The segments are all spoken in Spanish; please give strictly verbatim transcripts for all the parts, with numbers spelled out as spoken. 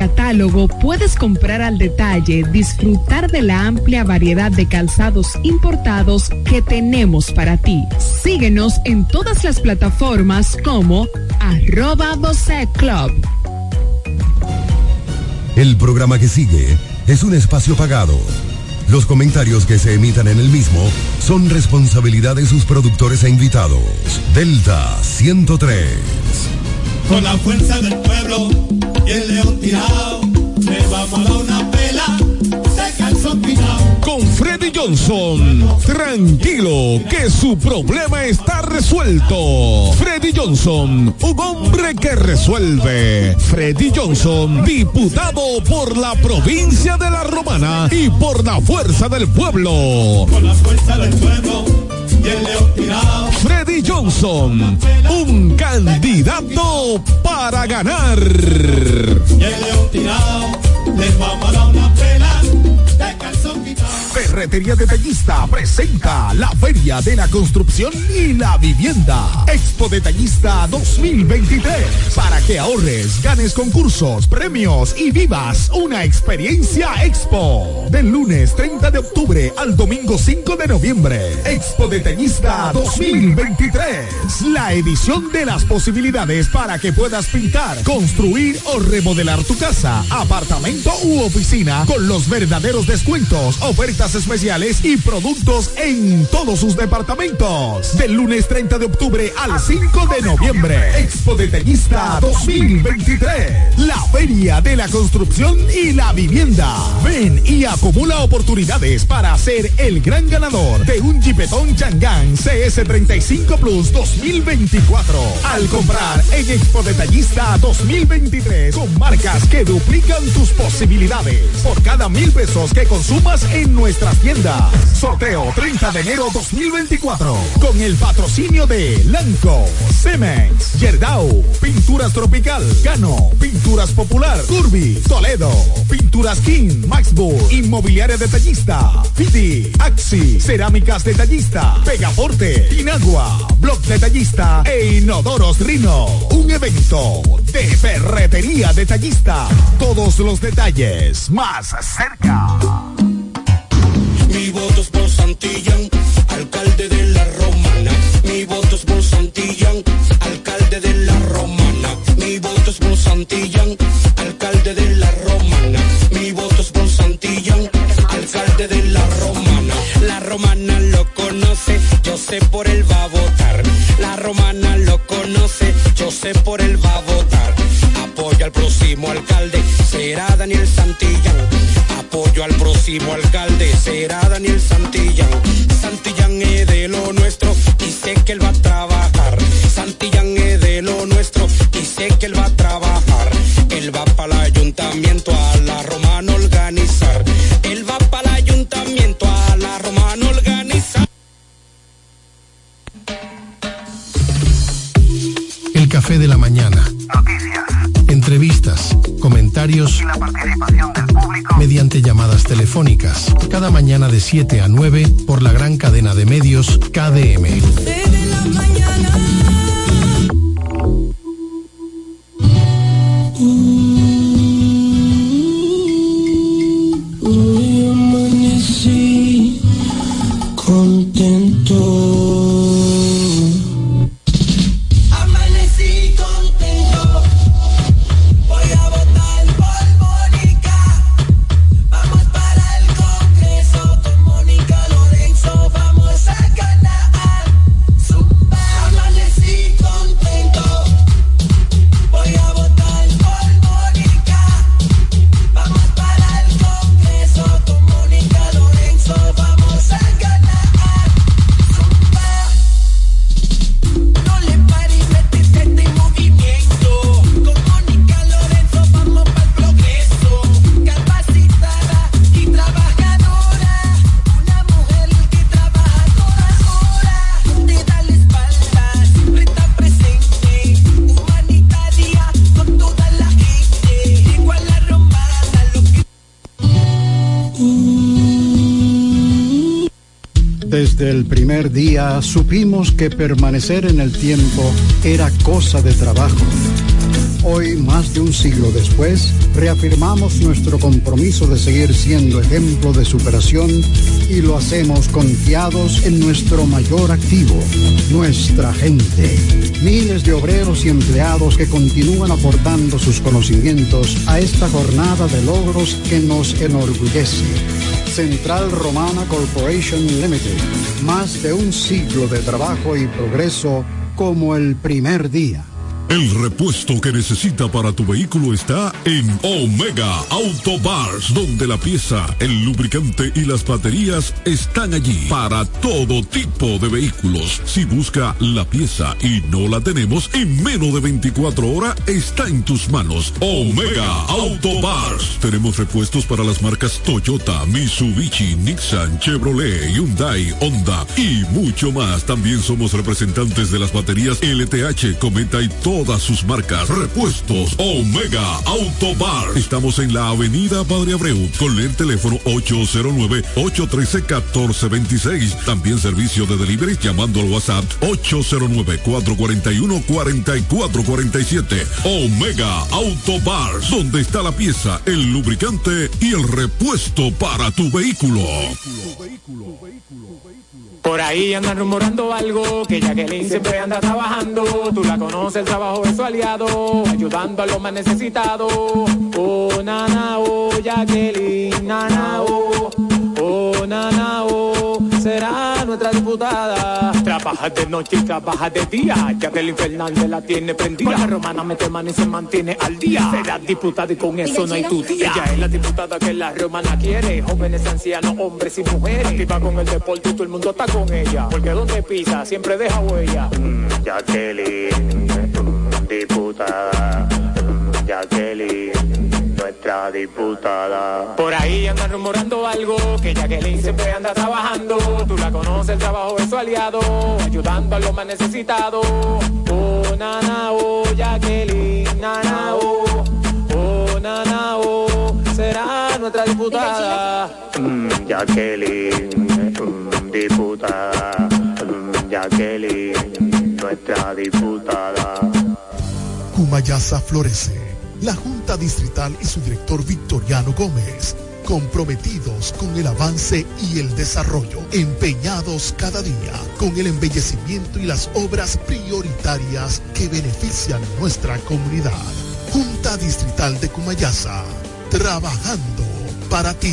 catálogo puedes comprar al detalle, disfrutar de la amplia variedad de calzados importados que tenemos para ti. Síguenos en todas las plataformas como arroba Bocet Club. El programa que sigue es un espacio pagado. Los comentarios que se emitan en el mismo son responsabilidad de sus productores e invitados. Delta ciento tres. Con la fuerza del pueblo y el león tirado, le vamos a dar una pela, se calzó pintado. Con Freddy Johnson, tranquilo que su problema está resuelto. Freddy Johnson, un hombre que resuelve. Freddy Johnson, diputado por la provincia de La Romana y por la fuerza del pueblo. Con la fuerza del pueblo y el león tirado. Freddy Johnson, un candidato para ganar. Y el león tirado, les vamos a dar una pela de calzón quitado. Ferretería Detallista presenta la Feria de la Construcción y la Vivienda. Expo Detallista dos mil veintitrés. Para que ahorres, ganes concursos, premios y vivas una experiencia Expo. Del lunes treinta de octubre al domingo cinco de noviembre. Expo Detallista dos mil veintitrés. La edición de las posibilidades para que puedas pintar, construir o remodelar tu casa, apartamento u oficina con los verdaderos descuentos, ofertas especiales y productos en todos sus departamentos. Del lunes treinta de octubre al cinco de noviembre. Expo Detallista dos mil veintitrés. La Feria de la Construcción y la Vivienda. Ven y acumula oportunidades para ser el gran ganador de un Jeepetón Changán C S treinta y cinco Plus dos mil veinticuatro. Al comprar en Expo Detallista dos mil veintitrés con marcas que duplican tus posibilidades. Por cada mil pesos que consumas en nuestras tiendas. Sorteo treinta de enero dos mil veinticuatro. Con el patrocinio de Lanco, Cemex, Yerdau, Pinturas Tropical, Cano, Pinturas Popular, Curvi, Toledo, Pinturas King, Maxburg, Inmobiliaria Detallista, Fiti, Axi, Cerámicas Detallista, Pegaforte, Inagua, Block Detallista e Inodoros Rino. Un evento de Ferretería Detallista. Todos los detalles más cerca. Mi voto es por Santillán, alcalde de La Romana. Mi voto es por Santillán, alcalde de La Romana. Mi voto es por Santillán, alcalde de La Romana. Mi voto es por Santillán, alcalde de La Romana. La Romana lo conoce, yo sé por él va a votar. La Romana lo conoce, yo sé por él va a votar. Apoyo al próximo alcalde, será Daniel Santillán. Apoyo al próximo alcalde, será Daniel Santillán. Santillán es de lo nuestro y sé que él va a trabajar. Santillán es de lo nuestro y sé que él va a trabajar. Él va para el ayuntamiento a La Romana organizar. Él va para el ayuntamiento a La Romana organizar. El café de la mañana. Noticias. Entrevistas, comentarios y la participación del público mediante llamadas telefónicas. Cada mañana de siete a nueve por la gran cadena de medios K D M. De la mañana. Hoy amanecí contento. Desde el primer día supimos que permanecer en el tiempo era cosa de trabajo. Hoy, más de un siglo después, reafirmamos nuestro compromiso de seguir siendo ejemplo de superación y lo hacemos confiados en nuestro mayor activo, nuestra gente. Miles de obreros y empleados que continúan aportando sus conocimientos a esta jornada de logros que nos enorgullece. Central Romana Corporation Limited. Más de un siglo de trabajo y progreso como el primer día. El repuesto que necesita para tu vehículo está en Omega Auto Bars, donde la pieza, el lubricante y las baterías están allí para todo tipo de vehículos. Si busca la pieza y no la tenemos, en menos de veinticuatro horas está en tus manos. Omega Auto Bars. Tenemos repuestos para las marcas Toyota, Mitsubishi, Nissan, Chevrolet, Hyundai, Honda y mucho más. También somos representantes de las baterías L T H, Cometa y todo. Todas sus marcas. Repuestos Omega Auto Bar. Estamos en la avenida Padre Abreu con el teléfono ocho cero nueve, ocho uno tres, uno cuatro dos seis. También servicio de delivery llamando al WhatsApp ocho cero nueve, cuatro cuatro uno, cuatro cuatro cuatro siete. Omega Auto Bar, donde está la pieza, el lubricante y el repuesto para tu vehículo. Por ahí andan rumorando algo, que Jacqueline siempre anda trabajando. Tú la conoces, el trabajo es su aliado, ayudando a los más necesitados. Oh, nana, oh, Jacqueline, nana, oh, oh, nana, oh, será nuestra diputada. Trabaja de noche y trabaja de día, Jacqueline Fernández la tiene prendida. Con la romana mete mano y se mantiene al día. Será diputada y con eso no hay tu día. Ella es la diputada que la romana quiere, jóvenes, ancianos, hombres y mujeres. Activa con el deporte y todo el mundo está con ella, porque donde pisa siempre deja huella. Mm, Jacqueline, mm, diputada, mm, Jacqueline, nuestra diputada. Por ahí andan rumorando algo, que Jacqueline siempre anda trabajando. Tú la conoces, el trabajo es su aliado, ayudando a los más necesitados. Oh, nana, oh, Jacqueline, nana, oh, oh, nana, oh, será nuestra diputada. Mm, Jacqueline, mm, diputada, mm, Jacqueline, nuestra diputada. Cumayasa florece. La Junta Distrital y su director Victoriano Gómez, comprometidos con el avance y el desarrollo, empeñados cada día con el embellecimiento y las obras prioritarias que benefician nuestra comunidad. Junta Distrital de Cumayasa, trabajando para ti.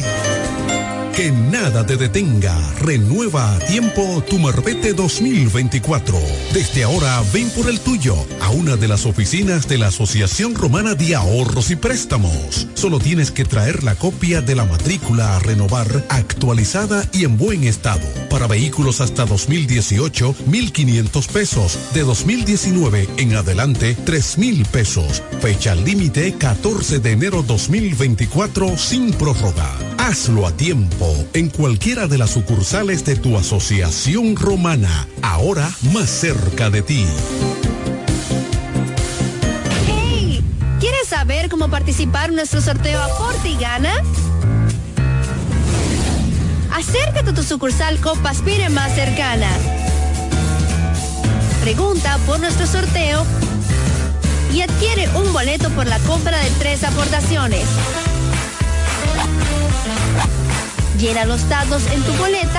Que nada te detenga. Renueva a tiempo tu Marbete dos mil veinticuatro. Desde ahora ven por el tuyo a una de las oficinas de la Asociación Romana de Ahorros y Préstamos. Solo tienes que traer la copia de la matrícula a renovar, actualizada y en buen estado. Para vehículos hasta dos mil dieciocho, mil quinientos pesos. De dos mil diecinueve en adelante, tres mil pesos. Fecha límite catorce de enero dos mil veinticuatro sin prórroga. Hazlo a tiempo en cualquiera de las sucursales de tu asociación romana, ahora más cerca de ti. ¡Hey! ¿Quieres saber cómo participar en nuestro sorteo Aporte y Gana? Acércate a tu sucursal Copa Aspire más cercana. Pregunta por nuestro sorteo y adquiere un boleto por la compra de tres aportaciones. Llena los datos en tu boleta.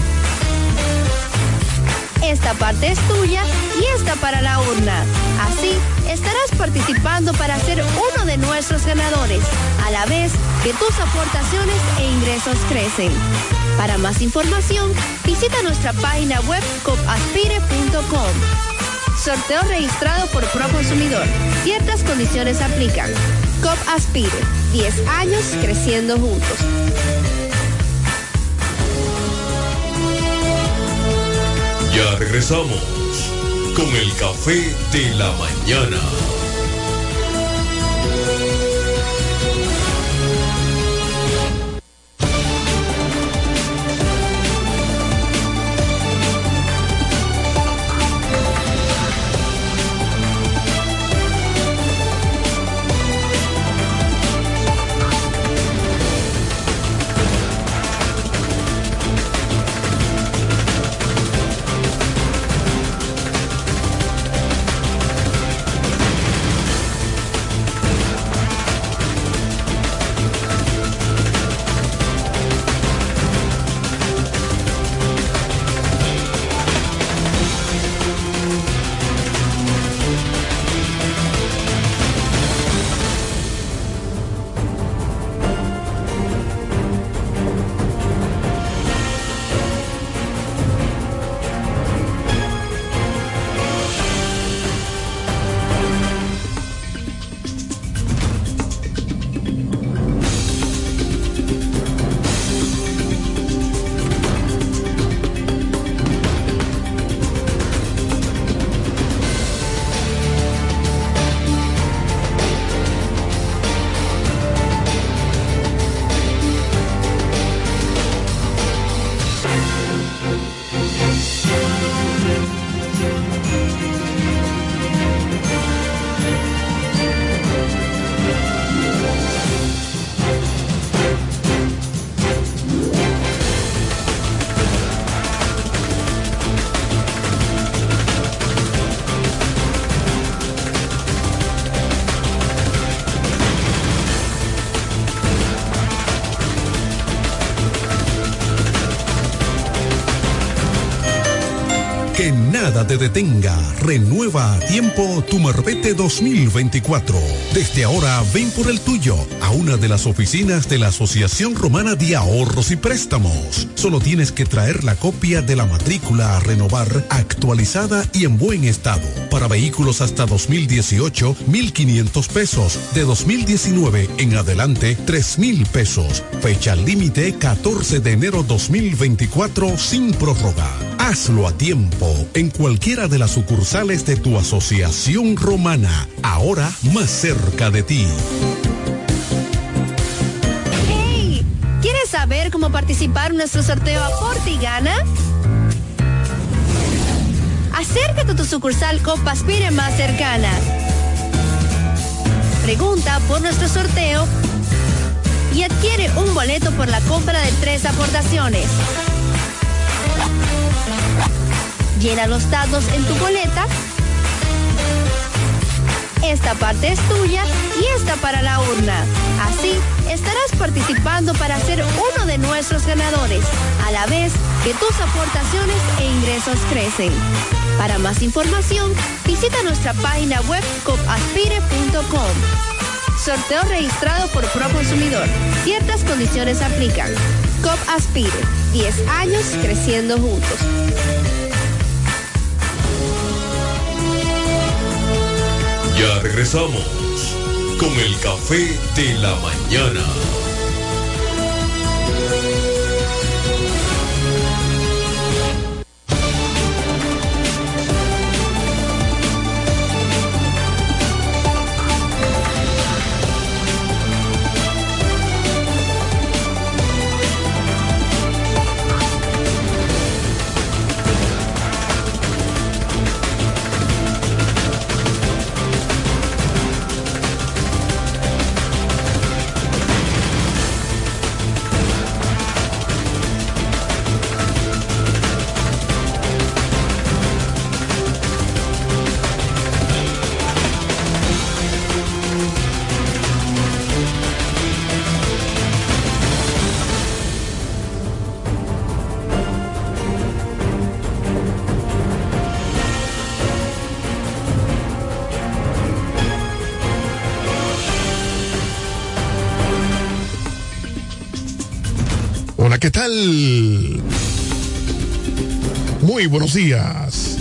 Esta parte es tuya y esta para la urna. Así estarás participando para ser uno de nuestros ganadores, a la vez que tus aportaciones e ingresos crecen. Para más información, visita nuestra página web copaspire punto com. Sorteo registrado por Proconsumidor. Ciertas condiciones aplican. Cop Aspire, diez años creciendo juntos. Ya regresamos con el café de la mañana. nada te detenga. Renueva a tiempo tu Marbete dos mil veinticuatro. Desde ahora ven por el tuyo a una de las oficinas de la Asociación Romana de Ahorros y Préstamos. Solo tienes que traer la copia de la matrícula a renovar, actualizada y en buen estado. Para vehículos hasta dos mil dieciocho, mil quinientos pesos. De dos mil diecinueve en adelante, tres mil pesos. Fecha límite catorce de enero dos mil veinticuatro sin prórroga. Hazlo a tiempo en cualquiera de las sucursales de tu Asociación Romana, ahora más cerca de ti. ¡Hey! ¿Quieres saber cómo participar en nuestro sorteo Aporte y Gana? Acércate a tu sucursal Coop Aspire más cercana. Pregunta por nuestro sorteo y adquiere un boleto por la compra de tres aportaciones. Llena los datos en tu boleta. Esta parte es tuya y esta para la urna. Así estarás participando para ser uno de nuestros ganadores, a la vez que tus aportaciones e ingresos crecen. Para más información, visita nuestra página web coop aspire punto com. Sorteo registrado por Proconsumidor. Ciertas condiciones aplican. Coop Aspire. diez años creciendo juntos. Ya regresamos con el café de la mañana. Hola, ¿qué tal? Muy buenos días.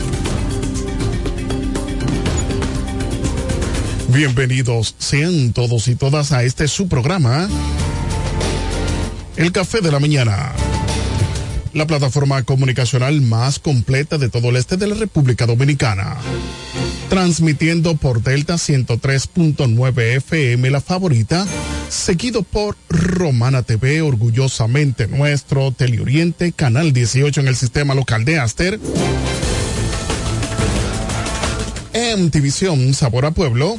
Bienvenidos sean todos y todas a este su programa, El Café de la Mañana, la plataforma comunicacional más completa de todo el este de la República Dominicana. Transmitiendo por Delta ciento tres punto nueve F M, la favorita, seguido por Romana T V, orgullosamente nuestro, Teleoriente, Canal dieciocho en el sistema local de Aster, M T V Visión, Sabor a Pueblo,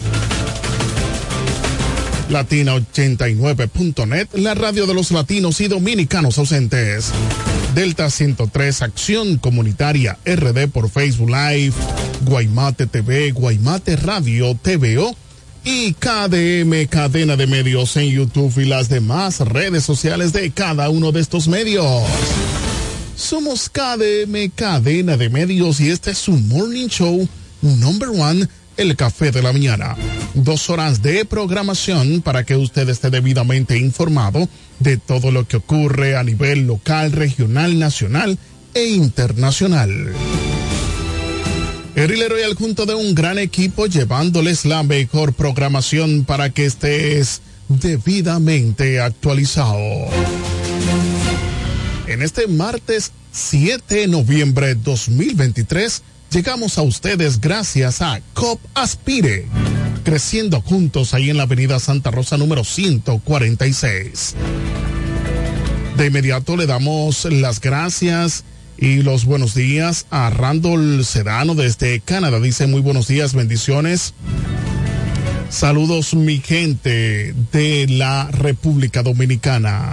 Latina ochenta y nueve punto net, la radio de los latinos y dominicanos ausentes. Delta ciento tres, Acción Comunitaria R D por Facebook Live, Guaymate T V, Guaymate Radio T V O y K D M, cadena de medios en YouTube y las demás redes sociales de cada uno de estos medios. Somos K D M, cadena de medios, y este es su Morning Show Number One, El Café de la Mañana. Dos horas de programación para que usted esté debidamente informado de todo lo que ocurre a nivel local, regional, nacional e internacional. El hilero y al junto de un gran equipo llevándoles la mejor programación para que estés debidamente actualizado. En este martes siete de noviembre de dos mil veintitrés llegamos a ustedes gracias a Coop Aspire, creciendo juntos ahí en la avenida Santa Rosa número ciento cuarenta y seis. De inmediato le damos las gracias y los buenos días a Randall Sedano desde Canadá. Dice muy buenos días, bendiciones. Saludos mi gente de la República Dominicana.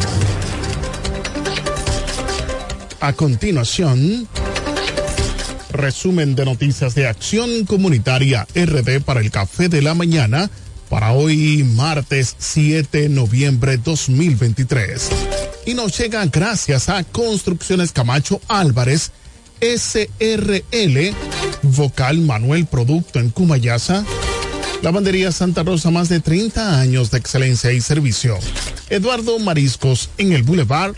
A continuación, resumen de noticias de Acción Comunitaria R D para el Café de la Mañana para hoy martes siete de noviembre de dos mil veintitrés. Y nos llega gracias a Construcciones Camacho Álvarez S R L, Vocal Manuel Producto en Cumayasa, Lavandería Santa Rosa, más de treinta años de excelencia y servicio. Eduardo Mariscos en el Boulevard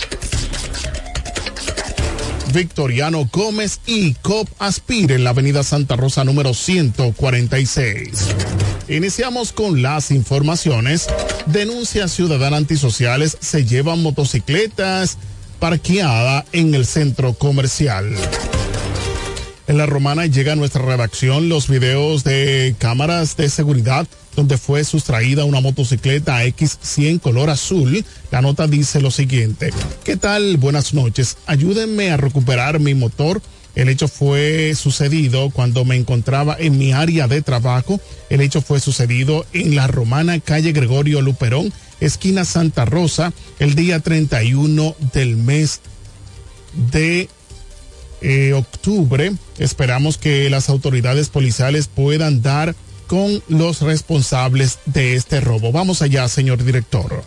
Victoriano Gómez y Cop Aspire en la avenida Santa Rosa número ciento cuarenta y seis. Iniciamos con las informaciones. Denuncias ciudadanas antisociales se llevan motocicletas parqueadas en el centro comercial. En La Romana llega a nuestra redacción los videos de cámaras de seguridad donde fue sustraída una motocicleta equis cien color azul. La nota dice lo siguiente: ¿qué tal? Buenas noches. Ayúdenme a recuperar mi motor. El hecho fue sucedido cuando me encontraba en mi área de trabajo. El hecho fue sucedido en La Romana, calle Gregorio Luperón, esquina Santa Rosa, el día treinta y uno del mes de eh, octubre. Esperamos que las autoridades policiales puedan dar con los responsables de este robo. Vamos allá, señor director.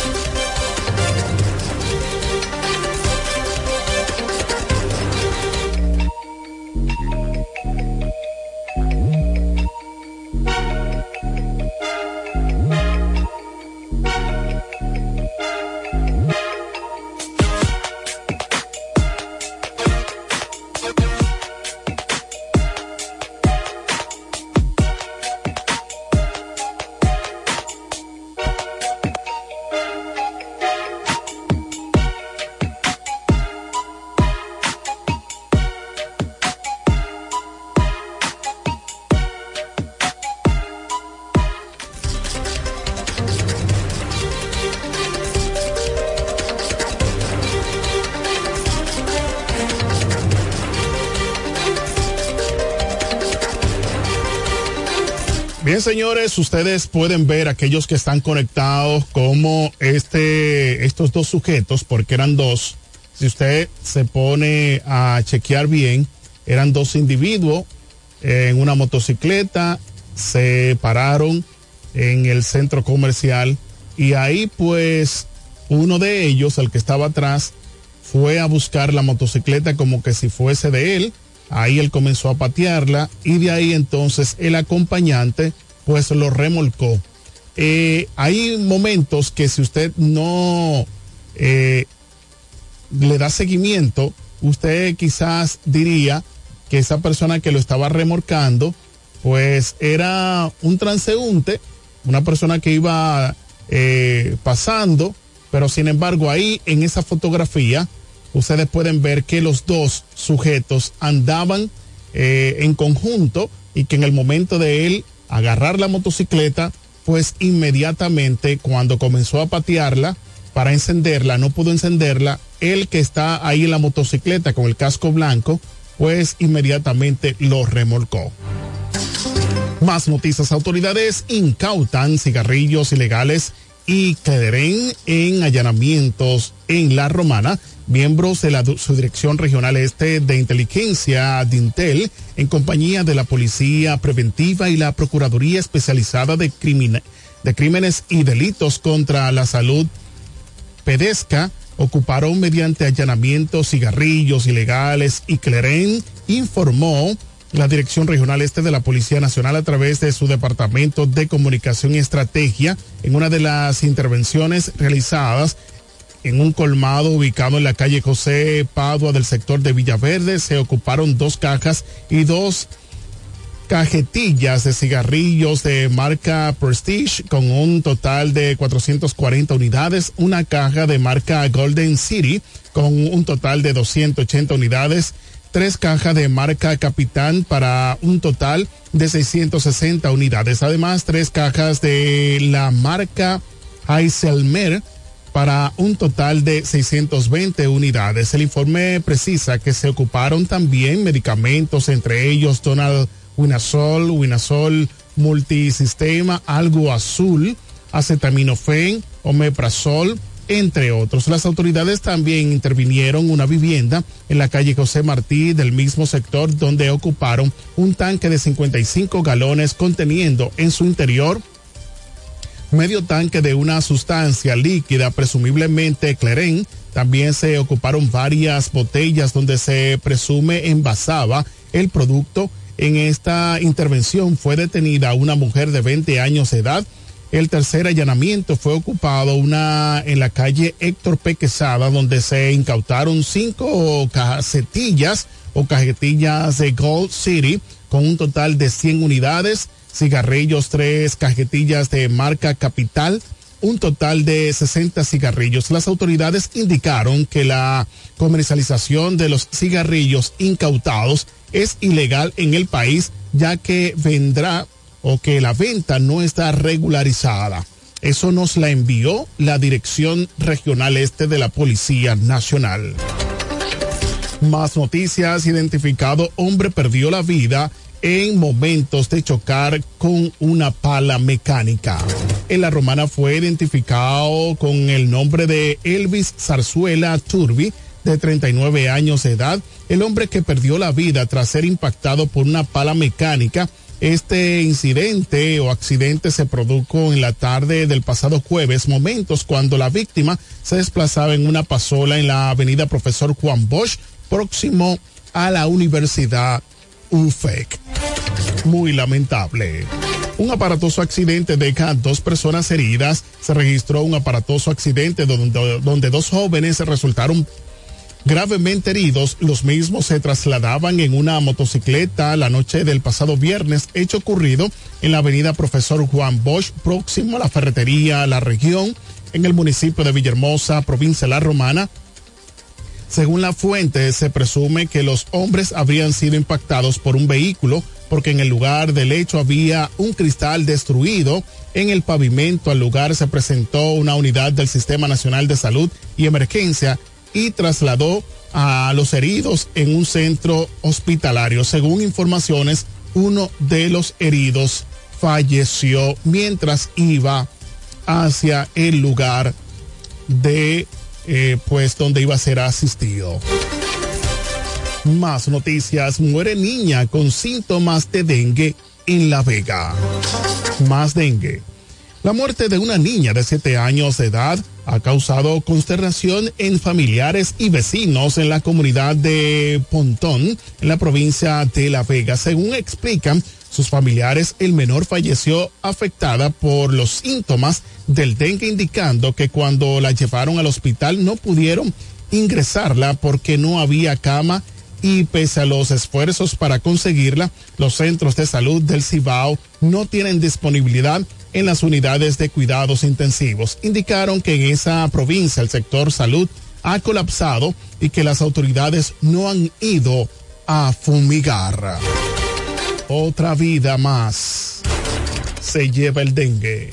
Bien, señores, ustedes pueden ver, aquellos que están conectados, como este, estos dos sujetos, porque eran dos, si usted se pone a chequear bien, eran dos individuos eh, en una motocicleta, se pararon en el centro comercial y ahí pues uno de ellos, el que estaba atrás, fue a buscar la motocicleta como que si fuese de él. Ahí él comenzó a patearla y de ahí entonces el acompañante pues lo remolcó. Eh, hay momentos que si usted no eh, le da seguimiento, usted quizás diría que esa persona que lo estaba remolcando pues era un transeúnte, una persona que iba eh, pasando, pero sin embargo ahí en esa fotografía ustedes pueden ver que los dos sujetos andaban eh, en conjunto y que en el momento de él agarrar la motocicleta, pues inmediatamente cuando comenzó a patearla para encenderla, no pudo encenderla, el que está ahí en la motocicleta con el casco blanco, pues inmediatamente lo remolcó. Más noticias: autoridades incautan cigarrillos ilegales y Cleren en allanamientos en La Romana. Miembros de la Subdirección Regional Este de Inteligencia Dintel, en compañía de la Policía Preventiva y la Procuraduría Especializada de, Crimin- de Crímenes y Delitos contra la Salud, Pedesca, ocuparon mediante allanamientos cigarrillos ilegales y Cleren, informó la Dirección Regional Este de la Policía Nacional a través de su Departamento de Comunicación y Estrategia. En una de las intervenciones realizadas en un colmado ubicado en la calle José Padua del sector de Villaverde, se ocuparon dos cajas y dos cajetillas de cigarrillos de marca Prestige con un total de cuatrocientas cuarenta unidades, una caja de marca Golden City con un total de doscientas ochenta unidades, tres cajas de marca Capitán para un total de seiscientas sesenta unidades, además tres cajas de la marca Heiselmer para un total de seiscientas veinte unidades. El informe precisa que se ocuparon también medicamentos, entre ellos Donald Winazol, Winazol multisistema, algo azul, acetaminofén, omeprazol, entre otros. Las autoridades también intervinieron una vivienda en la calle José Martí del mismo sector, donde ocuparon un tanque de cincuenta y cinco galones conteniendo en su interior medio tanque de una sustancia líquida, presumiblemente clerén. También se ocuparon varias botellas donde se presume envasaba el producto. En esta intervención fue detenida una mujer de veinte años de edad. El tercer allanamiento fue ocupado una en la calle Héctor P. Quesada, donde se incautaron cinco casetillas o cajetillas de Gold City con un total de cien unidades, cigarrillos, tres cajetillas de marca Capital, un total de sesenta cigarrillos. Las autoridades indicaron que la comercialización de los cigarrillos incautados es ilegal en el país, ya que vendrá o que la venta no está regularizada. Eso nos la envió la Dirección Regional Este de la Policía Nacional. Más noticias. Identificado hombre perdió la vida en momentos de chocar con una pala mecánica. En La Romana fue identificado con el nombre de Elvis Zarzuela Turbi, de treinta y nueve años de edad, el hombre que perdió la vida tras ser impactado por una pala mecánica. Este incidente o accidente se produjo en la tarde del pasado jueves, momentos cuando la víctima se desplazaba en una pasola en la avenida Profesor Juan Bosch, próximo a la Universidad U F E C. Muy lamentable. Un aparatoso accidente deja dos personas heridas. Se registró un aparatoso accidente donde, donde dos jóvenes resultaron gravemente heridos. Los mismos se trasladaban en una motocicleta la noche del pasado viernes, hecho ocurrido en la avenida Profesor Juan Bosch, próximo a la ferretería La Región, en el municipio de Villahermosa, provincia de La Romana. Según la fuente, se presume que los hombres habrían sido impactados por un vehículo, porque en el lugar del hecho había un cristal destruido en el pavimento. Al lugar se presentó una unidad del Sistema Nacional de Salud y Emergencia y trasladó a los heridos en un centro hospitalario. Según informaciones, uno de los heridos falleció mientras iba hacia el lugar de eh, pues donde iba a ser asistido. Más noticias. Muere niña con síntomas de dengue en La Vega. Más dengue. La muerte de una niña de siete años de edad ha causado consternación en familiares y vecinos en la comunidad de Pontón, en la provincia de La Vega. Según explican sus familiares, el menor falleció afectada por los síntomas del dengue, indicando que cuando la llevaron al hospital no pudieron ingresarla porque no había cama, y pese a los esfuerzos para conseguirla, los centros de salud del Cibao no tienen disponibilidad en las unidades de cuidados intensivos. Indicaron que en esa provincia el sector salud ha colapsado y que las autoridades no han ido a fumigar. Otra vida más se lleva el dengue.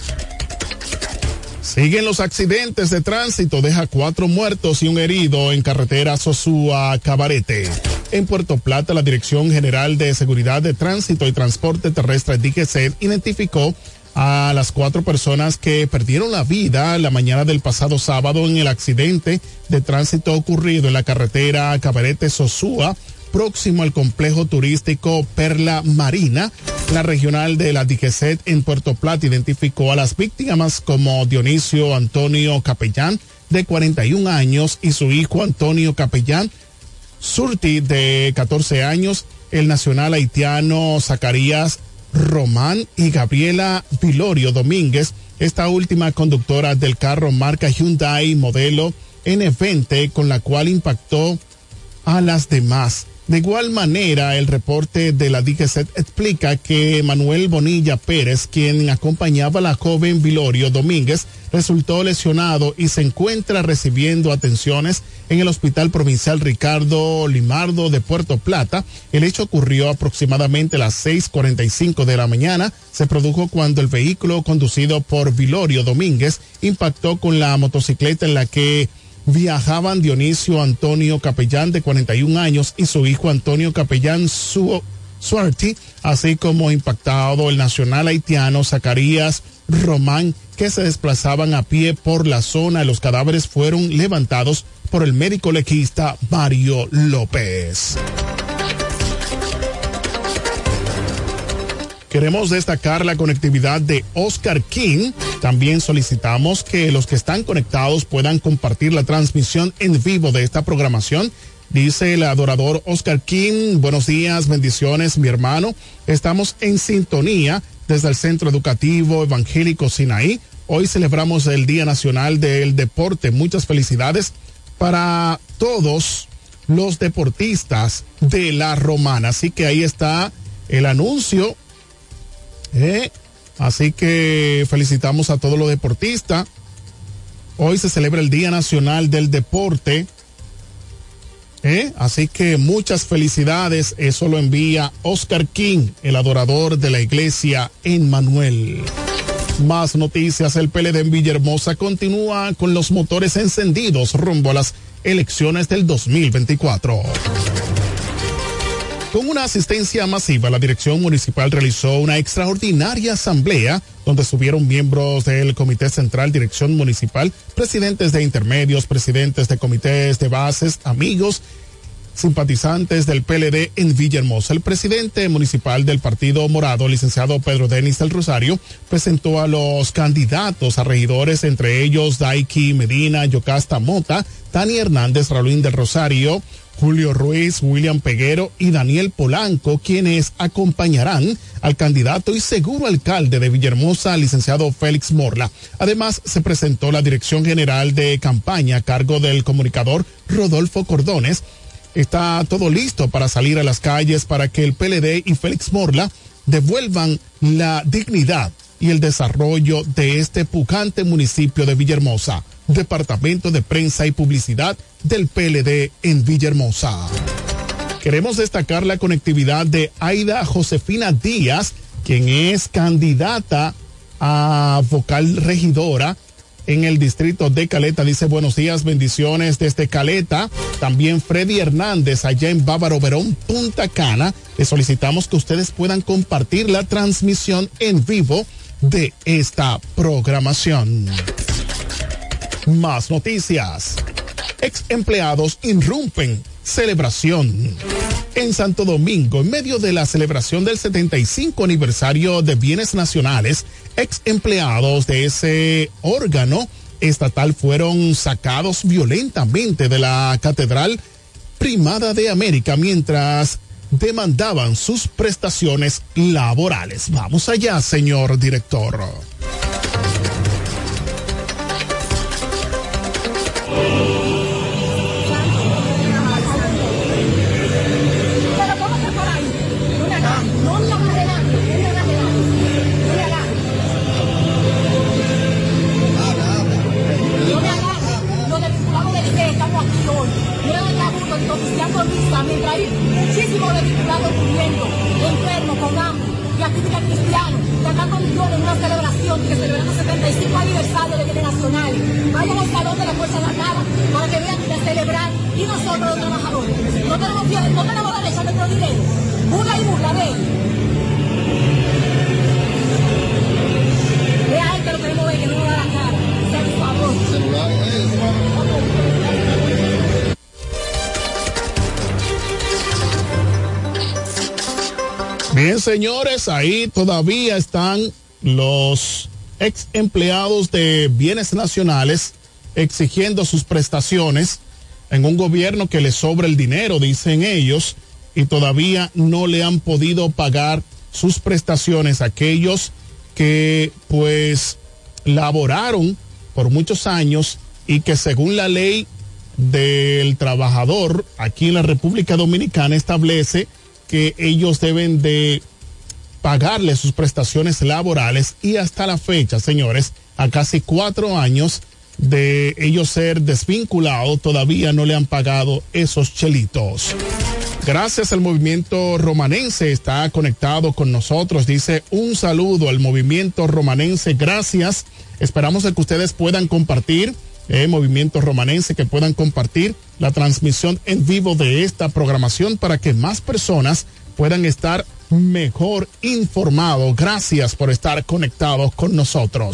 Siguen los accidentes de tránsito, deja cuatro muertos y un herido en carretera Sosúa-Cabarete. En Puerto Plata, la Dirección General de Seguridad de Tránsito y Transporte Terrestre, D G C, identificó a las cuatro personas que perdieron la vida la mañana del pasado sábado en el accidente de tránsito ocurrido en la carretera Cabarete-Sosúa, próximo al complejo turístico Perla Marina. La regional de la D G C en Puerto Plata identificó a las víctimas como Dionisio Antonio Capellán, de cuarenta y un años, y su hijo Antonio Capellán Surti, de catorce años, el nacional haitiano Zacarías Román y Gabriela Vilorio Domínguez, esta última conductora del carro marca Hyundai modelo N veinte, con la cual impactó a las demás. De igual manera, el reporte de la D G C explica que Manuel Bonilla Pérez, quien acompañaba a la joven Vilorio Domínguez, resultó lesionado y se encuentra recibiendo atenciones en el Hospital Provincial Ricardo Limardo de Puerto Plata. El hecho ocurrió aproximadamente a las seis cuarenta y cinco de la mañana. Se produjo cuando el vehículo conducido por Vilorio Domínguez impactó con la motocicleta en la que viajaban Dionisio Antonio Capellán, de cuarenta y un años, y su hijo Antonio Capellán su, Suarty, así como impactado el nacional haitiano Zacarías Román, que se desplazaban a pie por la zona. Los cadáveres fueron levantados por el médico legista Mario López. Queremos destacar la conectividad de Oscar King. También solicitamos que los que están conectados puedan compartir la transmisión en vivo de esta programación. Dice el adorador Oscar King, buenos días, bendiciones, mi hermano. Estamos en sintonía desde el Centro Educativo Evangélico Sinaí. Hoy celebramos el Día Nacional del Deporte. Muchas felicidades para todos los deportistas de la Romana. Así que ahí está el anuncio. Eh, así que felicitamos a todos los deportistas. Hoy se celebra el Día Nacional del Deporte. Eh, así que muchas felicidades. Eso lo envía Oscar King, el adorador de la iglesia Emmanuel. Más noticias. El P L D en Villahermosa continúa con los motores encendidos rumbo a las elecciones del dos mil veinticuatro. Con una asistencia masiva, la dirección municipal realizó una extraordinaria asamblea donde estuvieron miembros del Comité Central, Dirección Municipal, presidentes de intermedios, presidentes de comités de bases, amigos, simpatizantes del P L D en Villahermosa. El presidente municipal del Partido Morado, licenciado Pedro Denis del Rosario, presentó a los candidatos a regidores, entre ellos Daiki Medina, Yocasta Mota, Tani Hernández, Raulín del Rosario, Julio Ruiz, William Peguero y Daniel Polanco, quienes acompañarán al candidato y seguro alcalde de Villahermosa, licenciado Félix Morla. Además, se presentó la Dirección General de Campaña a cargo del comunicador Rodolfo Cordones. Está todo listo para salir a las calles para que el P L D y Félix Morla devuelvan la dignidad y el desarrollo de este pujante municipio de Villahermosa. Departamento de Prensa y Publicidad del P L D en Villahermosa. Queremos destacar la conectividad de Aida Josefina Díaz, quien es candidata a vocal regidora en el distrito de Caleta. Dice buenos días, bendiciones desde Caleta. También Freddy Hernández allá en Bávaro Verón, Punta Cana. Les solicitamos que ustedes puedan compartir la transmisión en vivo de esta programación. Más noticias. Ex empleados irrumpen celebración. En Santo Domingo, en medio de la celebración del setenta y cinco aniversario de Bienes Nacionales, ex empleados de ese órgano estatal fueron sacados violentamente de la Catedral Primada de América mientras demandaban sus prestaciones laborales. Vamos allá, señor director. Mientras hay muchísimos desvinculados muriendo, enfermos, con hambre, y activistas cristianos, tratando millones en una celebración que celebramos setenta y cinco aniversario de Bienes Nacionales. Vayan al salón de la Fuerza Armada para que vean de celebrar, y nosotros los trabajadores, no tenemos, no tenemos derecho a nuestro dinero. Burla y burla de él. Vea este lo queremos ver, que no nos da la cara. Sea por favor. Bien, señores, ahí todavía están los ex empleados de Bienes Nacionales exigiendo sus prestaciones en un gobierno que les sobra el dinero, dicen ellos, y todavía no le han podido pagar sus prestaciones a aquellos que pues laboraron por muchos años y que según la ley del trabajador aquí en la República Dominicana establece que ellos deben de pagarle sus prestaciones laborales, y hasta la fecha, señores, a casi cuatro años de ellos ser desvinculados, todavía no le han pagado esos chelitos. Gracias al movimiento romanense, está conectado con nosotros, dice un saludo al movimiento romanense, gracias. Esperamos que ustedes puedan compartir, eh, movimiento romanense, que puedan compartir la transmisión en vivo de esta programación para que más personas puedan estar mejor informados. Gracias por estar conectados con nosotros.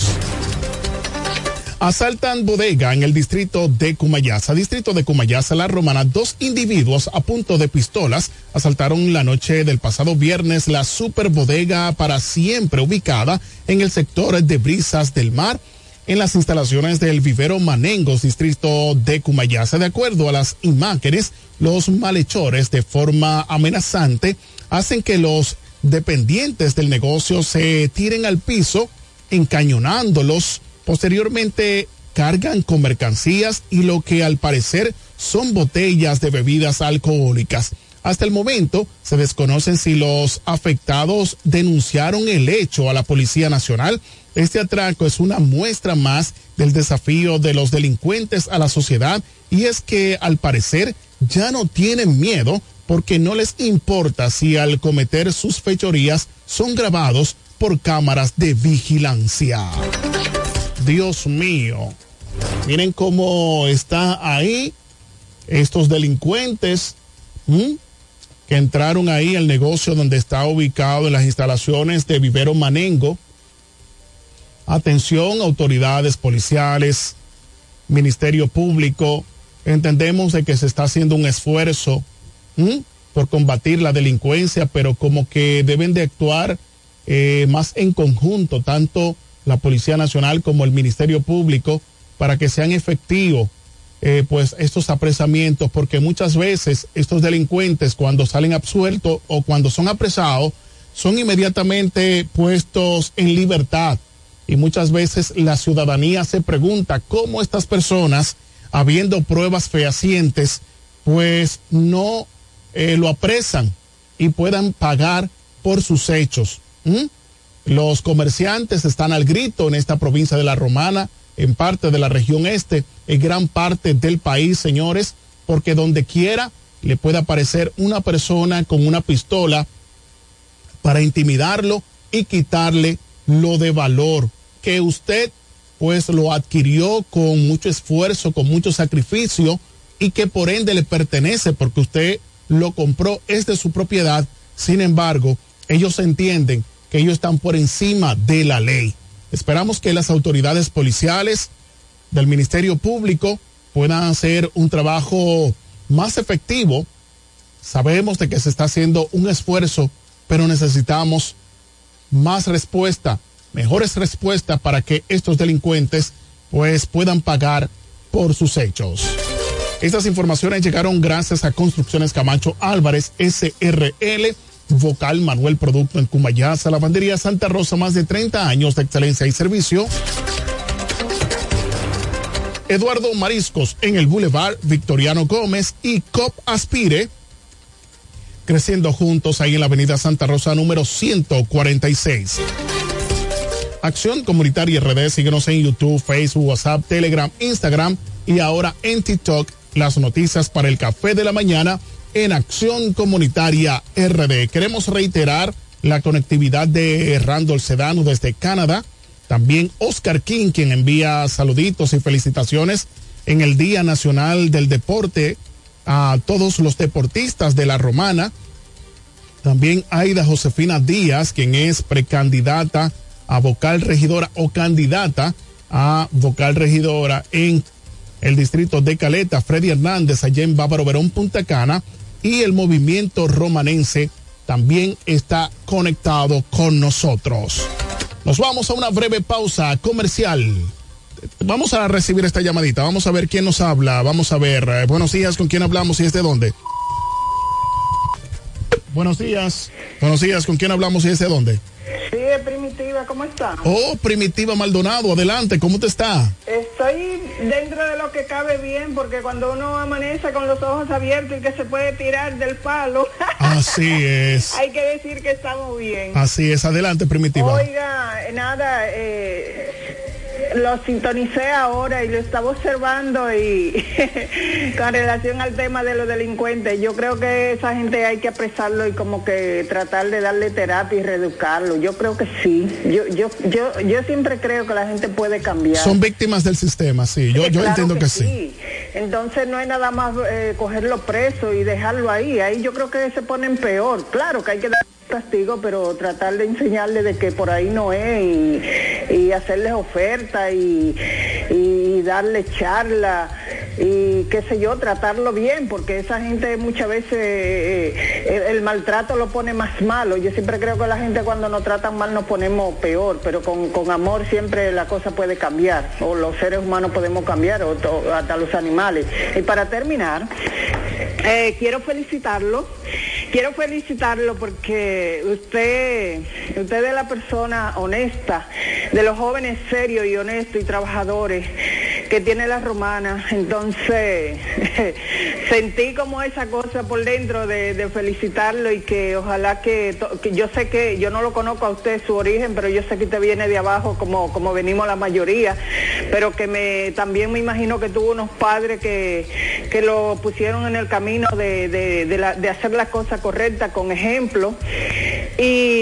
Asaltan bodega en el distrito de Cumayasa. Distrito de Cumayasa, La Romana. Dos individuos a punto de pistolas asaltaron la noche del pasado viernes la super bodega Para Siempre, ubicada en el sector de Brisas del Mar, en las instalaciones del vivero Manengos, distrito de Cumayasa. De acuerdo a las imágenes, los malhechores, de forma amenazante, hacen que los dependientes del negocio se tiren al piso, encañonándolos. Posteriormente cargan con mercancías y lo que al parecer son botellas de bebidas alcohólicas. Hasta el momento se desconocen si los afectados denunciaron el hecho a la Policía Nacional. Este atraco es una muestra más del desafío de los delincuentes a la sociedad, y es que al parecer ya no tienen miedo porque no les importa si al cometer sus fechorías son grabados por cámaras de vigilancia. Dios mío, miren cómo está ahí estos delincuentes ¿m? que entraron ahí al negocio donde está ubicado en las instalaciones de Vivero Manengo. Atención, autoridades policiales, Ministerio Público, entendemos de que se está haciendo un esfuerzo ¿m? por combatir la delincuencia, pero como que deben de actuar eh, más en conjunto, tanto la Policía Nacional como el Ministerio Público, para que sean efectivos eh, pues estos apresamientos, porque muchas veces estos delincuentes, cuando salen absueltos o cuando son apresados, son inmediatamente puestos en libertad, y muchas veces la ciudadanía se pregunta cómo estas personas, habiendo pruebas fehacientes, pues no eh, lo apresan y puedan pagar por sus hechos. ¿Mm? Los comerciantes están al grito en esta provincia de La Romana, en parte de la región este, en gran parte del país, señores, porque donde quiera le puede aparecer una persona con una pistola para intimidarlo y quitarle lo de valor que usted pues lo adquirió con mucho esfuerzo, con mucho sacrificio, y que por ende le pertenece porque usted lo compró, es de su propiedad. Sin embargo, ellos entienden que ellos están por encima de la ley. Esperamos que las autoridades policiales del Ministerio Público puedan hacer un trabajo más efectivo. Sabemos de que se está haciendo un esfuerzo, pero necesitamos más respuesta, mejores respuestas para que estos delincuentes pues puedan pagar por sus hechos. Estas informaciones llegaron gracias a Construcciones Camacho Álvarez S R L, Vocal Manuel Producto en Cumayasa, Lavandería Santa Rosa, más de treinta años de excelencia y servicio. Eduardo Mariscos en el Boulevard Victoriano Gómez y Cop Aspire, creciendo juntos ahí en la avenida Santa Rosa número ciento cuarenta y seis. Acción Comunitaria R D, síguenos en YouTube, Facebook, WhatsApp, Telegram, Instagram y ahora en TikTok. Las noticias para el café de la mañana en Acción Comunitaria R D. Queremos reiterar la conectividad de Randall Sedano desde Canadá. También Oscar King, quien envía saluditos y felicitaciones en el Día Nacional del Deporte a todos los deportistas de La Romana. También Aida Josefina Díaz, quien es precandidata a vocal regidora o candidata a vocal regidora en el distrito de Caleta. Freddy Hernández allá en Bávaro Verón, Punta Cana, y el movimiento romanense también está conectado con nosotros. Nos vamos a una breve pausa comercial. Vamos a recibir esta llamadita, vamos a ver quién nos habla, vamos a ver, eh, buenos días, ¿con quién hablamos y es de dónde? Buenos días, buenos días, ¿con quién hablamos y es de dónde? Sí, es Primitiva, ¿cómo está? Oh, Primitiva Maldonado, adelante, ¿cómo te está? Estoy dentro de lo que cabe bien, porque cuando uno amanece con los ojos abiertos y que se puede tirar del palo. Así es. Hay que decir que estamos bien. Así es, adelante, Primitiva. Oiga, nada, eh, lo sintonicé ahora y lo estaba observando y con relación al tema de los delincuentes, yo creo que esa gente hay que apresarlo y como que tratar de darle terapia y reeducarlo. Yo creo que sí. Yo yo yo yo siempre creo que la gente puede cambiar. Son víctimas del sistema, sí. Yo, sí, yo claro entiendo que, que sí. sí. Entonces no es nada más eh, cogerlo preso y dejarlo ahí. Ahí yo creo que se ponen peor. Claro que hay que dar castigo, pero tratar de enseñarle de que por ahí no es y, y hacerles oferta y, y darle charla y qué sé yo, tratarlo bien, porque esa gente muchas veces eh, el, el maltrato lo pone más malo. Yo siempre creo que la gente cuando nos tratan mal nos ponemos peor, pero con, con amor siempre la cosa puede cambiar, o los seres humanos podemos cambiar, o, o hasta los animales. Y para terminar, eh, quiero felicitarlo Quiero felicitarlo porque usted, usted es la persona honesta, de los jóvenes serios y honestos y trabajadores que tiene la Romana. Entonces, sentí como esa cosa por dentro de, de felicitarlo y que ojalá que, que, yo sé que, yo no lo conozco a usted su origen, pero yo sé que usted viene de abajo como, como venimos la mayoría, pero que me también me imagino que tuvo unos padres que, que lo pusieron en el camino de, de, de, la, de hacer las cosas correctas con ejemplo y,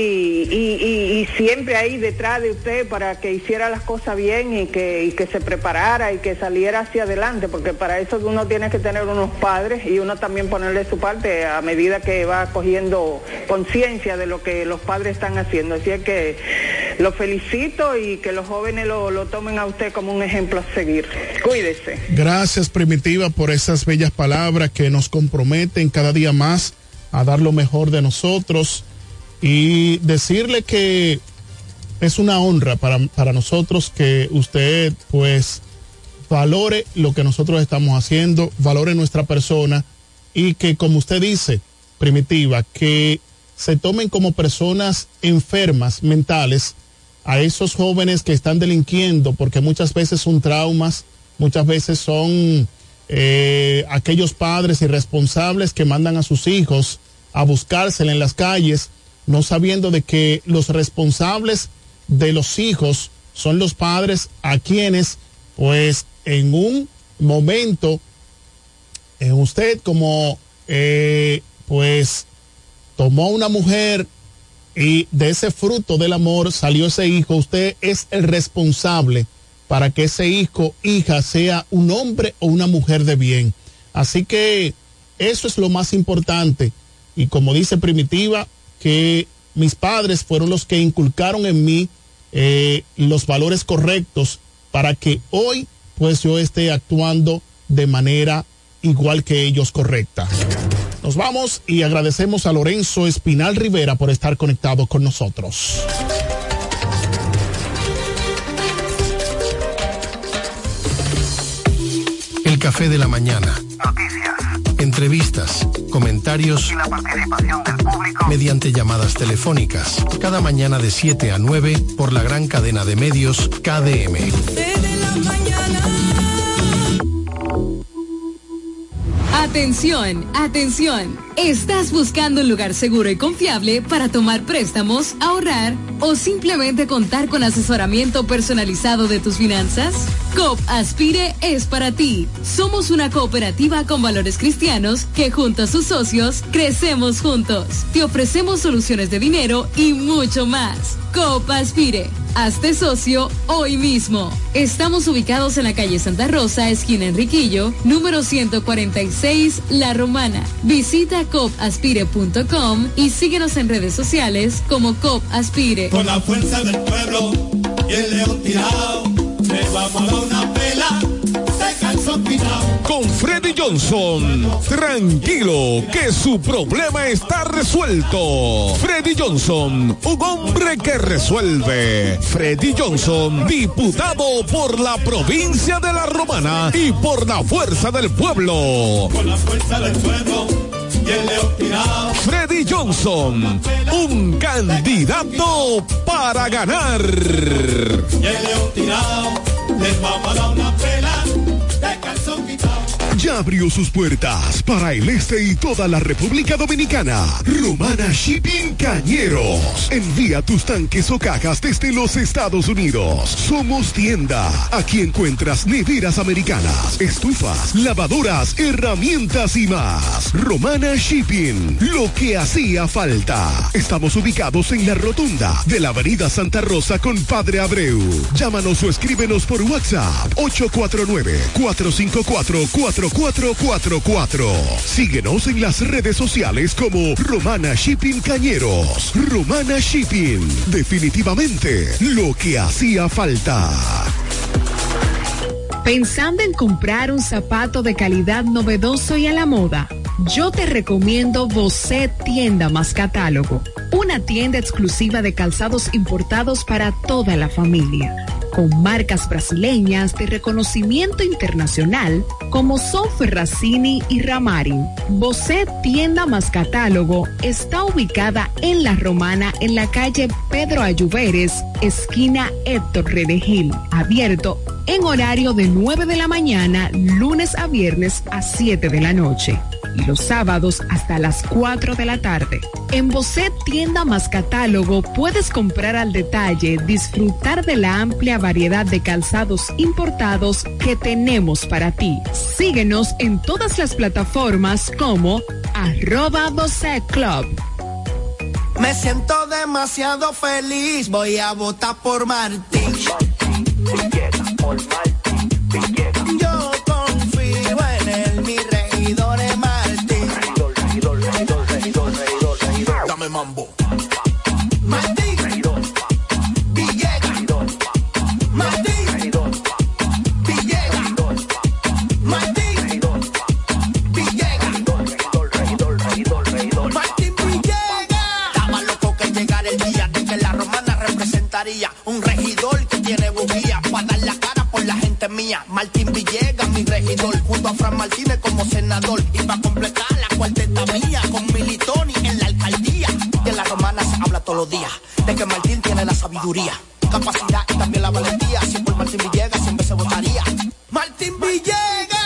y, y, y siempre ahí detrás de usted para que hiciera las cosas bien y que, y que se preparara y que saliera hacia adelante, porque para eso uno tiene que tener unos padres y uno también ponerle su parte a medida que va cogiendo conciencia de lo que los padres están haciendo. Así es que lo felicito y que los jóvenes lo, lo tomen a usted como un ejemplo a seguir. Cuídese. Gracias, Primitiva, por esas bellas palabras que nos comprometen cada día más a dar lo mejor de nosotros y decirle que es una honra para, para nosotros que usted pues valore lo que nosotros estamos haciendo, valore nuestra persona y que, como usted dice, Primitiva, que se tomen como personas enfermas mentales a esos jóvenes que están delinquiendo, porque muchas veces son traumas, muchas veces son eh, aquellos padres irresponsables que mandan a sus hijos a buscársela en las calles, no sabiendo de que los responsables de los hijos son los padres a quienes, pues, en un momento, en usted como, eh, pues, tomó una mujer y de ese fruto del amor salió ese hijo, usted es el responsable para que ese hijo, hija, sea un hombre o una mujer de bien. Así que eso es lo más importante. Y como dice Primitiva, que mis padres fueron los que inculcaron en mí eh, los valores correctos para que hoy pues yo esté actuando de manera igual que ellos correcta. Nos vamos y agradecemos a Lorenzo Espinal Rivera por estar conectado con nosotros. El café de la mañana. Noticias. Entrevistas, comentarios Y la participación del público. mediante llamadas telefónicas. Cada mañana de siete a nueve por la gran cadena de medios K D M. Atención, atención. ¿Estás buscando un lugar seguro y confiable para tomar préstamos, ahorrar o simplemente contar con asesoramiento personalizado de tus finanzas? COP Aspire es para ti. Somos una cooperativa con valores cristianos que junto a sus socios crecemos juntos. Te ofrecemos soluciones de dinero y mucho más. COP Aspire. Hazte socio hoy mismo. Estamos ubicados en la calle Santa Rosa, esquina Enriquillo, número ciento cuarenta y seis, La Romana. Visita cop aspire punto com y síguenos en redes sociales como COP Aspire. Con la fuerza del pueblo y el león tirado, le vamos a dar una pela de calzón quitado. Con Freddy Johnson, tranquilo que su problema está resuelto. Freddy Johnson, un hombre que resuelve. Freddy Johnson, diputado por la provincia de La Romana y por la fuerza del pueblo. Con la fuerza del pueblo y el león tirado. Freddy Johnson, un candidato para ganar. Y el león tirado, les vamos a dar una pela de calzón quitado. ya abrió sus puertas para el este y toda la República Dominicana. Romana Shipping Cañeros. Envía tus tanques o cajas desde los Estados Unidos. Somos tienda. Aquí encuentras neveras americanas, estufas, lavadoras, herramientas y más. Romana Shipping. Lo que hacía falta. Estamos ubicados en la rotunda de la avenida Santa Rosa con Padre Abreu. Llámanos o escríbenos por WhatsApp ocho cuatro nueve, cuatro cinco cuatro, cuatro cuatro cuatro cuatro. Síguenos en las redes sociales como Romana Shipping Cañeros. Romana Shipping, definitivamente lo que hacía falta. ¿Pensando en comprar un zapato de calidad novedoso y a la moda? Yo te recomiendo Bosé Tienda Más Catálogo, una tienda exclusiva de calzados importados para toda la familia, con marcas brasileñas de reconocimiento internacional como son Ferracini y Ramarin. Bosé Tienda Más Catálogo está ubicada en La Romana, en la calle Pedro Ayuberes, esquina Héctor Redegil, abierto en horario de nueve de la mañana, lunes a viernes a siete de la noche. Y los sábados hasta las cuatro de la tarde. En Bosé Tienda Más Catálogo puedes comprar al detalle, disfrutar de la amplia variedad de calzados importados que tenemos para ti. Síguenos en todas las plataformas como arroba Bosé Club. Me siento demasiado feliz, voy a votar por Martín. Martín, por Martín, yo confío en él, mi regidor es Martín. Regidor, regidor, regidor, regidor, regidor, regidor. Dame mambo. Martín. Regidor. Villegas. Regidor. Martín. Regidor. Villegas. Regidor. Martín. Regidor. Villegas. Regidor, regidor, regidor, regidor. Martín Villegas. Estaba loco que llegara el día de que la Romana representaría un regidor que tiene bujía para dar la cara por la gente mía. Martín Villegas, mi regidor, junto a Fran Martínez como senador. Y para completar la cuarteta mía, con Militoni en la alcaldía. De la Romana se habla todos los días, de que Martín tiene la sabiduría, capacidad y también la valentía. Si por Martín Villegas siempre se votaría. ¡Martín Villegas!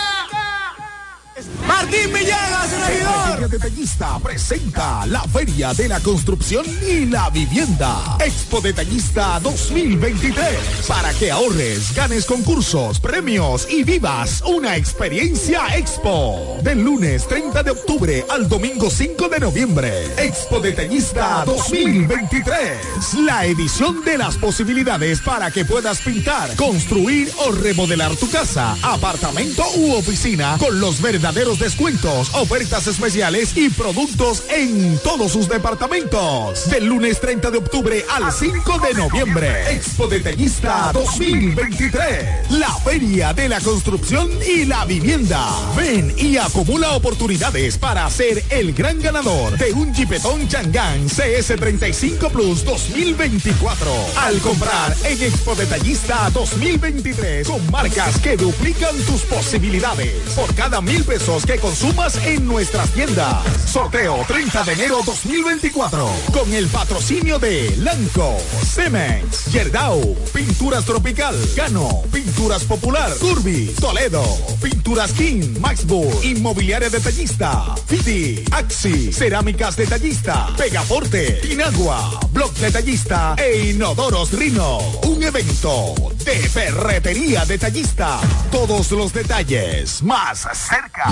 Martín Villegas, regidor. Feria Detallista presenta la Feria de la Construcción y la Vivienda. Expo Detallista dos mil veintitrés. Para que ahorres, ganes concursos, premios y vivas una experiencia Expo. Del lunes treinta de octubre al domingo cinco de noviembre. Expo Detallista dos mil veintitrés. La edición de las posibilidades para que puedas pintar, construir o remodelar tu casa, apartamento u oficina con los verdaderos descuentos, ofertas especiales y productos en todos sus departamentos. Del lunes treinta de octubre al cinco de noviembre. Expo Detallista dos mil veintitrés. La Feria de la Construcción y la Vivienda. Ven y acumula oportunidades para ser el gran ganador de un Jeepetón Changán C S treinta y cinco Plus dos mil veinticuatro. Al comprar en Expo Detallista dos mil veintitrés con marcas que duplican tus posibilidades. Por cada mil pesos que consumas en nuestras tiendas. Sorteo treinta de enero dos mil veinticuatro. Con el patrocinio de Lanco, Cemex, Yerdau, Pinturas Tropical, Gano, Pinturas Popular, Turbi, Toledo, Pinturas King, Maxburg, Inmobiliaria Detallista, Fiti, Axi, Cerámicas Detallista, Pegaforte, Inagua, Block Detallista e Inodoros Rino. Un evento de ferretería detallista. Todos los detalles más cerca.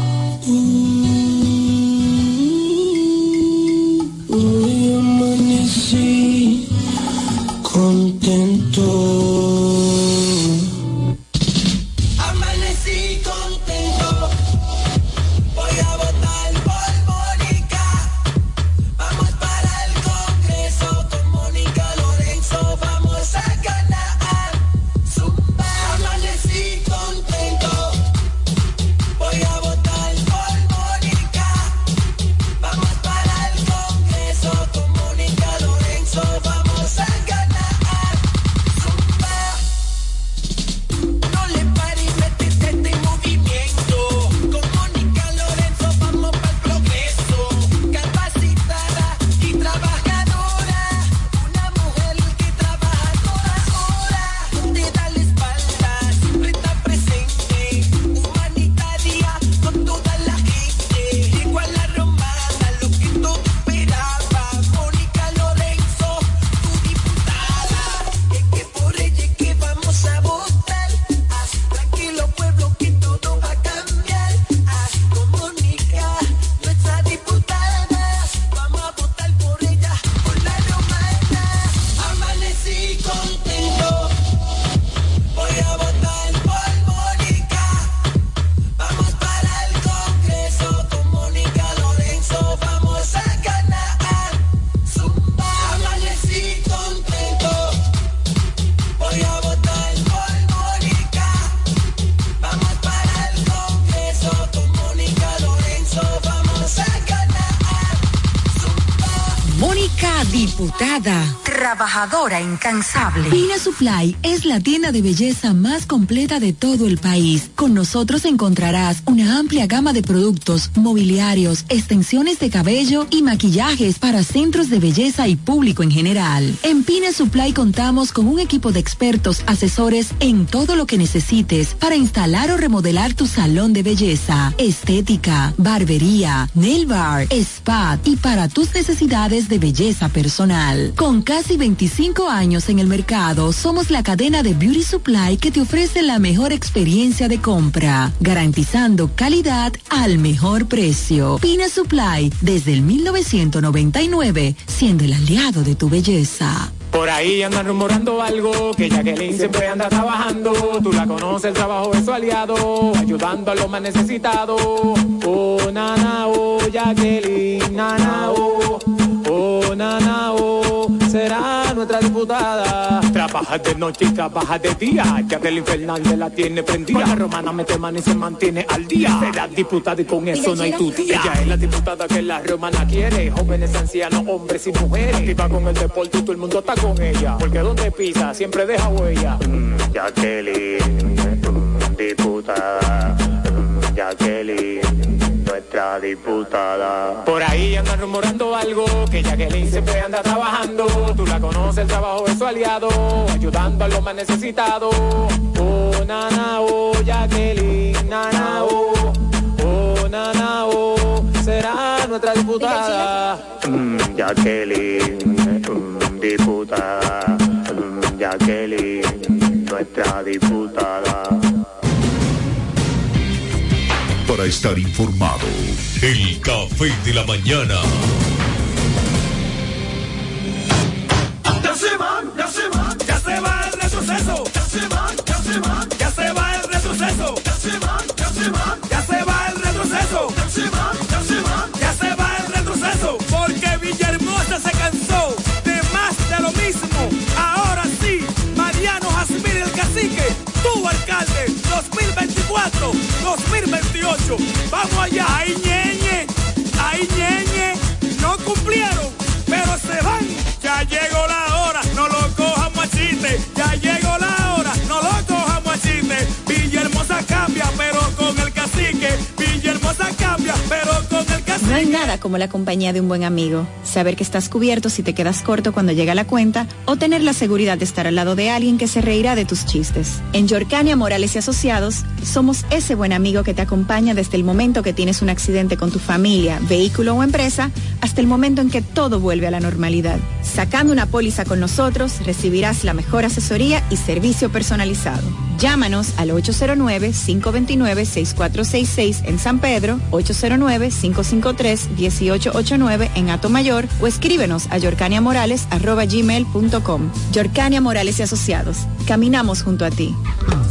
Hoy amanecí contento. Amanecí contento. Voy a votar por Mónica. Vamos para el Congreso con Mónica Lorenzo. Vamos a ganar. Zumba. Amanecí contento. Voy a votar por Mónica. La diputada. Trabajadora incansable. Pina Supply es la tienda de belleza más completa de todo el país. Con nosotros encontrarás una amplia gama de productos, mobiliarios, extensiones de cabello y maquillajes para centros de belleza y público en general. En Pina Supply contamos con un equipo de expertos asesores en todo lo que necesites para instalar o remodelar tu salón de belleza, estética, barbería, nail bar, spa y para tus necesidades de belleza personal. Con casi veinticinco años en el mercado, somos la cadena de Beauty Supply que te ofrece la mejor experiencia de compra, garantizando calidad al mejor precio. Pina Supply, desde el mil novecientos noventa y nueve, siendo el aliado de tu belleza. Por ahí andan rumorando algo, que Jacqueline siempre anda trabajando. Tú la conoces, el trabajo es su aliado, ayudando a los más necesitados. Oh, nana, oh, Jacqueline, nana, oh, oh, nana, oh, será nuestra diputada. Trabaja de noche y trabaja de día, Jacqueline Fernández la tiene prendida. La romana mete mano y se mantiene al día. Será diputada y con eso no hay tu día. Ella es la diputada que la romana quiere, jóvenes, ancianos, hombres y mujeres. Activa con el deporte y todo el mundo está con ella, porque donde pisa siempre deja huella. Mm, Jacqueline, mm, diputada, mm, Jacqueline, nuestra diputada. Por ahí andan rumorando algo, que Jacqueline siempre anda trabajando. Tú la conoces, el trabajo es su aliado, ayudando a los más necesitados. Oh, nana, oh, Jacqueline, nana, oh, oh, nana, oh, será nuestra diputada. Mm, Jacqueline, mm, diputada, mm, Jacqueline, nuestra diputada. Para estar informado, el café de la mañana. Ya se van, ya se van, ya se va el retroceso. Ya se van, ya se van, ya se va el retroceso. Ya se van, ya se van, ya se va el retroceso. Ya se van, ya se van, ya se va el retroceso. Porque Villahermosa se cansó de más de lo mismo. Ahora sí, Mariano Jazmín el cacique, tu alcalde, dos mil veinticuatro, dos mil veintiocho. Vamos allá, ahí ñeñe, ahí ñeñe, no cumplieron, pero se van. Ya llegó la hora, no lo cojamos a chiste. Ya llegó la hora, no lo cojamos a chiste. Villahermosa cambia, pero con el cacique. Villahermosa cambia, pero con el cacique. No hay nada como la compañía de un buen amigo. Saber que estás cubierto si te quedas corto cuando llega la cuenta, o tener la seguridad de estar al lado de alguien que se reirá de tus chistes. En Yorcania Morales y Asociados, somos ese buen amigo que te acompaña desde el momento que tienes un accidente con tu familia, vehículo o empresa, hasta el momento en que todo vuelve a la normalidad. Sacando una póliza con nosotros, recibirás la mejor asesoría y servicio personalizado. Llámanos al ocho cero nueve, cinco dos nueve, seis cuatro seis seis en San Pedro, ocho cero nueve, cinco cinco tres, uno ocho ocho nueve en Atomayor, o escríbenos a yorcaniamorales arroba gmail punto com. Yorcania Morales y Asociados. Caminamos junto a ti.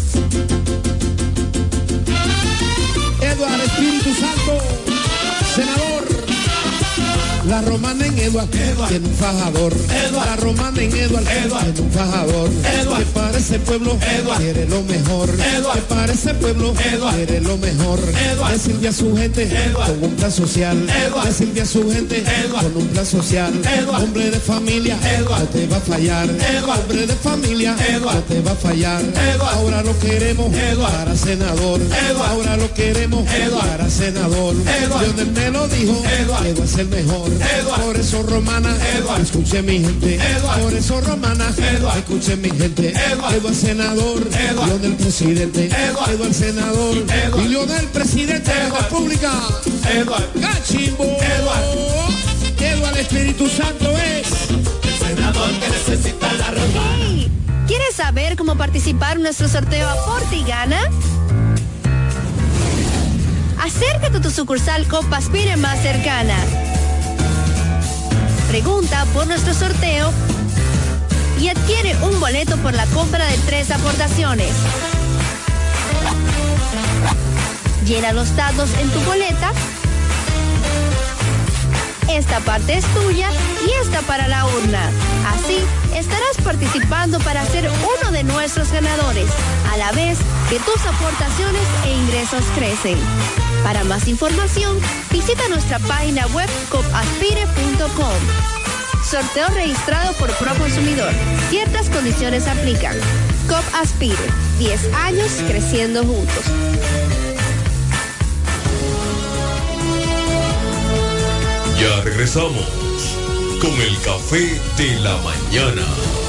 Eduardo Espíritu Santo, senador. La romana en Eduard, tiene un fajador. Edward. La romana en Eduard, Edward. tiene un fajador. Edward. Que para ese pueblo Edward. quiere lo mejor. Edward. Que para ese pueblo Edward. quiere lo mejor. Edward. Decirle a su gente Edward. con un plan social. Edward. Decirle a su gente Edward. con un plan social. Edward. Hombre de familia, Edward. no te va a fallar. Edward. Hombre de familia, Edward. no te va a fallar. Edward. Ahora lo queremos Edward. para senador. Edward. Ahora lo queremos Edward. para senador. Lionel me lo dijo, Edward. Edward es el mejor. Edward. Por eso romana, Edward. escuche mi gente. Edward. Por eso romana, Edward. escuche mi gente. Edward, Edward senador, Edward. Lionel presidente. Edward, Edward senador, Edward. y Lionel presidente Edward. de la República. Edward, Cachimbo. Edward, Edward Espíritu Santo es el senador que necesita la romana. Hey, ¿quieres saber cómo participar en nuestro sorteo Aporte y Gana? Acércate a tu sucursal Copa Aspire más cercana. Pregunta por nuestro sorteo y adquiere un boleto por la compra de tres aportaciones. Llena los datos en tu boleta. Esta parte es tuya y esta para la urna. Así estarás participando para ser uno de nuestros ganadores, a la vez que tus aportaciones e ingresos crecen. Para más información, visita nuestra página web copaspire punto com. Sorteo registrado por Proconsumidor. Ciertas condiciones aplican. COP Aspire, diez años creciendo juntos. Ya regresamos con el café de la mañana.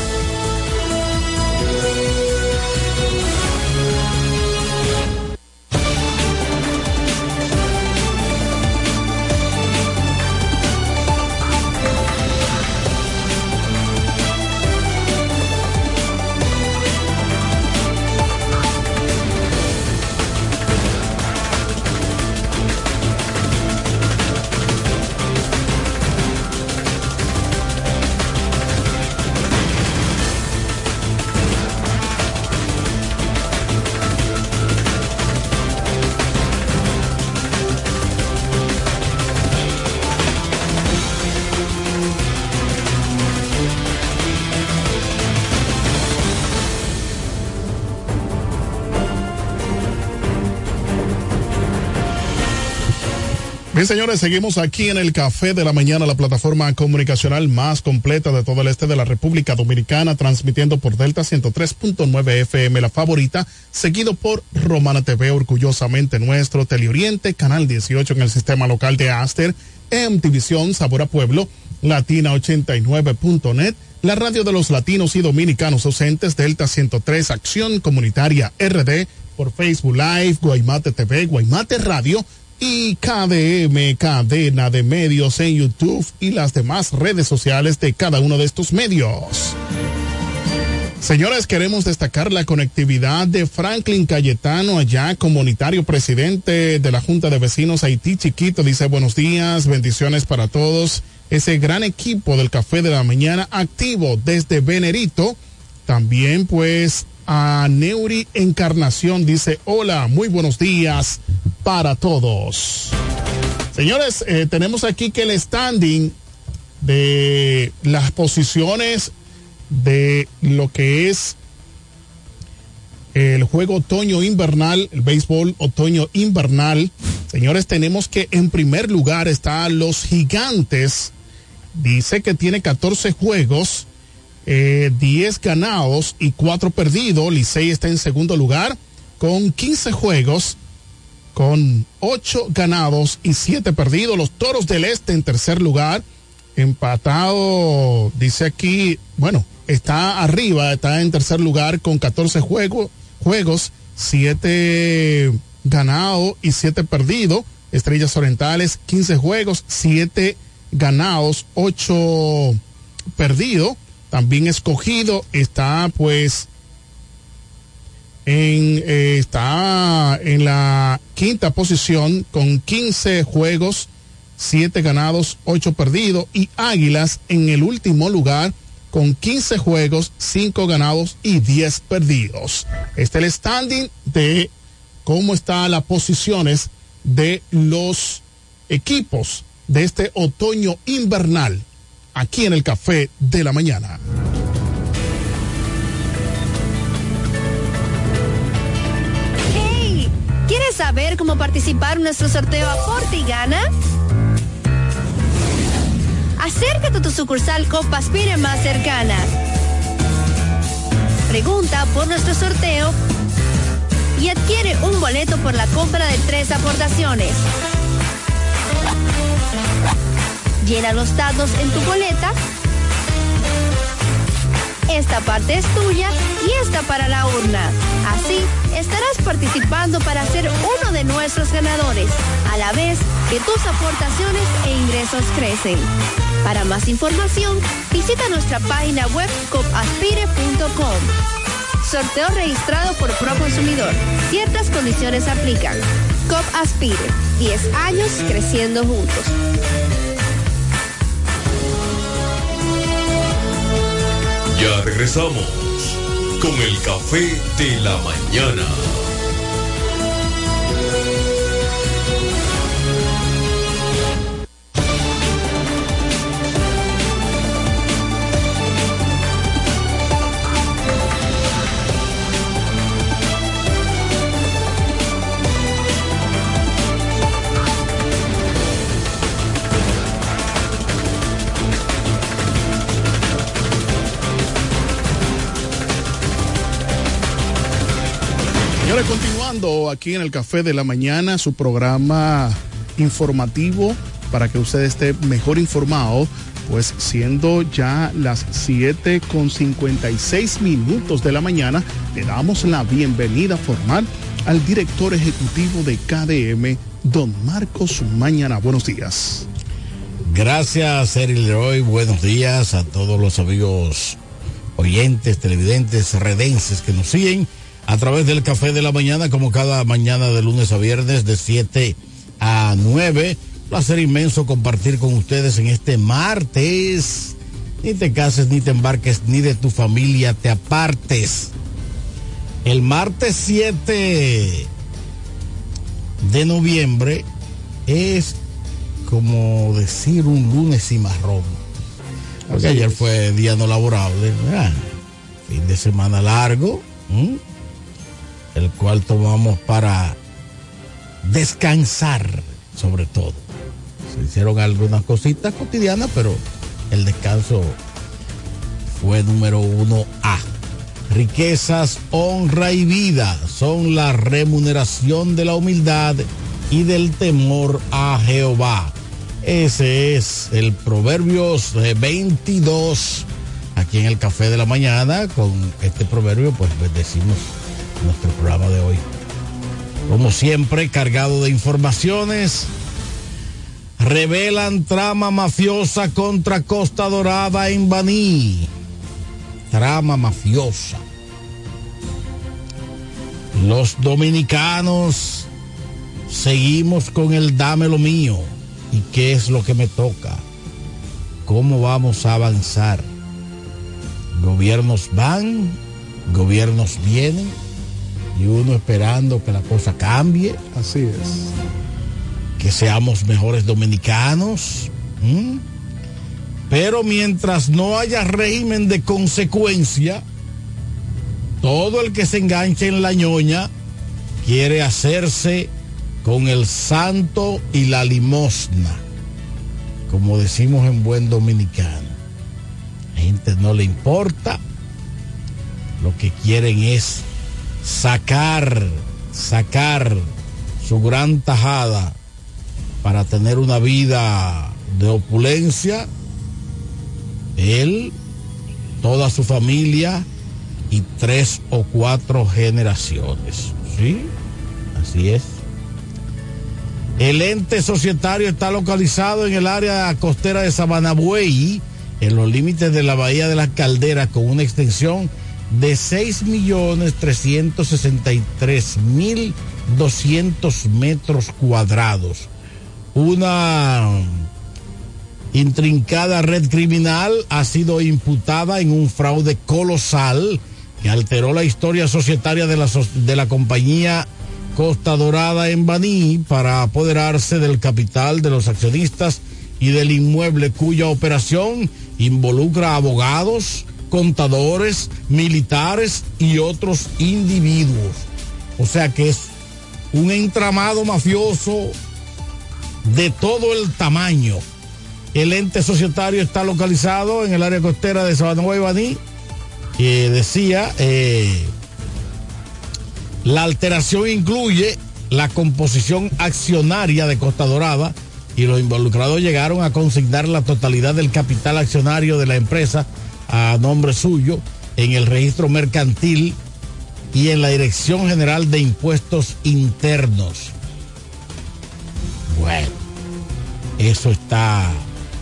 Bien, señores, seguimos aquí en el Café de la Mañana, la plataforma comunicacional más completa de todo el este de la República Dominicana, transmitiendo por Delta ciento tres punto nueve F M, la favorita, seguido por Romana T V, orgullosamente nuestro, Teleoriente, Canal dieciocho en el sistema local de Aster, M T V Visión, Sabor a Pueblo, Latina ochenta y nueve punto net, la radio de los latinos y dominicanos ausentes, Delta ciento tres, Acción Comunitaria R D, por Facebook Live, Guaymate T V, Guaymate Radio, y K D M, cadena de medios en YouTube y las demás redes sociales de cada uno de estos medios. Señores, queremos destacar la conectividad de Franklin Cayetano, allá comunitario, presidente de la Junta de Vecinos Haití Chiquito. Dice buenos días, bendiciones para todos. Ese gran equipo del Café de la Mañana activo desde Venerito. También pues a Neuri Encarnación dice hola, muy buenos días para todos. Señores, eh, tenemos aquí que el standing de las posiciones de lo que es el juego otoño invernal, el béisbol otoño invernal. Señores, tenemos que en primer lugar está los Gigantes. Dice que tiene catorce juegos, eh, diez ganados y cuatro perdidos. Licey está en segundo lugar con quince juegos, con ocho ganados y siete perdidos. Los Toros del Este en tercer lugar, empatado, dice aquí, bueno, está arriba, está en tercer lugar con catorce juegos, juegos, siete ganados y siete perdidos. Estrellas Orientales, quince juegos, siete ganados, ocho perdidos. También Escogido está pues En, eh, está en la quinta posición con quince juegos, siete ganados, ocho perdidos, y Águilas en el último lugar con quince juegos, cinco ganados y diez perdidos. Este es el standing de cómo están las posiciones de los equipos de este otoño invernal aquí en el Café de la Mañana. ¿Quieres saber cómo participar en nuestro sorteo Aporte y Gana? Acércate a tu sucursal Copa Aspire más cercana. Pregunta por nuestro sorteo y adquiere un boleto por la compra de tres aportaciones. Llena los datos en tu boleta. Esta parte es tuya y esta para la urna. Así estarás participando para ser uno de nuestros ganadores, a la vez que tus aportaciones e ingresos crecen. Para más información, visita nuestra página web copaspire punto com. Sorteo registrado por Proconsumidor. Ciertas condiciones aplican. Cop Aspire, diez años creciendo juntos. Ya regresamos con el Café de la Mañana. comenzando aquí en el Café de la Mañana, su programa informativo para que usted esté mejor informado, pues siendo ya las siete con cincuenta y seis minutos de la mañana, le damos la bienvenida formal al director ejecutivo de K D M, don Marcos Mañana. Buenos días. Gracias, Eric Leroy. Buenos días a todos los amigos oyentes, televidentes, redenses que nos siguen a través del Café de la Mañana, como cada mañana de lunes a viernes de siete a nueve. Placer inmenso compartir con ustedes en este martes. Ni te cases, ni te embarques, ni de tu familia te apartes. El martes siete de noviembre es como decir un lunes cimarrón, porque ayer fue día no laborable, ¿verdad? Fin de semana largo, ¿m? el cual tomamos para descansar, sobre todo. Se hicieron algunas cositas cotidianas, pero el descanso fue número uno A. Riquezas, honra y vida son la remuneración de la humildad y del temor a Jehová. Ese es el Proverbios veintidós, aquí en el Café de la Mañana. Con este proverbio pues bendecimos nuestro programa de hoy, como siempre cargado de informaciones. Revelan trama mafiosa contra Costa Dorada en Baní. Trama mafiosa. Los dominicanos seguimos con el dame lo mío. ¿Y qué es lo que me toca? ¿Cómo vamos a avanzar? Gobiernos van, gobiernos vienen, y uno esperando que la cosa cambie. Así es. Que seamos mejores dominicanos. ¿Mm? Pero mientras no haya régimen de consecuencia, todo el que se enganche en la ñoña quiere hacerse con el santo y la limosna, como decimos en buen dominicano. A la gente no le importa, lo que quieren es sacar, sacar su gran tajada para tener una vida de opulencia, él, toda su familia y tres o cuatro generaciones. ¿Sí? Así es. El ente societario está localizado en el área costera de Sabanabuey, en los límites de la Bahía de las Calderas, con una extensión de seis millones trescientos sesenta y tres mil doscientos metros cuadrados. Una intrincada red criminal ha sido imputada en un fraude colosal que alteró la historia societaria de la, de la compañía Costa Dorada en Baní para apoderarse del capital de los accionistas y del inmueble, cuya operación involucra abogados, contadores, militares y otros individuos. O sea que es un entramado mafioso de todo el tamaño. El ente societario está localizado en el área costera de Sabanabuey, Baní, que decía, eh, la alteración incluye la composición accionaria de Costa Dorada, y los involucrados llegaron a consignar la totalidad del capital accionario de la empresa a nombre suyo en el registro mercantil y en la Dirección General de Impuestos Internos. Bueno, eso está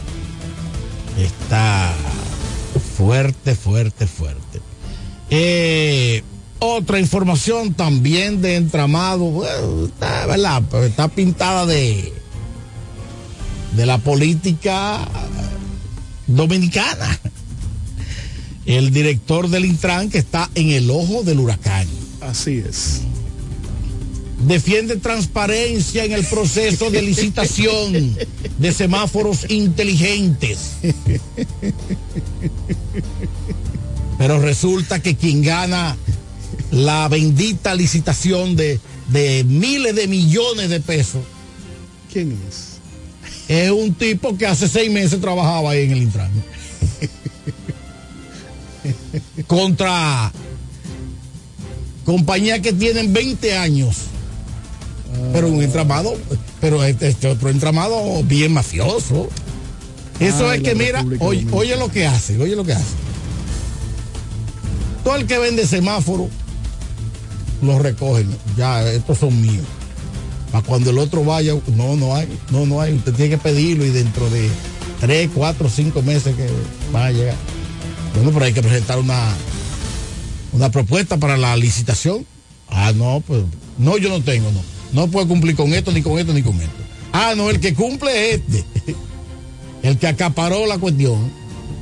está fuerte, fuerte, fuerte. Eh, otra información también de entramado, bueno, está, ¿verdad? Está pintada de de la política dominicana. El director del Intran, que está en el ojo del huracán. Así es. Defiende transparencia en el proceso de licitación de semáforos inteligentes. Pero resulta que quien gana la bendita licitación de, de miles de millones de pesos, ¿quién es? Es un tipo que hace seis meses trabajaba ahí en el Intran. Contra compañías que tienen veinte años. Pero un entramado, pero este, este otro entramado bien mafioso. Eso Ay, es que mira, oye, oye lo que hace, oye lo que hace. Todo el que vende semáforo los recogen. Ya, estos son míos. Para cuando el otro vaya, no, no hay, no, no hay. Usted tiene que pedirlo y dentro de tres, cuatro, cinco meses que van a llegar. Bueno, pero hay que presentar una, una propuesta para la licitación. Ah, no, pues, no, yo no tengo, no. No puedo cumplir con esto, ni con esto, ni con esto. Ah, no, el que cumple es este. El que acaparó la cuestión.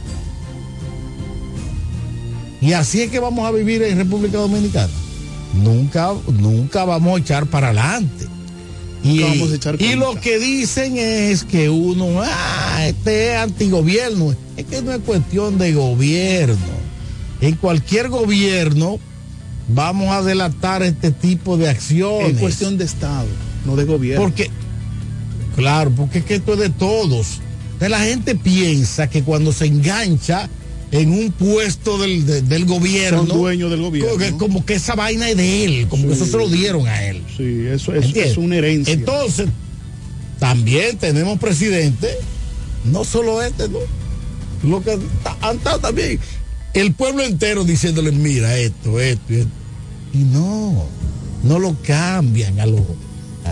Y así es que vamos a vivir en República Dominicana. Nunca, nunca vamos a echar para adelante. Y, vamos a echar y lo que dicen es que uno, ah, este es antigobierno. Es que no es cuestión de gobierno. En cualquier gobierno vamos a delatar este tipo de acciones. Es cuestión de Estado, no de gobierno. Porque, claro, porque es que esto es de todos. Entonces la gente piensa que cuando se engancha en un puesto del, de, del gobierno, son dueños del gobierno, como que, como que esa vaina es de él, como sí, que eso se lo dieron a él. Sí, eso, eso es una herencia. Entonces, también tenemos presidente, no solo este, ¿no? Lo que han estado también el pueblo entero diciéndole, mira, esto, esto, esto. Y no, no lo cambian a los a,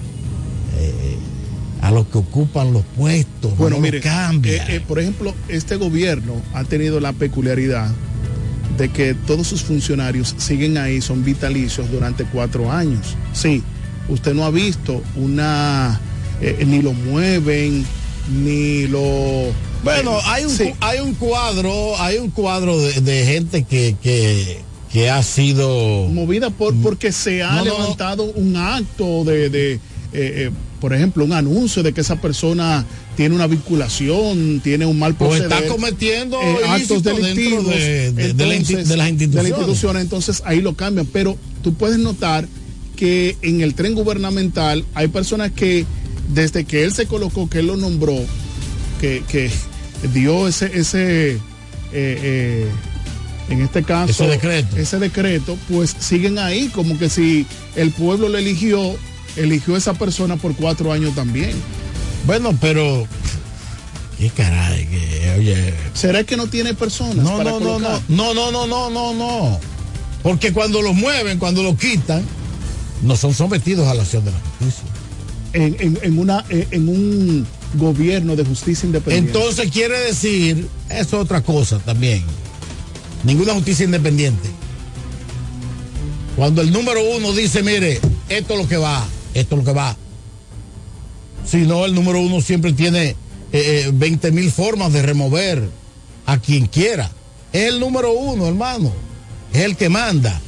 eh, a los que ocupan los puestos. Bueno, no mire, lo cambian. Eh, eh, por ejemplo, este gobierno ha tenido la peculiaridad de que todos sus funcionarios siguen ahí, son vitalicios durante cuatro años. Sí, usted no ha visto una, eh, ni lo mueven, ni lo... Bueno, eh, hay un sí. hay un cuadro, hay un cuadro de, de gente que, que, que ha sido movida por porque se ha no, levantado no. un acto de, de eh, eh, por ejemplo, un anuncio de que esa persona tiene una vinculación, tiene un mal proceder, o está cometiendo eh, actos delictivos de, de, entonces, de, la insti- de las instituciones. de las instituciones, entonces ahí lo cambian, pero tú puedes notar que en el tren gubernamental hay personas que desde que él se colocó, que él lo nombró, que, que dio ese ese eh, eh, en este caso ese decreto. ese decreto, pues siguen ahí como que si el pueblo lo eligió, eligió a esa persona por cuatro años también. Bueno, pero qué caray, que oye. ¿Será que no tiene personas no, para no, colocar? No, no, no, no, no, no, no. Porque cuando lo mueven, cuando lo quitan, no son sometidos a la acción de la justicia. En, en, en una en un gobierno de justicia independiente. Entonces quiere decir, eso es otra cosa también. Ninguna justicia independiente. Cuando el número uno dice, mire, esto es lo que va, esto es lo que va. Si no, el número uno siempre tiene eh, veinte mil formas de remover a quien quiera. Es el número uno, hermano. Es el que manda.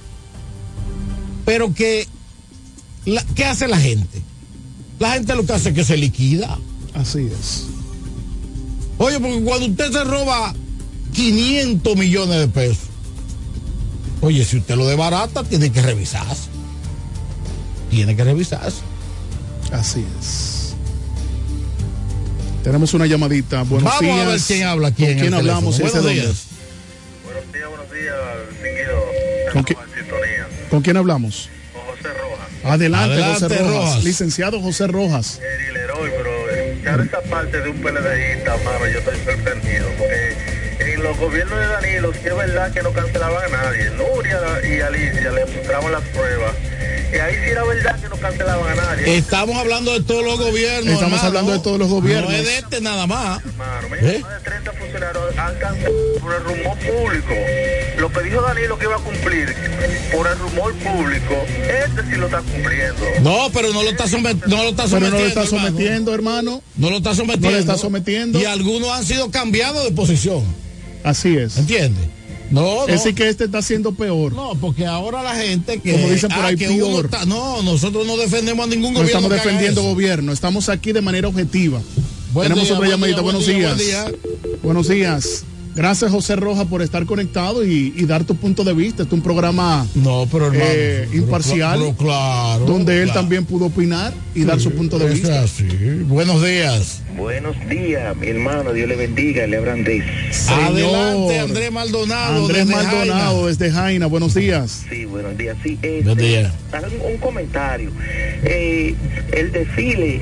Pero que, la, ¿qué hace la gente? La gente lo que hace es que se liquida. Así es. Oye, porque cuando usted se roba quinientos millones de pesos, oye, si usted lo desbarata, tiene que revisarse. Tiene que revisarse. Así es. Tenemos una llamadita. Buenos Vamos días. a ver quién habla aquí. ¿Con quién hablamos? Buenos días. Buenos días, buenos días, distinguido. ¿Con, qui- ¿Con quién hablamos? Con José Rojas. Adelante, Adelante, José Rojas. Rojas. Licenciado José Rojas. El Leroy, pero escuchar esa parte de un PLDista, mano, yo estoy sorprendido. Porque en los gobiernos de Danilo, sí es verdad que no cancelaban a nadie. Nuria y Alicia le mostraban las pruebas. Y ahí sí era verdad que no cancelaban a nadie. Estamos hablando de todos los gobiernos. Estamos hermano. hablando de todos los gobiernos. No es de este nada más. Hermano, ¿Eh? más de treinta funcionarios han cancelado por el rumor público. Lo que dijo Danilo que iba a cumplir por el rumor público, este sí lo está cumpliendo. No, pero no lo está, somet- no lo está Pero sometiendo. no lo está hermano. sometiendo, hermano. No lo está sometiendo. No lo está sometiendo. Y algunos han sido cambiados de posición. Así es. ¿Entiendes? No, no. Es decir, que este está siendo peor. No, porque ahora la gente que. Como dicen por ahí, que uno peor. está- no, nosotros no defendemos a ningún No gobierno. estamos que haga defendiendo eso. gobierno. Estamos aquí de manera objetiva. Buen Tenemos día, otra buen llamadita. día, Buenos buen días. día, buen Buenos días. Gracias, José Rojas, por estar conectado y, y dar tu punto de vista. Este es un programa no, pero hermano, eh, pero, imparcial, pero, pero claro, donde él claro. también pudo opinar y sí, dar su punto de vista. Sí. Buenos días. Buenos días, mi hermano. Dios le bendiga. Le hablan de Adelante, Andrés Maldonado. Andrés desde Maldonado, Jaina. desde Jaina. Buenos días. Sí, buenos días. Sí, este, Buen día. Un, un comentario. Eh, el desfile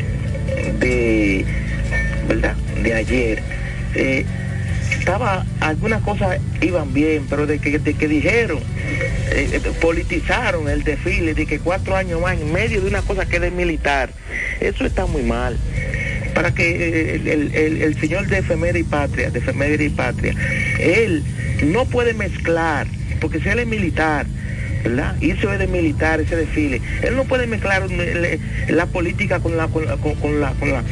de, ¿verdad? De ayer. Eh, estaba, algunas cosas iban bien, pero de que, de que dijeron, eh, politizaron el desfile, de que cuatro años más en medio de una cosa que es de militar, eso está muy mal. Para que eh, el, el, el, el señor de Efeméride y Patria, de Efeméride y Patria, él no puede mezclar, porque si él es militar, ¿verdad? Y eso es de militar, ese desfile, él no puede mezclar le, la política con la, con la, con, con la, con la,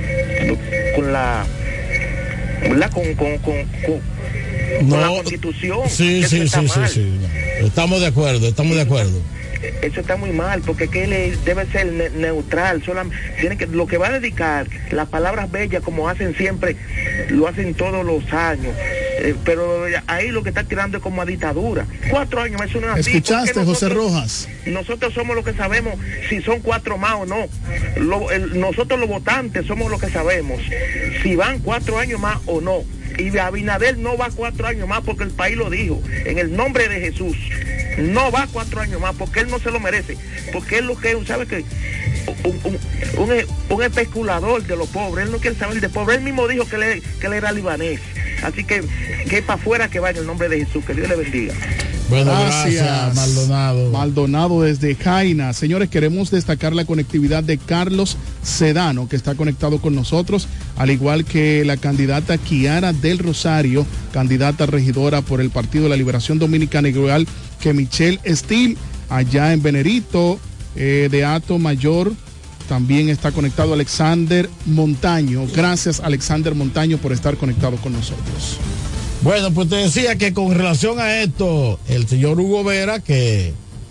con la ¿verdad? Con, con, con, con, no, con la Constitución. Sí, sí, sí, sí, sí. Estamos de acuerdo, estamos de acuerdo. Eso está muy mal, porque que él debe ser ne neutral, solamente tiene que, lo que va a dedicar, las palabras bellas como hacen siempre, lo hacen todos los años, eh, pero ahí lo que está tirando es como a dictadura. Cuatro años, eso no es así. ¿Escuchaste, nosotros, José Rojas? Nosotros somos los que sabemos si son cuatro más o no. Lo, el, nosotros los votantes somos los que sabemos si van cuatro años más o no. Y Abinader no va cuatro años más porque el país lo dijo, en el nombre de Jesús. No va cuatro años más porque él no se lo merece, porque él lo que es, ¿sabe qué? Un, un, un, un especulador de los pobres, él no quiere saber de pobres, él mismo dijo que él, que él era libanés, así que que para afuera que vaya en el nombre de Jesús, que Dios le bendiga. Bueno, gracias, gracias, Maldonado. Maldonado desde Jaina. Señores, queremos destacar la conectividad de Carlos Sedano, que está conectado con nosotros, al igual que la candidata Kiara del Rosario, candidata regidora por el Partido de la Liberación Dominicana, igual que Michelle Steele, allá en Venerito, eh, de Hato Mayor. También está conectado Alexander Montaño. Gracias, Alexander Montaño, por estar conectado con nosotros. Bueno, pues te decía que con relación a esto, el señor Hugo Vera, que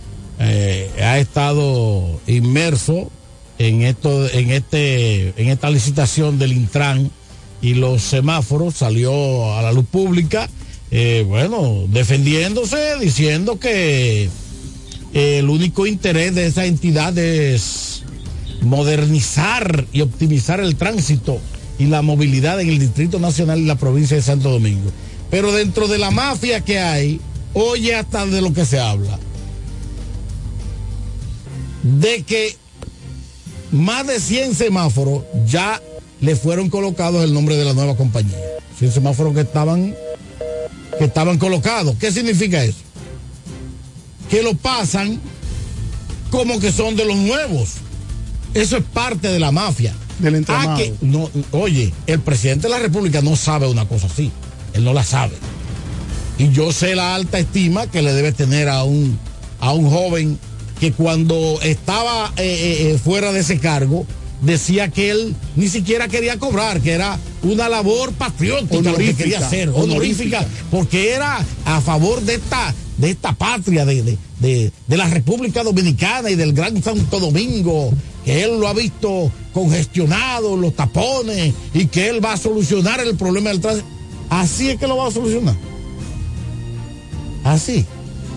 eh, ha estado inmerso en esto, en este, en esta licitación del Intran y los semáforos, salió a la luz pública, eh, bueno, defendiéndose, diciendo que eh, el único interés de esa entidad es modernizar y optimizar el tránsito y la movilidad en el Distrito Nacional y la provincia de Santo Domingo. Pero dentro de la mafia que hay, oye hasta de lo que se habla. De que más de cien semáforos ya le fueron colocados el nombre de la nueva compañía. cien semáforos que estaban, que estaban colocados. ¿Qué significa eso? Que lo pasan como que son de los nuevos. Eso es parte de la mafia. Del entramado. Ah, que, no, oye, el presidente de la República no sabe una cosa así. Él no la sabe. Y yo sé la alta estima que le debe tener a un, a un joven que cuando estaba eh, eh, fuera de ese cargo, decía que él ni siquiera quería cobrar, que era una labor patriótica honorífica, lo que quería hacer, honorífica, honorífica, porque era a favor de esta, de esta patria, de, de, de, de la República Dominicana y del Gran Santo Domingo, que él lo ha visto congestionado, los tapones, y que él va a solucionar el problema del tránsito. Así es que lo va a solucionar. Así.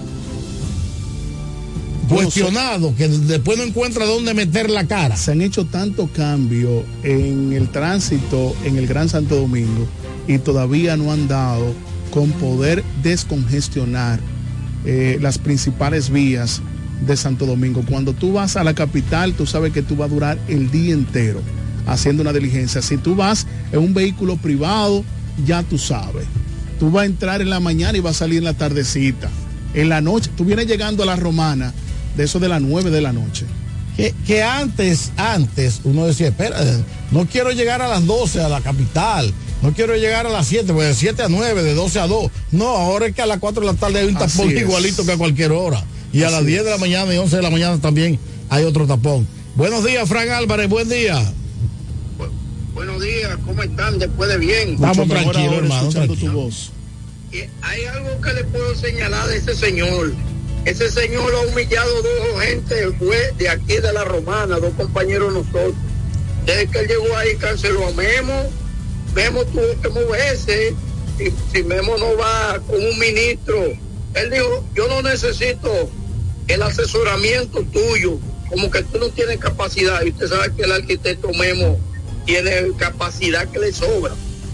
Cuestionado, que después no encuentra dónde meter la cara. Se han hecho tanto cambio en el tránsito en el Gran Santo Domingo y todavía no han dado con poder descongestionar eh, las principales vías de Santo Domingo. Cuando tú vas a la capital, tú sabes que tú vas a durar el día entero haciendo una diligencia. Si tú vas en un vehículo privado, ya tú sabes, tú vas a entrar en la mañana y vas a salir en la tardecita. En la noche, tú vienes llegando a la Romana, de eso de las nueve de la noche. Que, que antes, antes, uno decía, espera, no quiero llegar a las doce a la capital, no quiero llegar a las siete, pues de siete a nueve, de doce a dos. No, ahora es que a las cuatro de la tarde hay un Así tapón es. igualito que a cualquier hora. Y Así a las diez de la mañana y once de la mañana también hay otro tapón. Buenos días, Frank Álvarez, buen día. Buenos días, ¿cómo están? Después de bien. Estamos tranquilos, hermano. Escuchando tu voz. Y hay algo que le puedo señalar de ese señor. Ese señor ha humillado dos gente fue de aquí de la Romana, dos compañeros de nosotros. Desde que él llegó ahí canceló a Memo. Memo tuvo que moverse si, si Memo no va con un ministro, él dijo, yo no necesito el asesoramiento tuyo, como que tú no tienes capacidad, y usted sabe que el arquitecto Memo tiene capacidad que le sobra.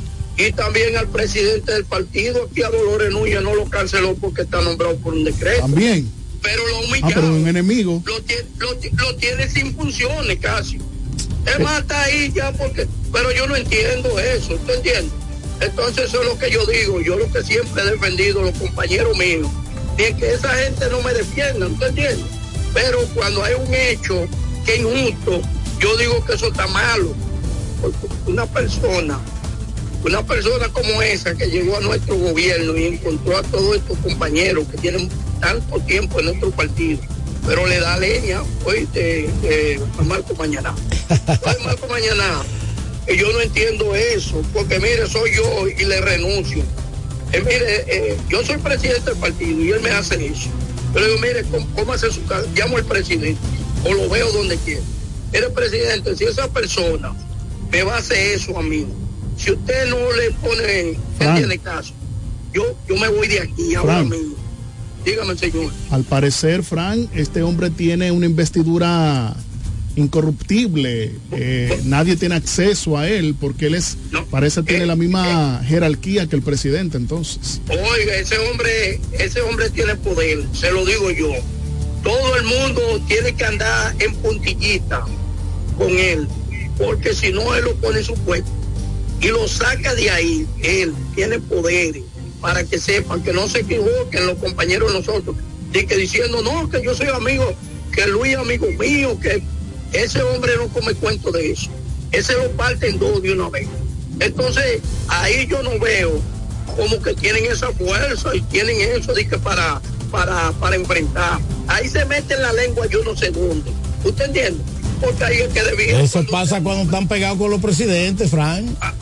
Y también al presidente del partido, aquí a Dolores Núñez, no lo canceló porque está nombrado por un decreto. También. Pero lo Ah, humillado. pero un enemigo. Lo, tiene, lo, lo tiene sin funciones casi. Es más, está ahí ya porque... Pero yo no entiendo eso, ¿usted entiende? Entonces eso es lo que yo digo, yo lo que siempre he defendido, los compañeros míos, ni es que esa gente no me defienda, ¿usted entiende? Pero cuando hay un hecho que es injusto, yo digo que eso está malo. Porque una persona, una persona como esa que llegó a nuestro gobierno y encontró a todos estos compañeros que tienen tanto tiempo en nuestro partido, pero le da leña, oíste, eh, a Marco Mañana. Oye, Marco Mañana, y yo no entiendo eso, porque mire, soy yo y le renuncio. Eh, mire, eh, yo soy presidente del partido y él me hace eso. Pero digo, mire, ¿cómo, cómo hace su casa? Llamo al presidente o lo veo donde quiera. Mire, presidente, si esa persona me va a hacer eso a mí, si usted no le pone, Fran, tiene caso, yo, yo me voy de aquí ahora Fran, mismo. Dígame, señor. Al parecer, Fran, este hombre tiene una investidura incorruptible, eh, nadie tiene acceso a él porque él es, no, parece eh, tiene la misma eh, jerarquía que el presidente, entonces. Oiga, ese hombre, ese hombre tiene poder, se lo digo yo. Todo el mundo tiene que andar en puntillita con él, porque si no él lo pone en su puesto y lo saca de ahí. Él tiene poder para que sepan, que no se equivoquen los compañeros de nosotros, de que diciendo no, que yo soy amigo, que Luis es amigo mío, que ese hombre no come cuento de eso. Ese lo parte en dos de una vez. Entonces, ahí yo no veo como que tienen esa fuerza y tienen eso de que para, para, para enfrentar. Ahí se mete en la lengua yo no sé dónde. ¿Usted entiende? Porque ahí es que debía. Eso cuando pasa cuando están pegados con los presidentes, Fran. Ah,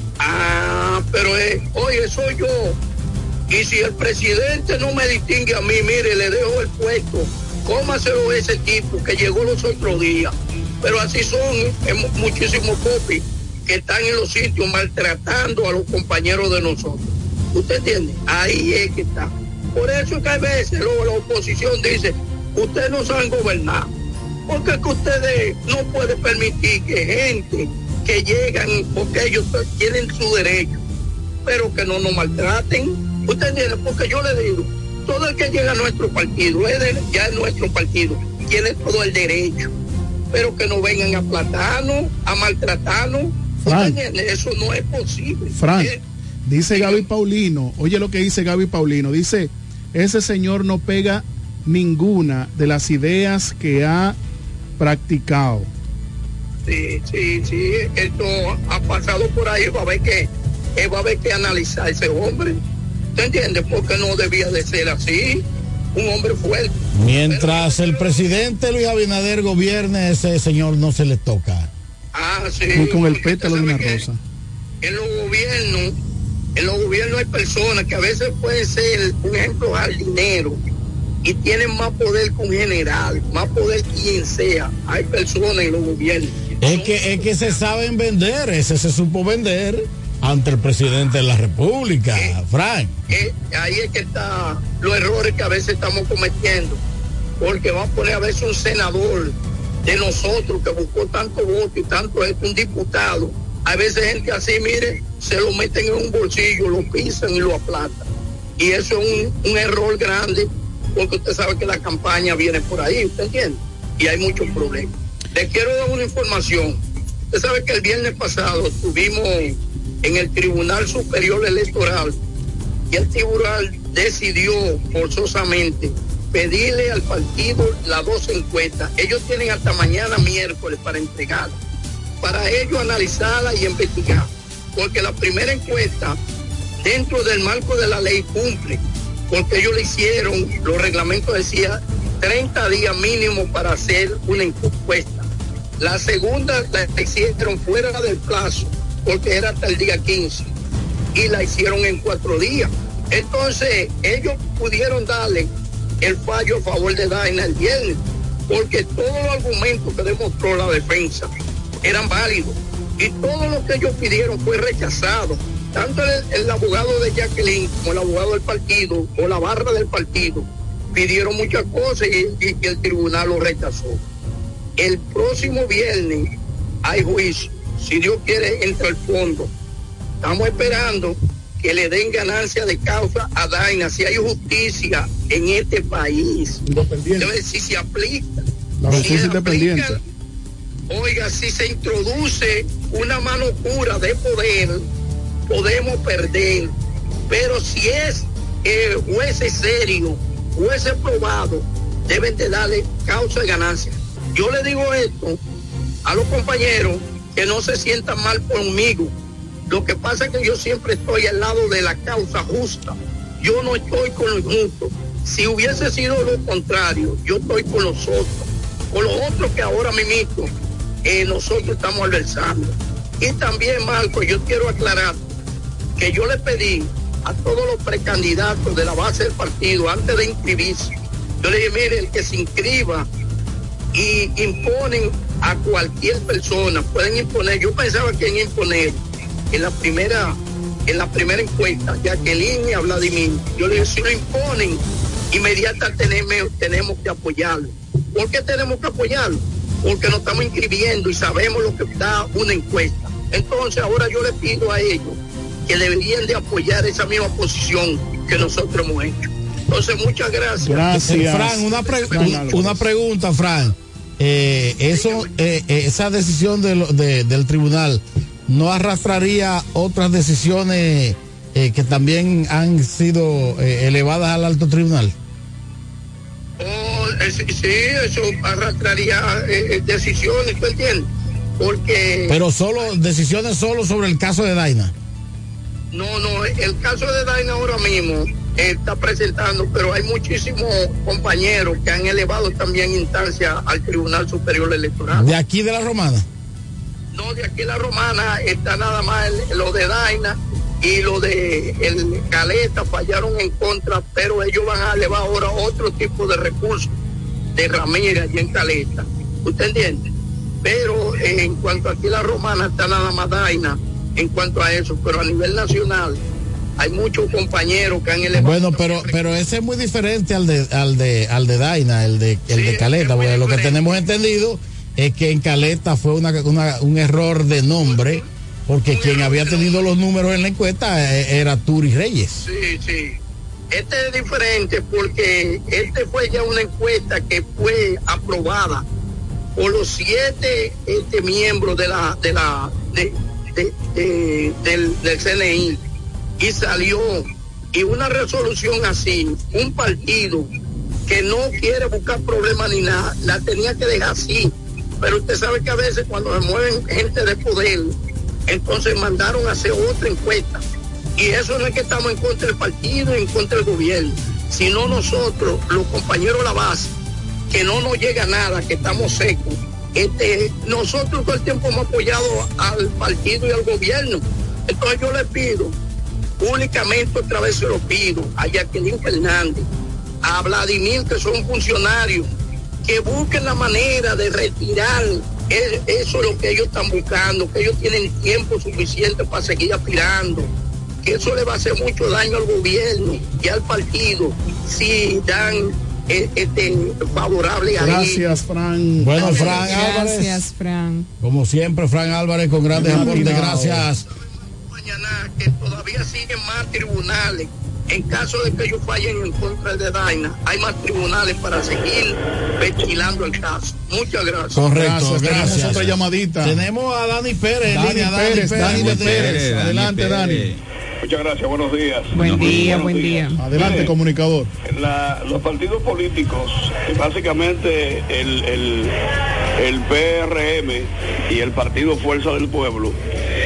ah pero eh, oye, soy yo. Y si el presidente no me distingue a mí, mire, le dejo el puesto. Cómaselo ese tipo que llegó los otros días. Pero así son eh, muchísimos popis que están en los sitios maltratando a los compañeros de nosotros. ¿Usted entiende? Ahí es que está. Por eso es que a veces luego la oposición dice, ustedes no saben gobernar. Porque es que ustedes no pueden permitir que gente que llegan, porque ellos tienen su derecho, pero que no nos maltraten. ¿Usted entiende? Porque yo le digo, todo el que llega a nuestro partido, es de, ya es nuestro partido, tiene todo el derecho. Pero que no vengan a aplatarnos, a maltratarnos. Fran, eso no es posible. Fran, ¿eh? Dice Gaby Paulino, oye lo que dice Gaby Paulino, dice, ese señor no pega ninguna de las ideas que ha practicado. Sí, sí, sí, esto ha pasado por ahí, va a haber que, eh, va a haber que analizar ese hombre. ¿Te entiendes? Porque no debía de ser así, un hombre fuerte. Mientras pero, el presidente Luis Abinader gobierne, ese señor no se le toca. Ah, sí. Muy con el pétalo de una rosa. En los gobiernos, en los gobiernos hay personas que a veces pueden ser, un ejemplo, jardinero, y tienen más poder que un general, más poder que quien sea. Hay personas en los gobiernos. Es que, es que se saben vender, ese se supo vender ante el presidente de la República, eh, Frank. Eh, ahí es que están los errores que a veces estamos cometiendo, porque va a poner a veces un senador de nosotros que buscó tanto voto y tanto esto, un diputado. A veces gente así, mire, se lo meten en un bolsillo, lo pisan y lo aplatan. Y eso es un, un error grande, porque usted sabe que la campaña viene por ahí, ¿usted entiende? Y hay muchos problemas. Les quiero dar una información. Usted sabe que el viernes pasado estuvimos en el Tribunal Superior Electoral y el tribunal decidió forzosamente pedirle al partido las dos encuestas. Ellos tienen hasta mañana miércoles para entregarlas, para ellos analizarla y investigar, porque la primera encuesta dentro del marco de la ley cumple, porque ellos le hicieron, los reglamentos decían treinta días mínimo para hacer una encuesta. La segunda la hicieron fuera del plazo, porque era hasta el día quince, y la hicieron en cuatro días. Entonces ellos pudieron darle el fallo a favor de Daina el viernes, porque todos los argumentos que demostró la defensa eran válidos, y todo lo que ellos pidieron fue rechazado. tanto el, el abogado de Jacqueline como el abogado del partido o la barra del partido pidieron muchas cosas y, y, y el tribunal lo rechazó. El próximo viernes hay juicio, si Dios quiere entra al fondo. Estamos esperando que le den ganancia de causa a Daina, si hay justicia en este país. Entonces, si se aplica, la justicia si independiente. Aplica, oiga, si se introduce una mano pura de poder, podemos perder. Pero si es eh, jueces serios, jueces probados, deben de darle causa de ganancia. Yo le digo esto a los compañeros que no se sientan mal conmigo. Lo que pasa es que yo siempre estoy al lado de la causa justa. Yo no estoy con lo injusto. Si hubiese sido lo contrario, yo estoy con los otros. Con los otros que ahora mismo eh, nosotros estamos adversando. Y también, Marco, yo quiero aclarar que yo le pedí a todos los precandidatos de la base del partido, antes de inscribirse, yo le dije, mire, el que se inscriba y imponen a cualquier persona, pueden imponer, yo pensaba que en imponer en la primera en la primera encuesta, Jacqueline y a Vladimir, yo le dije, si lo imponen, inmediatamente tenemos, tenemos que apoyarlo. ¿Por qué tenemos que apoyarlo? Porque nos estamos inscribiendo y sabemos lo que da una encuesta. Entonces ahora yo le pido a ellos que deberían de apoyar esa misma posición que nosotros hemos hecho. Entonces, muchas gracias. Gracias. Fran, una, pre un, una pregunta, Fran. Eh, eso, eh, esa decisión de lo, de, del tribunal, ¿no arrastraría otras decisiones eh, que también han sido eh, elevadas al alto tribunal? Oh, eh, sí, eso arrastraría eh, decisiones, ¿tú entiendes? Porque... Pero solo, decisiones solo sobre el caso de Daina. No, no, el caso de Daina ahora mismo está presentando, pero hay muchísimos compañeros que han elevado también instancia al Tribunal Superior Electoral. ¿De aquí de la Romana? No, de aquí la Romana está nada más el, lo de Daina y lo de el Caleta fallaron en contra, pero ellos van a elevar ahora otro tipo de recursos de Ramírez y en Caleta. ¿Usted entiende? Pero eh, en cuanto aquí la Romana está nada más Daina en cuanto a eso, pero a nivel nacional hay muchos compañeros que han elevado. Bueno, pero pero ese es muy diferente al de al de al de Daina, el de el sí, de Caleta, porque lo que tenemos entendido es que en Caleta fue una, una, un error de nombre, porque quien había tenido los números en la encuesta era Turi Reyes. Sí, sí. Este es diferente porque este fue ya una encuesta que fue aprobada por los siete este, miembros de la de la de, de, de, del, del C N I y salió y una resolución así, un partido que no quiere buscar problemas ni nada, la tenía que dejar así. Pero usted sabe que a veces cuando se mueven gente de poder, entonces mandaron a hacer otra encuesta. Y eso no es que estamos en contra del partido, en contra del gobierno, sino nosotros, los compañeros de la base, que no nos llega nada, que estamos secos. Este, nosotros todo el tiempo hemos apoyado al partido y al gobierno. Entonces yo le pido, públicamente otra vez se lo pido, a Jacqueline Fernández, a Vladimir, que son funcionarios, que busquen la manera de retirar eso es lo que ellos están buscando, que ellos tienen tiempo suficiente para seguir aspirando, que eso le va a hacer mucho daño al gobierno y al partido si dan eh, este favorable a Gracias, ellos. Fran. Bueno, Fran Álvarez. Gracias, Fran. Como siempre, Fran Álvarez con grandes aportes. Gracias. Mañana que todavía siguen más tribunales. En caso de que ellos fallen en contra de Daina, hay más tribunales para seguir ventilando el caso. Muchas gracias. Correcto, gracias. gracias. Tenemos otra llamadita. Tenemos a Dani Pérez. Dani línea, Pérez, Dani Dani Pérez. Pérez. Pérez. Adelante, Dani. Dani. Muchas gracias, buenos días. Buen día, buenos buen días. día. Adelante, Mire, comunicador. La, los partidos políticos, básicamente el, el, el P R M y el Partido Fuerza del Pueblo,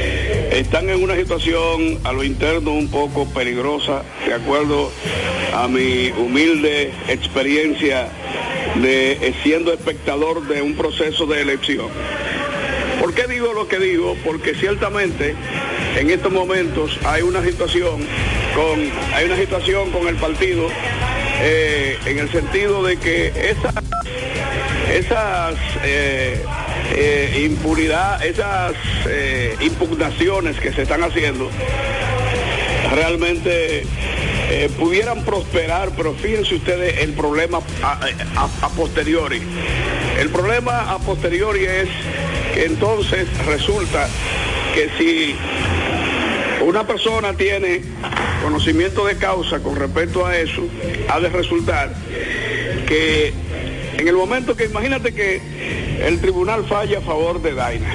están en una situación a lo interno un poco peligrosa, de acuerdo a mi humilde experiencia de eh, siendo espectador de un proceso de elección. ¿Por qué digo lo que digo? Porque ciertamente en estos momentos hay una situación con hay una situación con el partido eh, en el sentido de que esas esas eh, eh, impunidad, esas eh, impugnaciones que se están haciendo realmente eh, pudieran prosperar, pero fíjense ustedes el problema a, a, a posteriori. El problema a posteriori es que entonces resulta que si una persona tiene conocimiento de causa con respecto a eso, ha de resultar que en el momento que, imagínate que el tribunal falla a favor de Daina,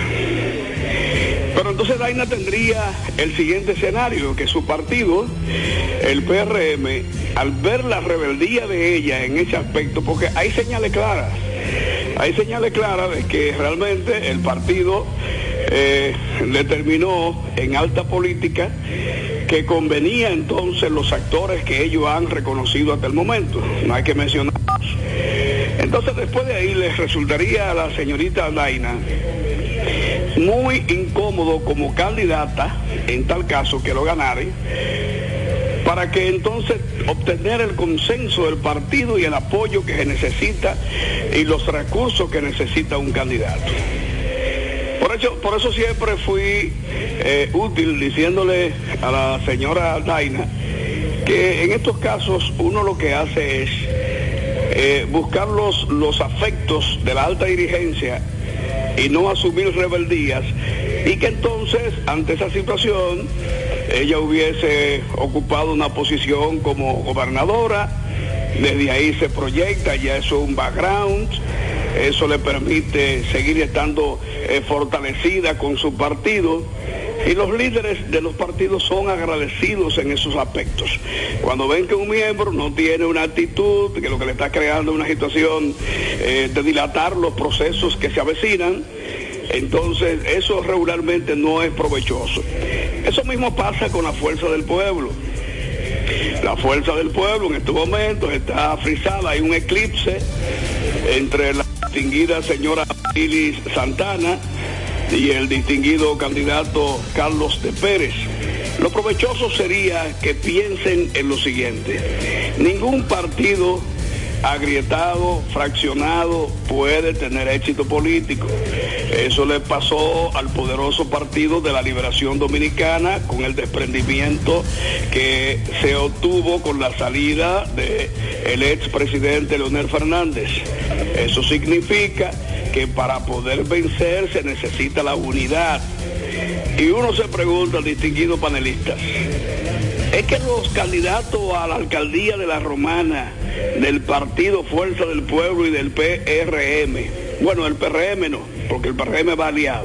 pero entonces Daina tendría el siguiente escenario, que su partido, el P R M, al ver la rebeldía de ella en ese aspecto, porque hay señales claras, hay señales claras de que realmente el partido eh, determinó en alta política que convenía entonces los actores que ellos han reconocido hasta el momento, no hay que mencionarlos. Entonces después de ahí les resultaría a la señorita Daina muy incómodo como candidata, en tal caso que lo ganare, para que entonces obtener el consenso del partido y el apoyo que se necesita y los recursos que necesita un candidato. Por eso, por eso siempre fui eh, útil diciéndole a la señora Daina que en estos casos uno lo que hace es eh, buscar los, los afectos de la alta dirigencia y no asumir rebeldías, y que entonces ante esa situación ella hubiese ocupado una posición como gobernadora, desde ahí se proyecta, ya eso es un background, eso le permite seguir estando eh, fortalecida con su partido, y los líderes de los partidos son agradecidos en esos aspectos. Cuando ven que un miembro no tiene una actitud, que lo que le está creando es una situación eh, de dilatar los procesos que se avecinan, entonces eso regularmente no es provechoso. Eso mismo pasa con la fuerza del pueblo. La fuerza del pueblo en estos momentos está frisada, hay un eclipse entre la distinguida señora Ilis Santana y el distinguido candidato Carlos de Pérez. Lo provechoso sería que piensen en lo siguiente: ningún partido agrietado, fraccionado, puede tener éxito político. Eso le pasó al poderoso Partido de la Liberación Dominicana con el desprendimiento que se obtuvo con la salida del expresidente Leonel Fernández. Eso significa que para poder vencer se necesita la unidad. Y uno se pregunta, distinguidos panelistas, es que los candidatos a la alcaldía de La Romana del partido Fuerza del Pueblo y del P R M, bueno, el P R M no, porque el P R M va aliado,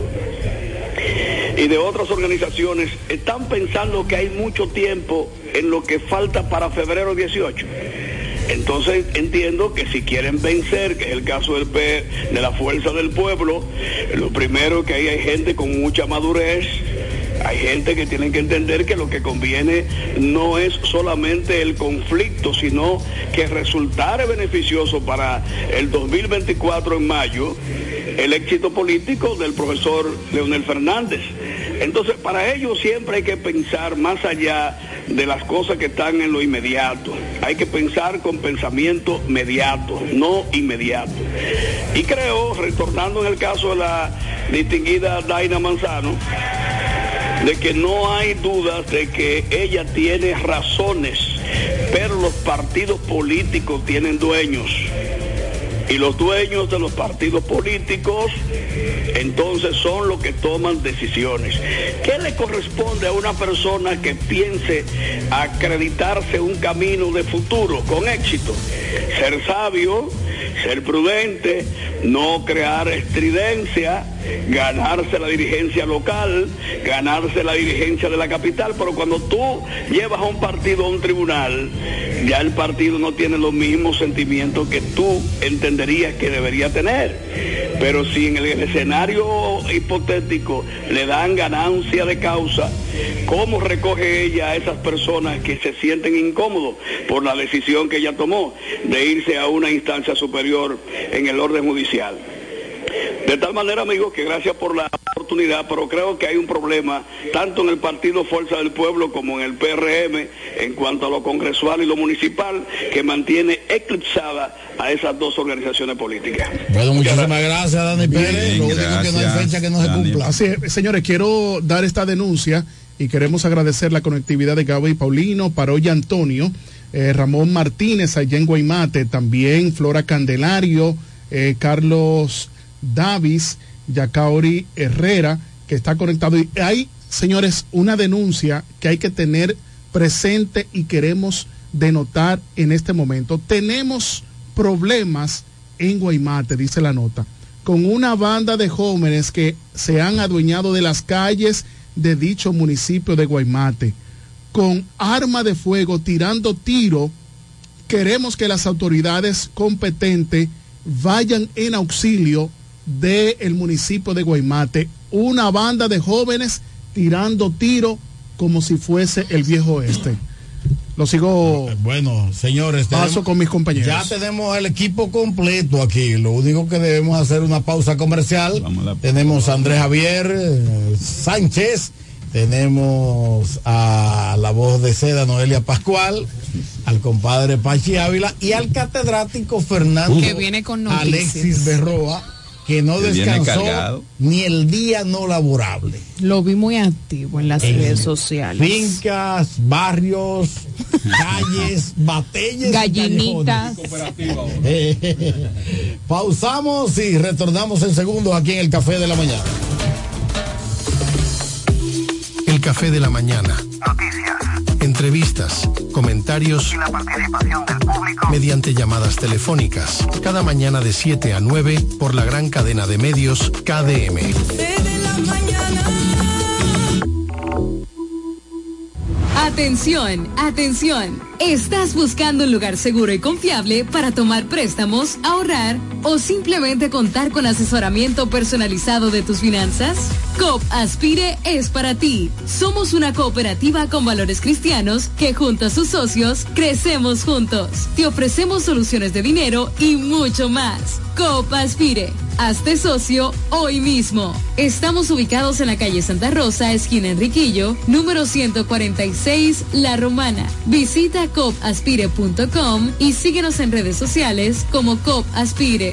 y de otras organizaciones, están pensando que hay mucho tiempo en lo que falta para febrero dieciocho. Entonces entiendo que si quieren vencer, que es el caso del P, de la Fuerza del Pueblo, lo primero que ahí hay gente con mucha madurez, hay gente que tienen que entender que lo que conviene no es solamente el conflicto, sino que resultare beneficioso para el dos mil veinticuatro en mayo el éxito político del profesor Leonel Fernández. Entonces, para ello siempre hay que pensar más allá de las cosas que están en lo inmediato. Hay que pensar con pensamiento mediato, no inmediato. Y creo, retornando en el caso de la distinguida Daina Manzano, de que no hay dudas de que ella tiene razones, pero los partidos políticos tienen dueños. Y los dueños de los partidos políticos entonces son los que toman decisiones. ¿Qué le corresponde a una persona que piense acreditarse un camino de futuro con éxito? Ser sabio, ser prudente, no crear estridencia, ganarse la dirigencia local, ganarse la dirigencia de la capital, pero cuando tú llevas a un partido a un tribunal, ya el partido no tiene los mismos sentimientos que tú entenderías que debería tener. Pero si en el escenario hipotético le dan ganancia de causa, ¿cómo recoge ella a esas personas que se sienten incómodos por la decisión que ella tomó de irse a una instancia superior en el orden judicial? De tal manera, amigos, que gracias por la oportunidad, pero creo que hay un problema tanto en el Partido Fuerza del Pueblo como en el P R M en cuanto a lo congresual y lo municipal, que mantiene eclipsada a esas dos organizaciones políticas. Bueno, muchísimas gracias, gracias Dani Pérez. Lo único que no hay fecha que no se cumpla. Así es, señores, quiero dar esta denuncia y queremos agradecer la conectividad de Gaby Paulino, Paroya Antonio, eh, Ramón Martínez allá en Guaymate, también Flora Candelario, eh, Carlos Davis, Yacaori Herrera, que está conectado. Y hay, señores, una denuncia que hay que tener presente y queremos denotar en este momento. Tenemos problemas en Guaymate, dice la nota, con una banda de jóvenes que se han adueñado de las calles de dicho municipio de Guaymate, con arma de fuego, tirando tiro. Queremos que las autoridades competentes vayan en auxilio del municipio de Guaymate. Una banda de jóvenes tirando tiro como si fuese el viejo oeste. Lo sigo. Bueno, señores, paso tenemos, con mis compañeros. Ya tenemos el equipo completo aquí. Lo único que debemos hacer es una pausa comercial. Tenemos a Andrés Javier eh, Sánchez, tenemos a la voz de seda Noelia Pascual, al compadre Pachi Ávila y al catedrático Fernando que viene con noticias. Alexis Berroa, que no que descansó ni el día no laborable. Lo vi muy activo en las en redes sociales. Fincas, barrios, calles, batalles, gallinitas. Pausamos y retornamos en segundos aquí en el Café de la Mañana. El Café de la Mañana. Noticias, entrevistas, comentarios y la participación del público mediante llamadas telefónicas. Cada mañana de siete a nueve por la gran cadena de medios K D M. Atención, atención. ¿Estás buscando un lugar seguro y confiable para tomar préstamos, ahorrar o simplemente contar con asesoramiento personalizado de tus finanzas? Coop Aspire es para ti. Somos una cooperativa con valores cristianos que junto a sus socios crecemos juntos. Te ofrecemos soluciones de dinero y mucho más. Coop Aspire. Hazte socio hoy mismo. Estamos ubicados en la calle Santa Rosa, esquina Enriquillo, número ciento cuarenta y seis, La Romana. Visita coop aspire punto com y síguenos en redes sociales como Coop Aspire.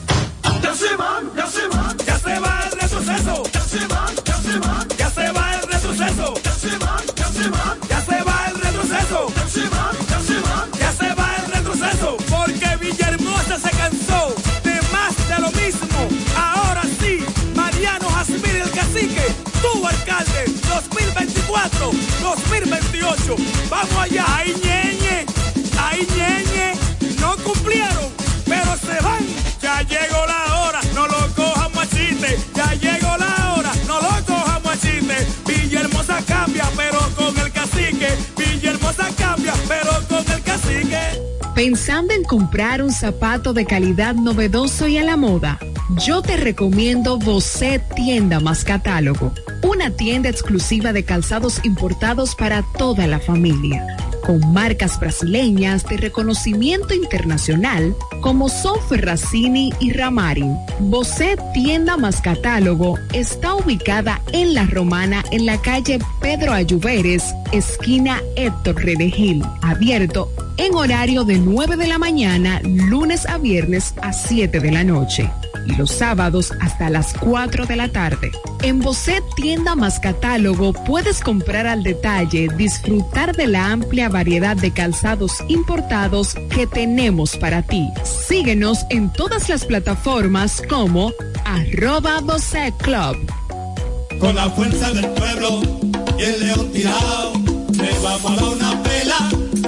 Ya se van, ya se van, ya se va el retroceso. Ya se van, ya se van, ya se va el retroceso. Ya se van, ya se van, ya se va el retroceso. Ya se van, ya se van, ya se va el retroceso. Porque Villahermosa se cansó de más de lo mismo. Ahora sí, Mariano Jazmín el cacique, tu alcalde, dos mil veinticuatro, dos mil veintiocho. Vamos allá, ay ñeñe, ay ñeñe, no cumplieron, pero se van. Ya llegó la hora, no lo cojamos a chiste. Ya llegó la hora, no lo cojamos a chiste. Villahermosa cambia, pero con el cacique. Villahermosa cambia, pero con el cacique. Pensando en comprar un zapato de calidad novedoso y a la moda, yo te recomiendo Bosé Tienda Más Catálogo, una tienda exclusiva de calzados importados para toda la familia, con marcas brasileñas de reconocimiento internacional como son Ferracini y Ramarin. Bosé Tienda Más Catálogo está ubicada en La Romana, en la calle Pedro Ayuberes, esquina Héctor Redegil, abierto en horario de nueve de la mañana, lunes a viernes a siete de la noche. Y los sábados hasta las cuatro de la tarde. En Bosé Tienda Más Catálogo puedes comprar al detalle, disfrutar de la amplia variedad de calzados importados que tenemos para ti. Síguenos en todas las plataformas como arroba Bosé Club. Con la fuerza del pueblo y el león tirado, le vamos a dar una pela.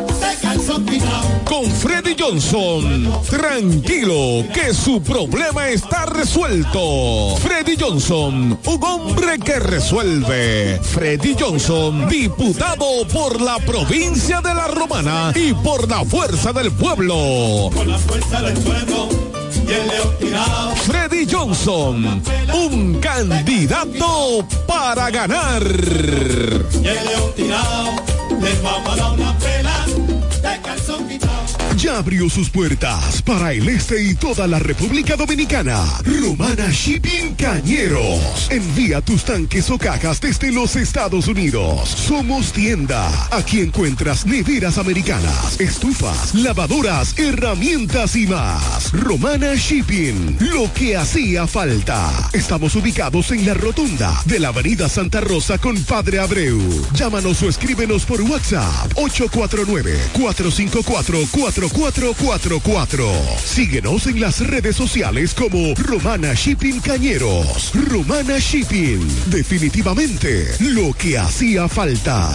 Con Freddy Johnson, tranquilo que su problema está resuelto. Freddy Johnson, un hombre que resuelve. Freddy Johnson, diputado por la provincia de La Romana y por la fuerza del pueblo. Con la fuerza del pueblo y el león tirado. Freddy Johnson, un candidato para ganar. Y el león tirado, les vamos a dar una pela. Ya abrió sus puertas para el este y toda la República Dominicana. Romana Shipping Cañeros. Envía tus tanques o cajas desde los Estados Unidos. Somos tienda. Aquí encuentras neveras americanas, estufas, lavadoras, herramientas y más. Romana Shipping. Lo que hacía falta. Estamos ubicados en la rotunda de la avenida Santa Rosa con Padre Abreu. Llámanos o escríbenos por WhatsApp ocho cuatro nueve, cuatro cinco cuatro, cuatro cuatro cuatro cuatro. Síguenos en las redes sociales como Romana Shipping Cañeros. Romana Shipping. Definitivamente lo que hacía falta.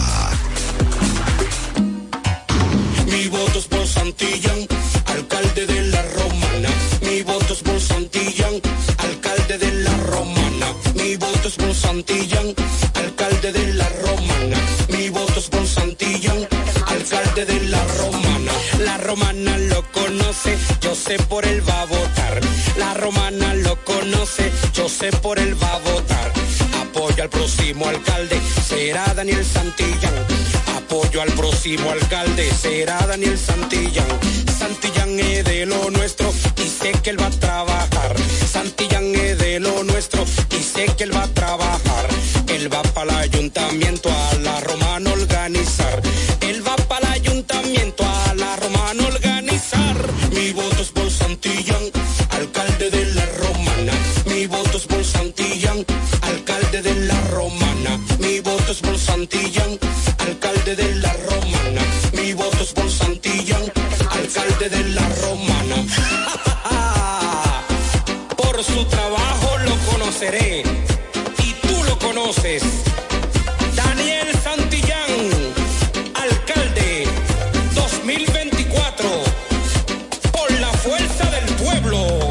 Mi voto es por Santillán, alcalde de la Romana. Mi voto es por Santillán, alcalde de la Romana. Mi voto es por Santillán, alcalde de la Romana. Mi voto es por Santillán, alcalde de la Romana. La Romana lo conoce, yo sé por él va a votar. La Romana lo conoce, yo sé por él va a votar. Apoyo al próximo alcalde, será Daniel Santillán. Apoyo al próximo alcalde, será Daniel Santillán. Santillán es de lo nuestro y sé que él va a trabajar. Santillán es de lo nuestro y sé que él va a trabajar. Él va para el ayuntamiento a la Romana organizar. Él va para el ayuntamiento a la Romana organizar. Mi voto es por Santillán, alcalde de la Romana. Mi voto es por Santillán, alcalde de la Romana. Mi voto es por Santillán, alcalde de la Romana. Mi voto es por Santillán, alcalde de la Romana. Por su trabajo lo conoceré y tú lo conoces. Daniel Santillán, alcalde dos mil veinticuatro, por la fuerza del pueblo.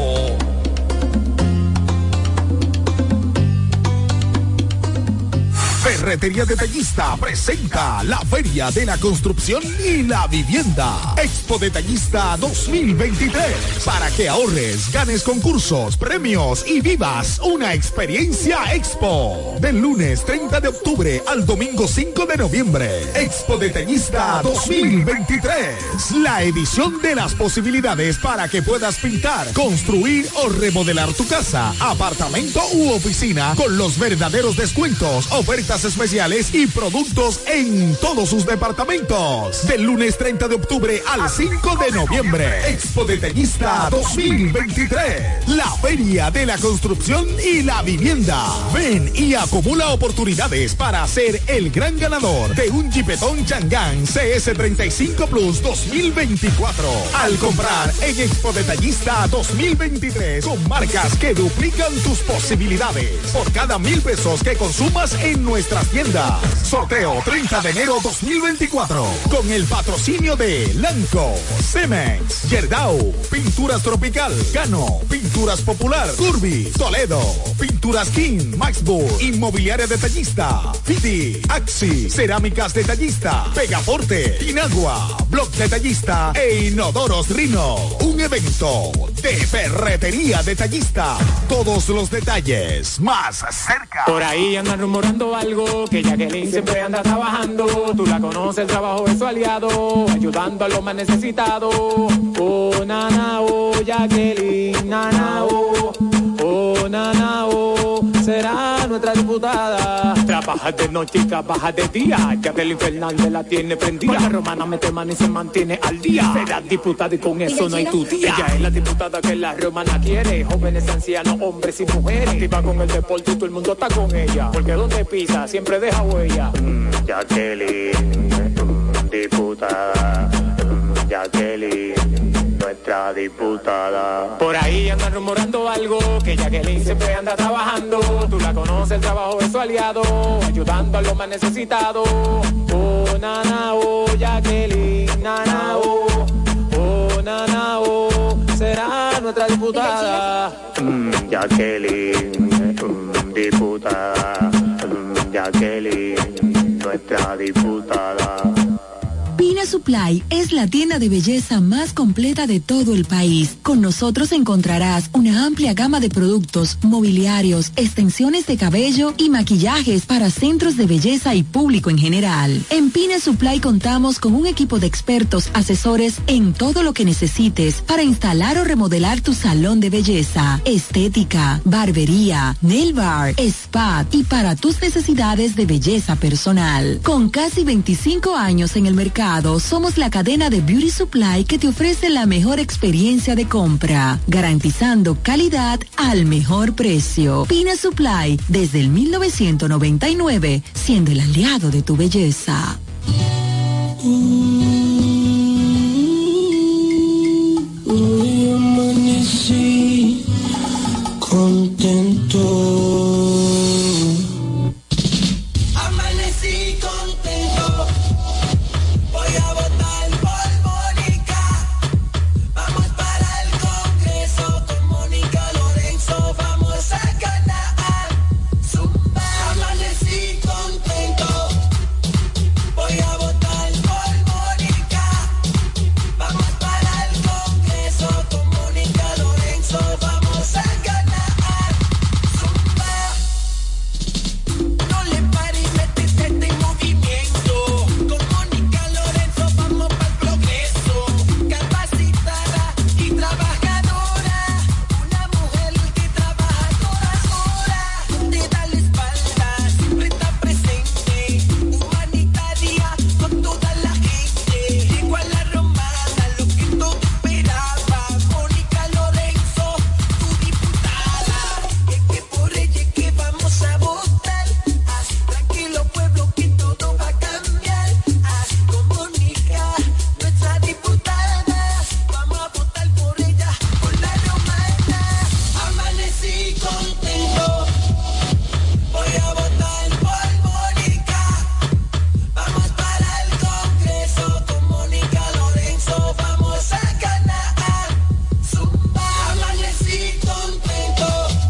Ferretería Detallista presenta la Feria de la Construcción y la Vivienda. Expo Detallista dos mil veintitrés. Para que ahorres, ganes concursos, premios y vivas una experiencia Expo. Del lunes treinta de octubre al domingo cinco de noviembre. Expo Detallista dos mil veintitrés. La edición de las posibilidades para que puedas pintar, construir o remodelar tu casa, apartamento u oficina con los verdaderos descuentos, ofertas especiales y productos en todos sus departamentos. Del lunes treinta de octubre al cinco de noviembre. Expo Detallista dos mil veintitrés. La Feria de la Construcción y la Vivienda. Ven y acumula oportunidades para ser el gran ganador de un Jeepetón Changán C S treinta y cinco Plus dos mil veinticuatro. Al comprar en Expo Detallista dos mil veintitrés con marcas que duplican tus posibilidades. Por cada mil pesos que consumas en nuestras tiendas. Sorteo treinta de enero dos mil veinticuatro. Con el patrocinio de Lanco, Cemex, Yerdau, Pinturas Tropical, Cano, Pinturas Popular, Curvi, Toledo, Pinturas King, Maxburg, Inmobiliaria Detallista, Fiti, Axi, Cerámicas Detallista, Pegaforte, Inagua, Block Detallista e Inodoros Rino. Un evento de Ferretería Detallista. Todos los detalles más cerca. Por ahí andan rumorando algo, que Jacqueline siempre anda trabajando. Tú la conoces, el trabajo es su aliado, ayudando a los más necesitados. Oh, nana, oh, Jacqueline, nana, oh, oh, nana, oh, será nuestra diputada. Trabaja de noche y trabaja de día. Jacqueline Fernández la tiene prendida. La Romana mete mano y se mantiene al día. Será diputada y con eso no hay tu día. Ella es la diputada que la Romana quiere. Jóvenes, ancianos, hombres y mujeres. Activa con el deporte y todo el mundo está con ella. Porque donde pisa siempre deja huella. Mm, Jacqueline, mm, diputada. Mm, Jacqueline, nuestra diputada. Por ahí andan rumorando algo, que Jacqueline siempre anda trabajando. Tú la conoces, el trabajo es su aliado, ayudando a los más necesitados. Oh, nana, oh, Jacqueline, nana, oh, oh, nana, oh, será nuestra diputada. Mm, Jacqueline, mm, diputada. Mm, Jacqueline, nuestra diputada. Pina Empina Supply es la tienda de belleza más completa de todo el país. Con nosotros encontrarás una amplia gama de productos, mobiliarios, extensiones de cabello y maquillajes para centros de belleza y público en general. En Empina Supply contamos con un equipo de expertos asesores en todo lo que necesites para instalar o remodelar tu salón de belleza, estética, barbería, nail bar, spa y para tus necesidades de belleza personal. Con casi veinticinco años en el mercado, somos la cadena de Beauty Supply que te ofrece la mejor experiencia de compra, garantizando calidad al mejor precio. Pina Supply, desde el mil novecientos noventa y nueve, siendo el aliado de tu belleza. Hoy amanecí contento. Amanecí contento. Voy a votar por Mónica. Vamos para el Congreso con Mónica Lorenzo. Vamos a ganar. Zumba. Amanecí contento. Voy a votar por Mónica. Vamos para el Congreso con Mónica Lorenzo. Vamos a ganar. Zumba. No le pares, métete este movimiento. Con Mónica Lorenzo vamos para el progreso. Capacitada y trabajadora. Una mujer que trabaja todas horas. Te da la espalda, siempre está presente. Humanitaria con toda la gente. Llegó a la romana, lo que todo esperaba. Mónica Lorenzo, tu diputada. Es que por ella es que vamos a votar. Así tranquilo pueblo que todo va a cambiar. Así con Mónica, nuestra diputada. Vamos a votar por ella, por la romana. Amanecí contento. Voy a votar por Mónica. Vamos para el Congreso con Mónica Lorenzo. Vamos a ganar. Zumba. Amanecí contento.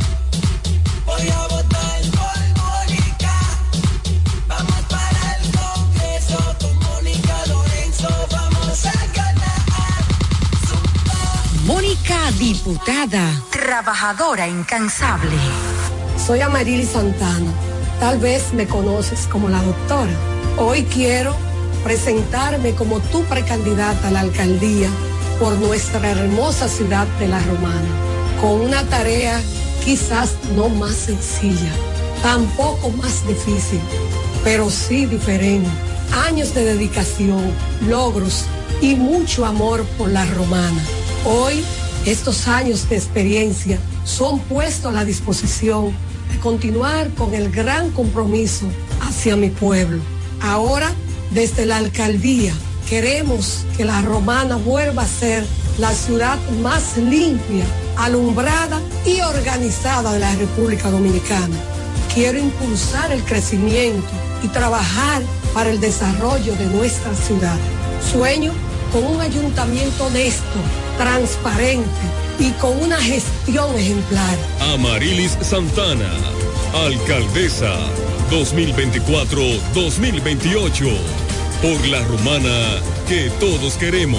Voy a votar por Mónica. Vamos para el Congreso con Mónica Lorenzo. Vamos a ganar. Zumba. Mónica, diputada, trabajadora incansable. Soy Amarilis Santana. Tal vez me conoces como la doctora. Hoy quiero presentarme como tu precandidata a la alcaldía por nuestra hermosa ciudad de La Romana, con una tarea quizás no más sencilla, tampoco más difícil, pero sí diferente. Años de dedicación, logros y mucho amor por La Romana. Hoy, estos años de experiencia son puestos a la disposición de continuar con el gran compromiso hacia mi pueblo. Ahora, desde la alcaldía, queremos que La Romana vuelva a ser la ciudad más limpia, alumbrada y organizada de la República Dominicana. Quiero impulsar el crecimiento y trabajar para el desarrollo de nuestra ciudad. Sueño con un ayuntamiento honesto, transparente y con una gestión ejemplar. Amarilis Santana, alcaldesa dos mil veinticuatro dos mil veintiocho, por La Romana que todos queremos.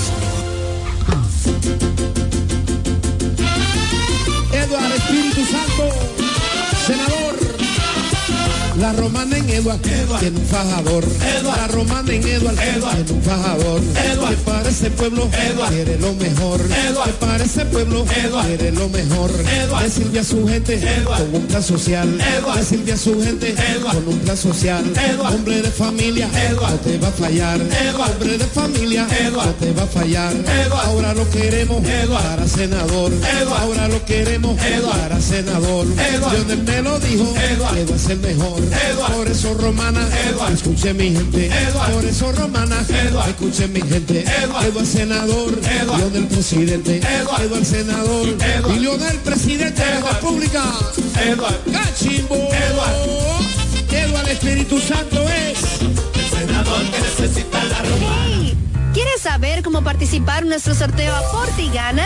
Eduardo Espíritu Santo, senador. La Romana en Eduard, tiene un fajador. La Romana en Eduard, tiene un fajador. Que para ese pueblo quiere lo mejor. Que para ese pueblo quiere lo mejor. Le sirve a su gente con un plan social. Le sirve a su gente con un plan social. Hombre de familia, no te va a fallar. Hombre de familia, no te va a fallar. Ahora lo queremos para senador. Ahora lo queremos para senador. Lionel me lo dijo, que va a ser mejor. Por eso Romana, escuche mi gente. Por eso Romana, escuche mi gente. Eduardo senador, Lionel presidente. Eduardo senador y Lionel presidente de la República. Cachimbo. Eduardo Espíritu Santo es el senador que necesita la Romana. Hey, ¿quieres saber cómo participar en nuestro sorteo Aporte y Gana?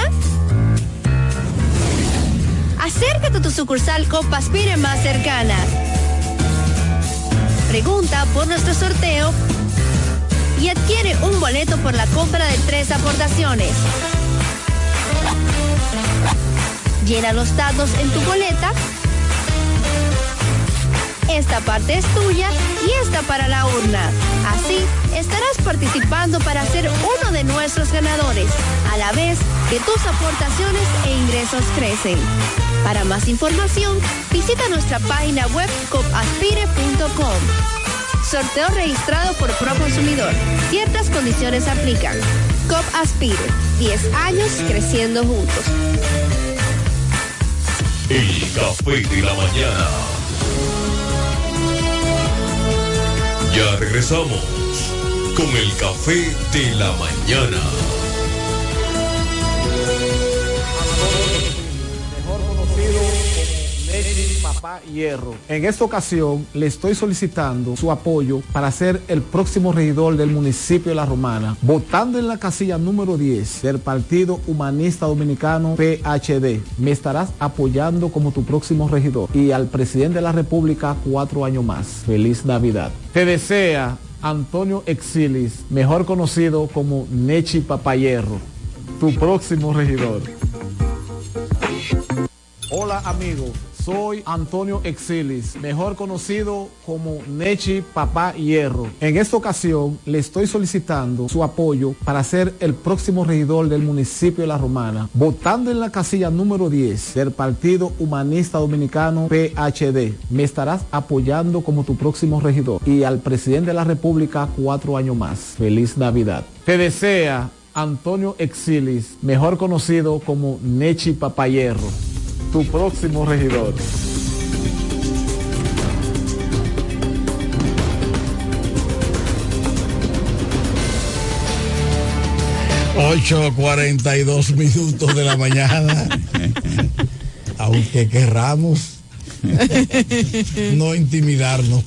Acércate a tu sucursal Copa Aspire más cercana. Pregunta por nuestro sorteo y adquiere un boleto por la compra de tres aportaciones. Llena los datos en tu boleta. Esta parte es tuya y esta para la urna. Así estarás participando para ser uno de nuestros ganadores, a la vez que tus aportaciones e ingresos crecen. Para más información, visita nuestra página web copaspire punto com. Sorteo registrado por Proconsumidor. Ciertas condiciones aplican. Copaspire, diez años creciendo juntos. El café de la mañana. Ya regresamos con el café de la mañana. Mejor conocido como Nechi Papá Hierro. En esta ocasión le estoy solicitando su apoyo para ser el próximo regidor del municipio de La Romana, votando en la casilla número diez del Partido Humanista Dominicano P H D. Me estarás apoyando como tu próximo regidor y al presidente de la República cuatro años más. Feliz Navidad. Te desea Antonio Exilis, mejor conocido como Nechi Papá Hierro, tu próximo regidor. Hola amigos, soy Antonio Exilis, mejor conocido como Nechi Papá Hierro. En esta ocasión le estoy solicitando su apoyo para ser el próximo regidor del municipio de La Romana, votando en la casilla número diez del Partido Humanista Dominicano P H D. Me estarás apoyando como tu próximo regidor y al presidente de la República cuatro años más. Feliz Navidad. Te desea Antonio Exilis, mejor conocido como Nechi Papá Hierro, tu próximo regidor. ocho cuarenta y dos minutos de la mañana. Aunque querramos no intimidarnos.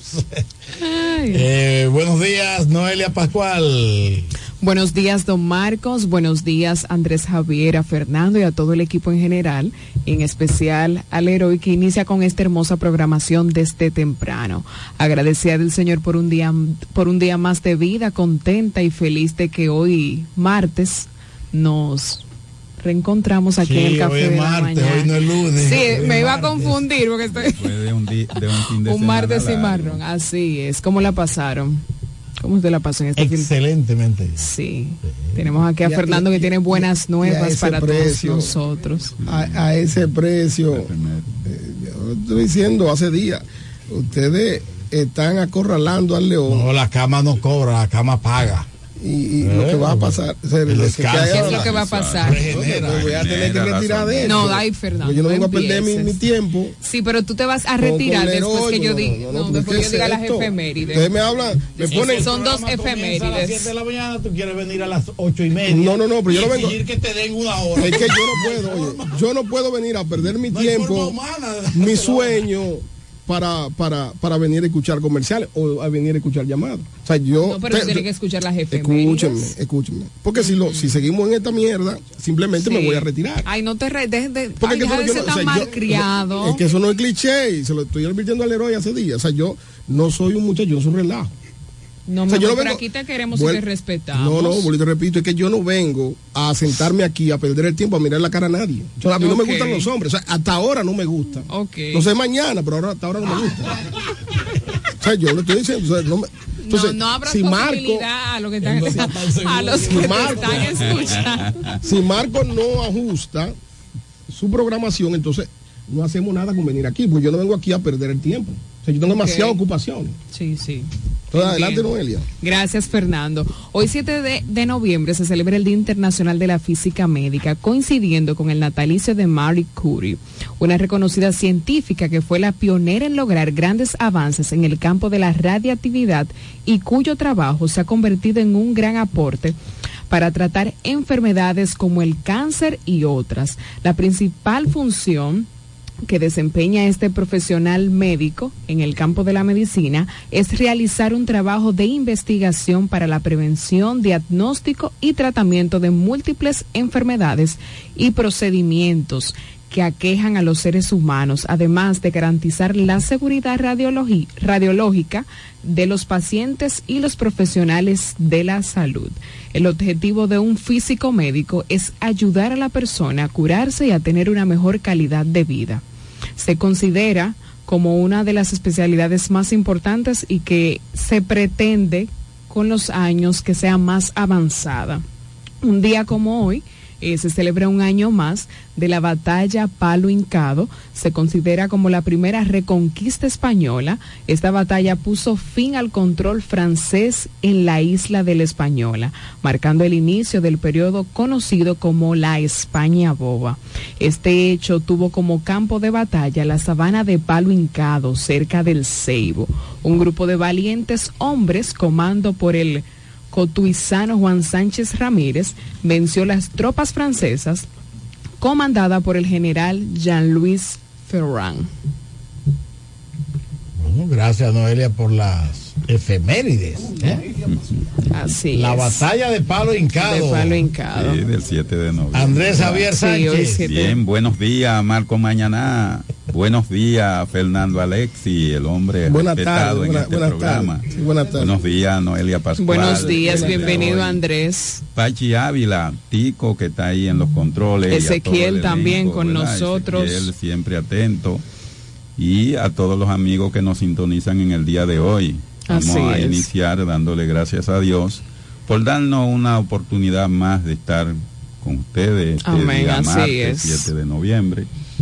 Eh, buenos días, Noelia Pascual. Buenos días, don Marcos. Buenos días, Andrés Javier, a Fernando y a todo el equipo en general, en especial al héroe que inicia con esta hermosa programación desde temprano. Agradecida del Señor por un día, por un día más de vida, contenta y feliz de que hoy, martes, nos reencontramos aquí sí, en el Café hoy es de martes, la Mañana. Hoy no es lunes. Sí, me iba a confundir porque estoy... De un, di, de un fin de un martes y largo. marrón. Así es. ¿Cómo la pasaron? ¿Cómo usted la pasó en este Excelentemente. Fin? Sí. Tenemos aquí a Fernando que tiene buenas nuevas para precio, todos nosotros. A, a ese precio, eh, yo estoy diciendo hace días, ustedes están acorralando al león. No, la cama no cobra, la cama paga. Y, y eh, lo que va a pasar, o sea, el lo descanso, que ¿qué es lo que va a pasar? Regenera, me voy a tener que retirar de eso. No, ay, Fernando. Yo no vengo no a perder mi, mi tiempo. Sí, pero tú te vas a retirar después que yo diga, no, no, no, después que yo diga las efemérides. Ustedes me hablan, me ponen. Son dos efemérides. A las siete de la mañana, tú quieres venir a las ocho y media. No, no, no, pero yo no vengo. Que te den una hora. Es que yo no puedo, oye, yo no puedo venir a perder mi no tiempo, mi sueño. Para, para, para venir a escuchar comerciales o a venir a escuchar llamadas. O sea, yo. No, pero te, tiene que escuchar las efemérides. Escúchenme, escúchenme. Porque si lo, si seguimos en esta mierda, simplemente sí. me voy a retirar. Ay, no te re, dejes de. Porque ay, que deja de ser no, tan o sea, malcriado. No, es que eso no es cliché, y se lo estoy advirtiendo al héroe hace días. O sea, yo no soy un muchacho, yo soy un relajo. No, o sea, yo no pero vengo, aquí te queremos bueno, y te respetamos. No, no, bolito, repito, es que yo no vengo a sentarme aquí a perder el tiempo a mirar la cara a nadie. O sea, a mí okay. no me gustan los hombres, o sea, hasta ahora no me gustan. Okay. No sé mañana, pero ahora, hasta ahora no me gusta. O sea, yo le estoy diciendo, o sea, no me, entonces, no, no habrá si posibilidad Marco, a, lo que están, a los que si Marco, están escuchando. Si Marco no ajusta su programación, entonces no hacemos nada con venir aquí, porque yo no vengo aquí a perder el tiempo. O sea, yo tengo okay. demasiadas ocupaciones. Sí, sí. Entonces, adelante, Noelia. Gracias, Fernando. Hoy, siete de noviembre, se celebra el Día Internacional de la Física Médica, coincidiendo con el natalicio de Marie Curie, una reconocida científica que fue la pionera en lograr grandes avances en el campo de la radiactividad y cuyo trabajo se ha convertido en un gran aporte para tratar enfermedades como el cáncer y otras. La principal función que desempeña este profesional médico en el campo de la medicina es realizar un trabajo de investigación para la prevención, diagnóstico y tratamiento de múltiples enfermedades y procedimientos que aquejan a los seres humanos, además de garantizar la seguridad radiologi- radiológica de los pacientes y los profesionales de la salud. El objetivo de un físico médico es ayudar a la persona a curarse y a tener una mejor calidad de vida. Se considera como una de las especialidades más importantes y que se pretende con los años que sea más avanzada. Un día como hoy, Eh, se celebra un año más de la batalla Palo Hincado. Se considera como la primera reconquista española. Esta batalla puso fin al control francés en la isla de la Española, marcando el inicio del periodo conocido como la España Boba. Este hecho tuvo como campo de batalla la sabana de Palo Hincado, cerca del Ceibo. Un grupo de valientes hombres, comando por el cotuizano Juan Sánchez Ramírez, venció las tropas francesas comandada por el general Jean-Louis Ferrand. Bueno, gracias Noelia por las efemérides. ¿eh? Así La es. batalla de Palo Hincado. De Palo Hincado. Sí, del siete de noviembre. Andrés Javier Sánchez. Sí, Bien, buenos días Marco Mañaná. Buenos días Fernando Alexi, el hombre Buenas respetado tardes, en buena, este buenas programa. tardes. Sí, buenas tardes. Buenos días Noelia Pascual. Buenos días, Desde bienvenido hoy. Andrés. Pachi Ávila, Tico, que está ahí en los controles. y a todo Ezequiel el también elenco, con ¿verdad? nosotros. Ezequiel siempre atento. Y a todos los amigos que nos sintonizan en el día de hoy. Vamos Así a es. iniciar dándole gracias a Dios por darnos una oportunidad más de estar con ustedes este Amén, día así martes es. siete de noviembre.